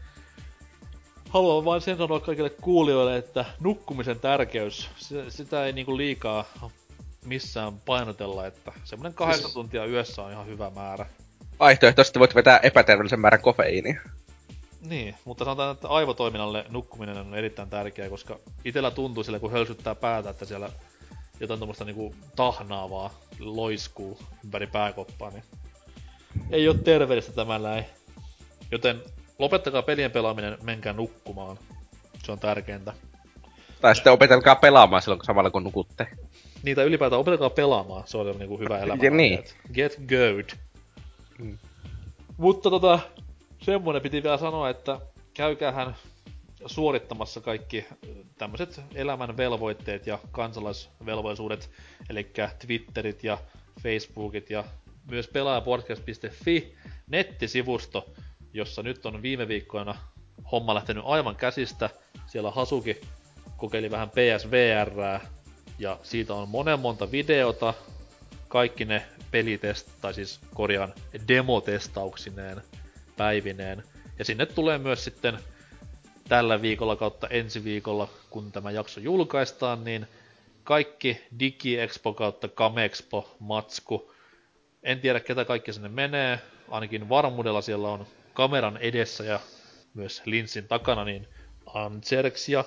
haluan vain sen sanoa kaikille kuulijoille, että nukkumisen tärkeys, sitä, sitä ei niinku liikaa missään painotella, että semmonen kahdeksan siis... tuntia yössä on ihan hyvä määrä. Vaihtoehtoisesti voit vetää epäterveellisen määrän kofeiinia. Niin, mutta sanotaan, että aivotoiminnalle nukkuminen on erittäin tärkeää, koska itellä tuntuu sille, kun hölsyttää päätä, että siellä jotain tommoista niinku tahnaavaa loiskuu ympäri pääkoppaa, niin ei oo terveellistä tämä näin. Joten lopettakaa pelien pelaaminen, menkää nukkumaan. Se on tärkeintä. Tai sitten opetelkaa pelaamaan silloin samalla kun nukutte. Niitä ylipäätään opetelkaa pelaamaan, se on niinku hyvä elämä. Ja niin. Get good. Mm. Mutta tota, semmonen piti vielä sanoa, että käykäähän suorittamassa kaikki tämmöiset elämän velvoitteet ja kansalaisvelvollisuudet, eli Twitterit ja Facebookit ja myös pelaajapodcast piste fi nettisivusto, jossa nyt on viime viikkoina homma lähtenyt aivan käsistä. Siellä Hasuki kokeili vähän P S V R:ää ja siitä on monen monta videota. Kaikki ne pelitest, tai siis korjaan demotestauksineen, päivineen. Ja sinne tulee myös sitten tällä viikolla kautta ensi viikolla, kun tämä jakso julkaistaan, niin kaikki DigiExpo kautta Gamexpo matsku. En tiedä ketä kaikki sinne menee, ainakin varmuudella siellä on kameran edessä ja myös linssin takana, niin Ancerx ja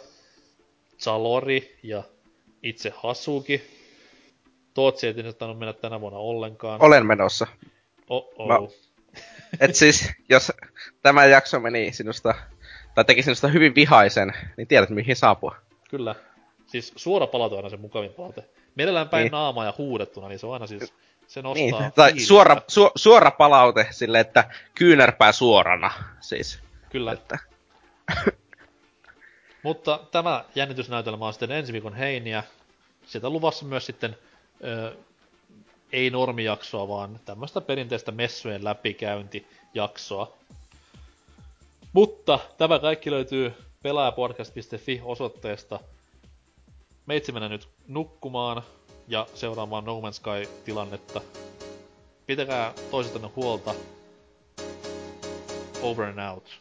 Zalori ja itse Hasuki. Tootsi ei tietysti tainnut mennä tänä vuonna ollenkaan. Olen menossa. Oh-oh. Mä... Et siis, jos tämä jakso meni sinusta, tai teki sinusta hyvin vihaisen, niin tiedät mihin saapua. Kyllä. Siis suora palaute on aina se mukavin palaute. Mielellään päin niin. naamaa ja huudettuna, niin se on aina siis, se nostaa niin. Tai suora, su, suora palaute silleen, että kyynärpää suorana, siis. Kyllä. Että... Mutta tämä jännitysnäytelmä on sitten ensi viikon heiniä. sieltä on luvassa myös sitten ö, ei normijaksoa, vaan tämmöistä perinteistä messujen läpikäyntijaksoa. Mutta tämä kaikki löytyy pelaajapodcast piste fi osoitteesta. Meitsi mennä nyt nukkumaan ja seuraamaan No Man's Sky-tilannetta. Pitäkää toisistanne huolta. Over and out.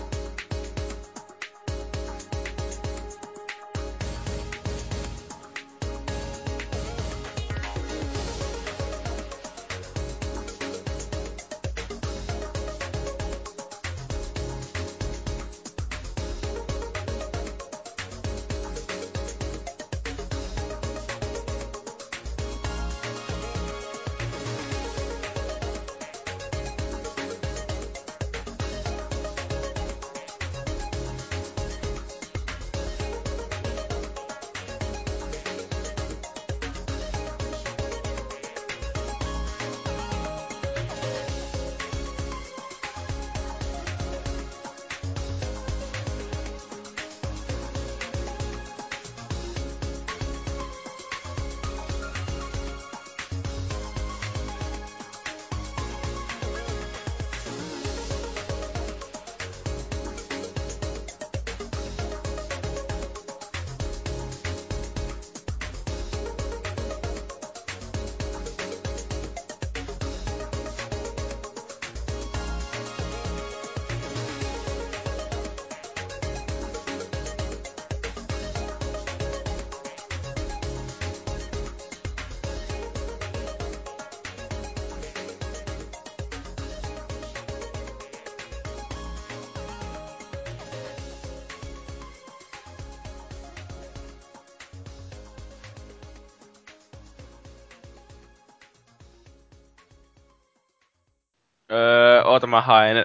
Öö, oota mä haen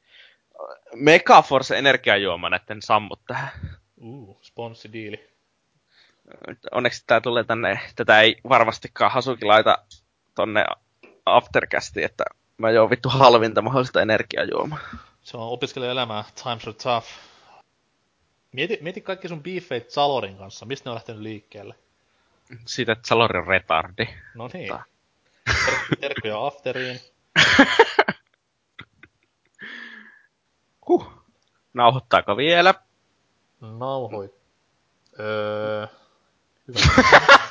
Megaforce energiajuoman, etten sammu tähän. Uh, sponssidiili. Onneksi tää tulee tänne, tätä ei varmastikaan Hasuki laita tonne Aftercastiin, että mä joon vittu halvinta mahdollista energiajuomaa. Se on opiskelijaelämää, times are tough. Mieti, mieti kaikki sun beefeit Salorin kanssa, mistä ne on lähtenyt liikkeelle? Siitä, että Salori on retardi. No niin. Ter- terkkuja Afteriin. Huh. Nauhoittaako vielä? Nauhoit. Öö... Hyvä.